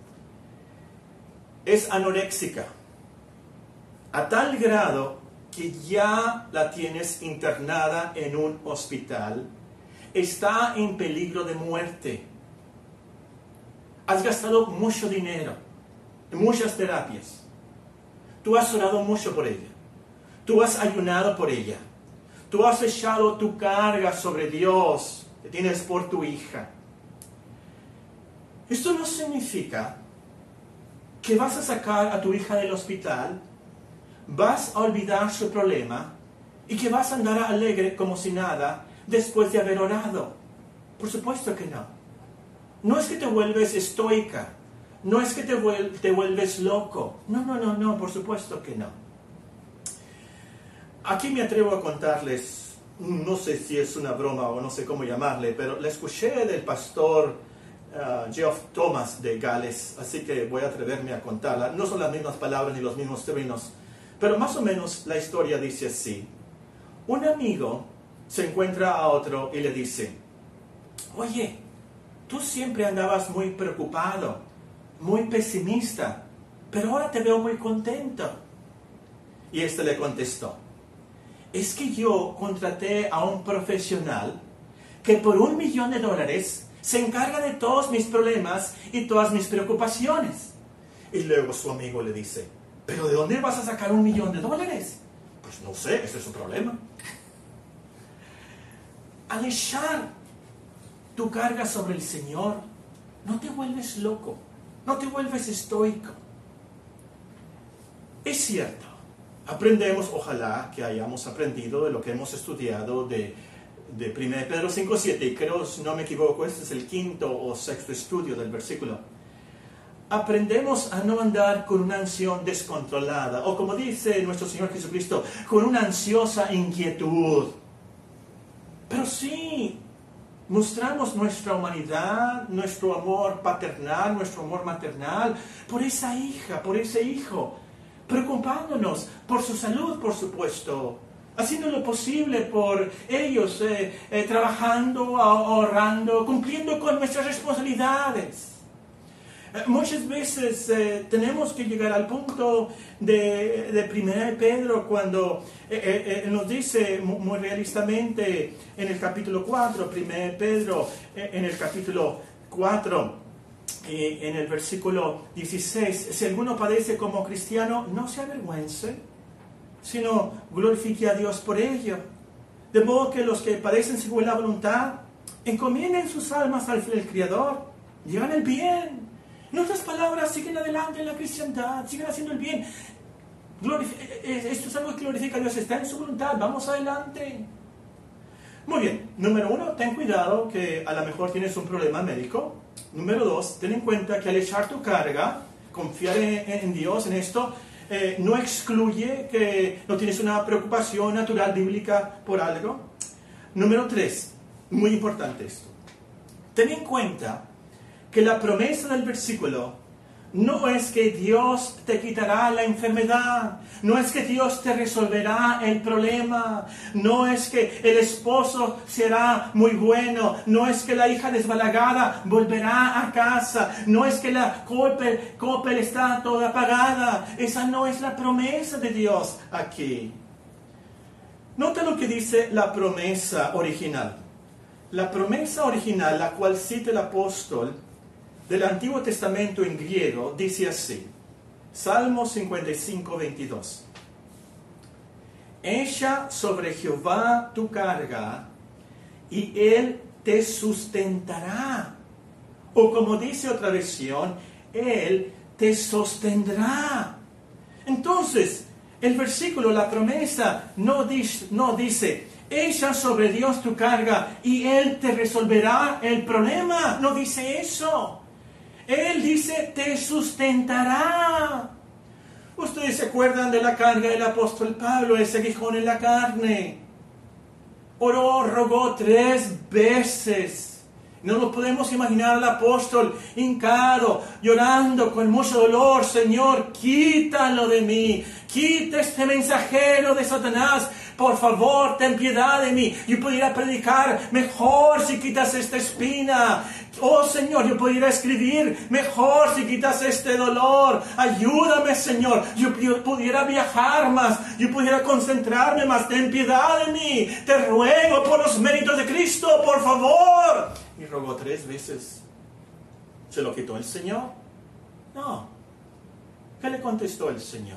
Es anoréxica, a tal grado que ya la tienes internada en un hospital, está en peligro de muerte. Has gastado mucho dinero en muchas terapias. Tú has orado mucho por ella. Tú has ayunado por ella. Tú has echado tu carga sobre Dios que tienes por tu hija. Esto no significa que vas a sacar a tu hija del hospital, vas a olvidar su problema y que vas a andar alegre como si nada después de haber orado. Por supuesto que no. No es que te vuelves estoica, no es que te, vuel- te vuelves loco. No, no, no, no, por supuesto que no. Aquí me atrevo a contarles, no sé si es una broma o no sé cómo llamarle, pero la escuché del pastor uh, Geoff Thomas de Gales, así que voy a atreverme a contarla. No son las mismas palabras ni los mismos términos, pero más o menos la historia dice así. Un amigo se encuentra a otro y le dice, oye, tú siempre andabas muy preocupado, muy pesimista, pero ahora te veo muy contento. Y este le contestó, es que yo contraté a un profesional que por un millón de dólares se encarga de todos mis problemas y todas mis preocupaciones. Y luego su amigo le dice, ¿pero de dónde vas a sacar un millón de dólares? Pues no sé, ese es su problema. Al echar tu carga sobre el Señor, no te vuelves loco, no te vuelves estoico. Es cierto, aprendemos, ojalá que hayamos aprendido de lo que hemos estudiado de, de primera de Pedro cinco siete, y creo, si no me equivoco, este es el quinto o sexto estudio del versículo. Aprendemos a no andar con una ansiedad descontrolada, o como dice nuestro Señor Jesucristo, con una ansiosa inquietud. Pero sí, mostramos nuestra humanidad, nuestro amor paternal, nuestro amor maternal, por esa hija, por ese hijo, preocupándonos por su salud, por supuesto, haciendo lo posible por ellos, eh, eh, trabajando, ahorrando, cumpliendo con nuestras responsabilidades. Eh, muchas veces eh, tenemos que llegar al punto de, de primera de Pedro cuando eh, eh, nos dice muy, muy realistamente en el capítulo cuatro, primera de Pedro, eh, en el capítulo cuatro, eh, en el versículo dieciséis, si alguno padece como cristiano, no se avergüence, sino glorifique a Dios por ello. De modo que los que padecen según la voluntad, encomienden sus almas al fiel Criador, y hagan el bien. En otras palabras, siguen adelante en la cristiandad, siguen haciendo el bien. Glorif- esto es algo que glorifica a Dios, está en su voluntad, vamos adelante. Muy bien, número uno, ten cuidado que a lo mejor tienes un problema médico. Número dos, ten en cuenta que al echar tu carga, confiar en, en Dios, en esto, eh, no excluye que no tienes una preocupación natural bíblica por algo. Número tres, muy importante esto, ten en cuenta que la promesa del versículo no es que Dios te quitará la enfermedad, no es que Dios te resolverá el problema, no es que el esposo será muy bueno, no es que la hija desbalagada volverá a casa, no es que la Coppel, Coppel está toda pagada. Esa no es la promesa de Dios aquí. Nota lo que dice la promesa original. La promesa original, la cual cita el apóstol del Antiguo Testamento en griego, dice así, Salmo cincuenta y cinco, veintidós. Echa sobre Jehová tu carga, y Él te sustentará. O como dice otra versión, Él te sostendrá. Entonces, el versículo, la promesa, no dice, no dice, echa sobre Dios tu carga y Él te resolverá el problema. No dice eso. Él dice, te sustentará. Ustedes se acuerdan de la carga del apóstol Pablo, ese aguijón en la carne. Oró, rogó tres veces. No nos podemos imaginar al apóstol hincado, llorando con mucho dolor. Señor, quítalo de mí. Quita este mensajero de Satanás. Por favor, ten piedad de mí. Yo pudiera predicar mejor si quitas esta espina. Oh Señor, yo pudiera escribir mejor si quitas este dolor. Ayúdame, Señor. Yo, yo pudiera viajar más. Yo pudiera concentrarme más. Ten piedad de mí. Te ruego por los méritos de Cristo, por favor. Y rogó tres veces. ¿Se lo quitó el Señor? No. ¿Qué le contestó el Señor?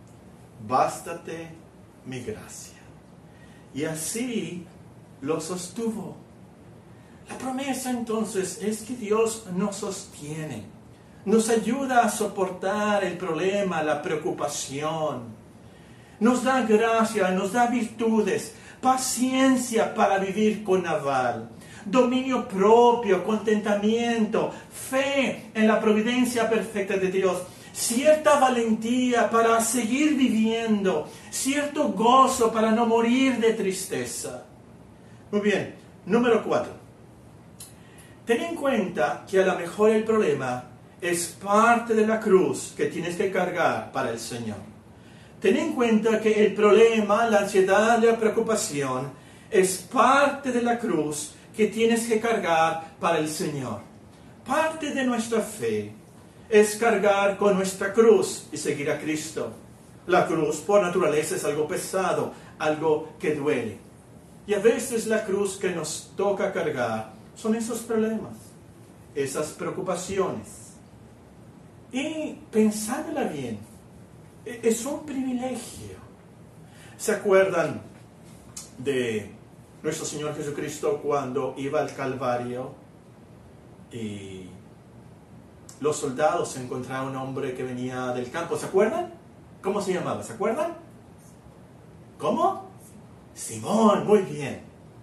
Bástate mi gracia. Y así lo sostuvo. La promesa entonces es que Dios nos sostiene, nos ayuda a soportar el problema, la preocupación, nos da gracia, nos da virtudes, paciencia para vivir con aval, dominio propio, contentamiento, fe en la providencia perfecta de Dios, cierta valentía para seguir viviendo, cierto gozo para no morir de tristeza. Muy bien, número cuatro. Ten en cuenta que a lo mejor el problema es parte de la cruz que tienes que cargar para el Señor. Ten en cuenta que el problema, la ansiedad, la preocupación es parte de la cruz que tienes que cargar para el Señor. Parte de nuestra fe es cargar con nuestra cruz y seguir a Cristo. La cruz por naturaleza es algo pesado, algo que duele. Y a veces la cruz que nos toca cargar son esos problemas, esas preocupaciones. Y pensándola bien, es un privilegio. ¿Se acuerdan de nuestro Señor Jesucristo cuando iba al Calvario y los soldados encontraron a un hombre que venía del campo? ¿Se acuerdan? ¿Cómo se llamaba? ¿Se acuerdan? ¿Cómo? Simón, muy bien.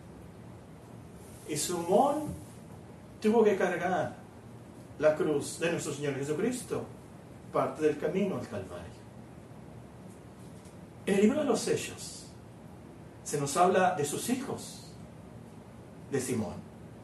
Y Simón tuvo que cargar la cruz de nuestro Señor Jesucristo, parte del camino al Calvario. En el libro de los Hechos se nos habla de sus hijos, de Simón.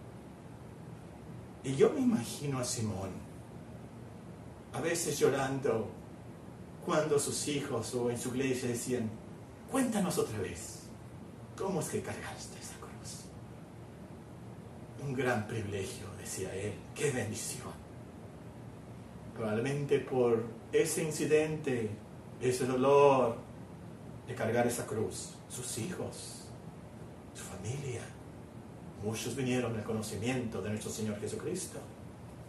Y yo me imagino a Simón a veces llorando cuando sus hijos o en su iglesia decían, cuéntanos otra vez, ¿cómo es que cargaste esa cruz? Un gran privilegio, decía él, qué bendición. Probablemente por ese incidente, ese dolor de cargar esa cruz, sus hijos, su familia, muchos vinieron al conocimiento de nuestro Señor Jesucristo.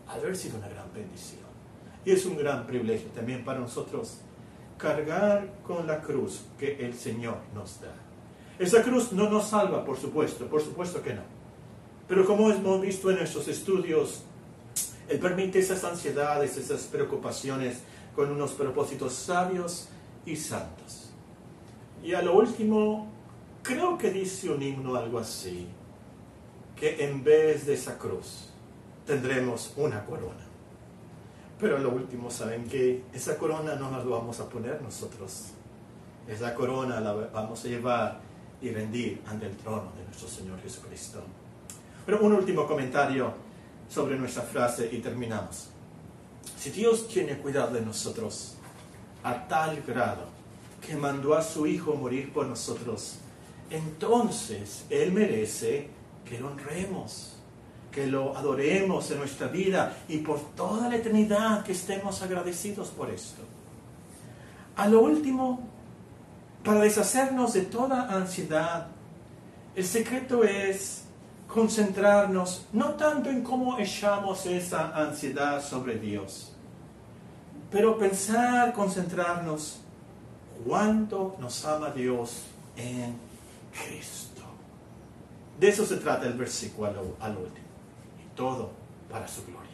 ha de haber sido una gran bendición. Y es un gran privilegio también para nosotros cargar con la cruz que el Señor nos da. Esa cruz no nos salva, por supuesto, por supuesto que no. Pero como hemos visto en nuestros estudios, Él permite esas ansiedades, esas preocupaciones con unos propósitos sabios y santos. Y a lo último, creo que dice un himno algo así, que en vez de esa cruz tendremos una corona. Pero a lo último, ¿saben qué? Esa corona no nos la vamos a poner nosotros. Esa corona la vamos a llevar y rendir ante el trono de nuestro Señor Jesucristo. Pero un último comentario sobre nuestra frase y terminamos. Si Dios tiene cuidado de nosotros a tal grado que mandó a su Hijo morir por nosotros, entonces Él merece que lo honremos, que lo adoremos en nuestra vida y por toda la eternidad que estemos agradecidos por esto. A lo último, para deshacernos de toda ansiedad, el secreto es concentrarnos no tanto en cómo echamos esa ansiedad sobre Dios, pero pensar, concentrarnos cuánto nos ama Dios en Cristo. De eso se trata el versículo al, al último. Y todo para su gloria.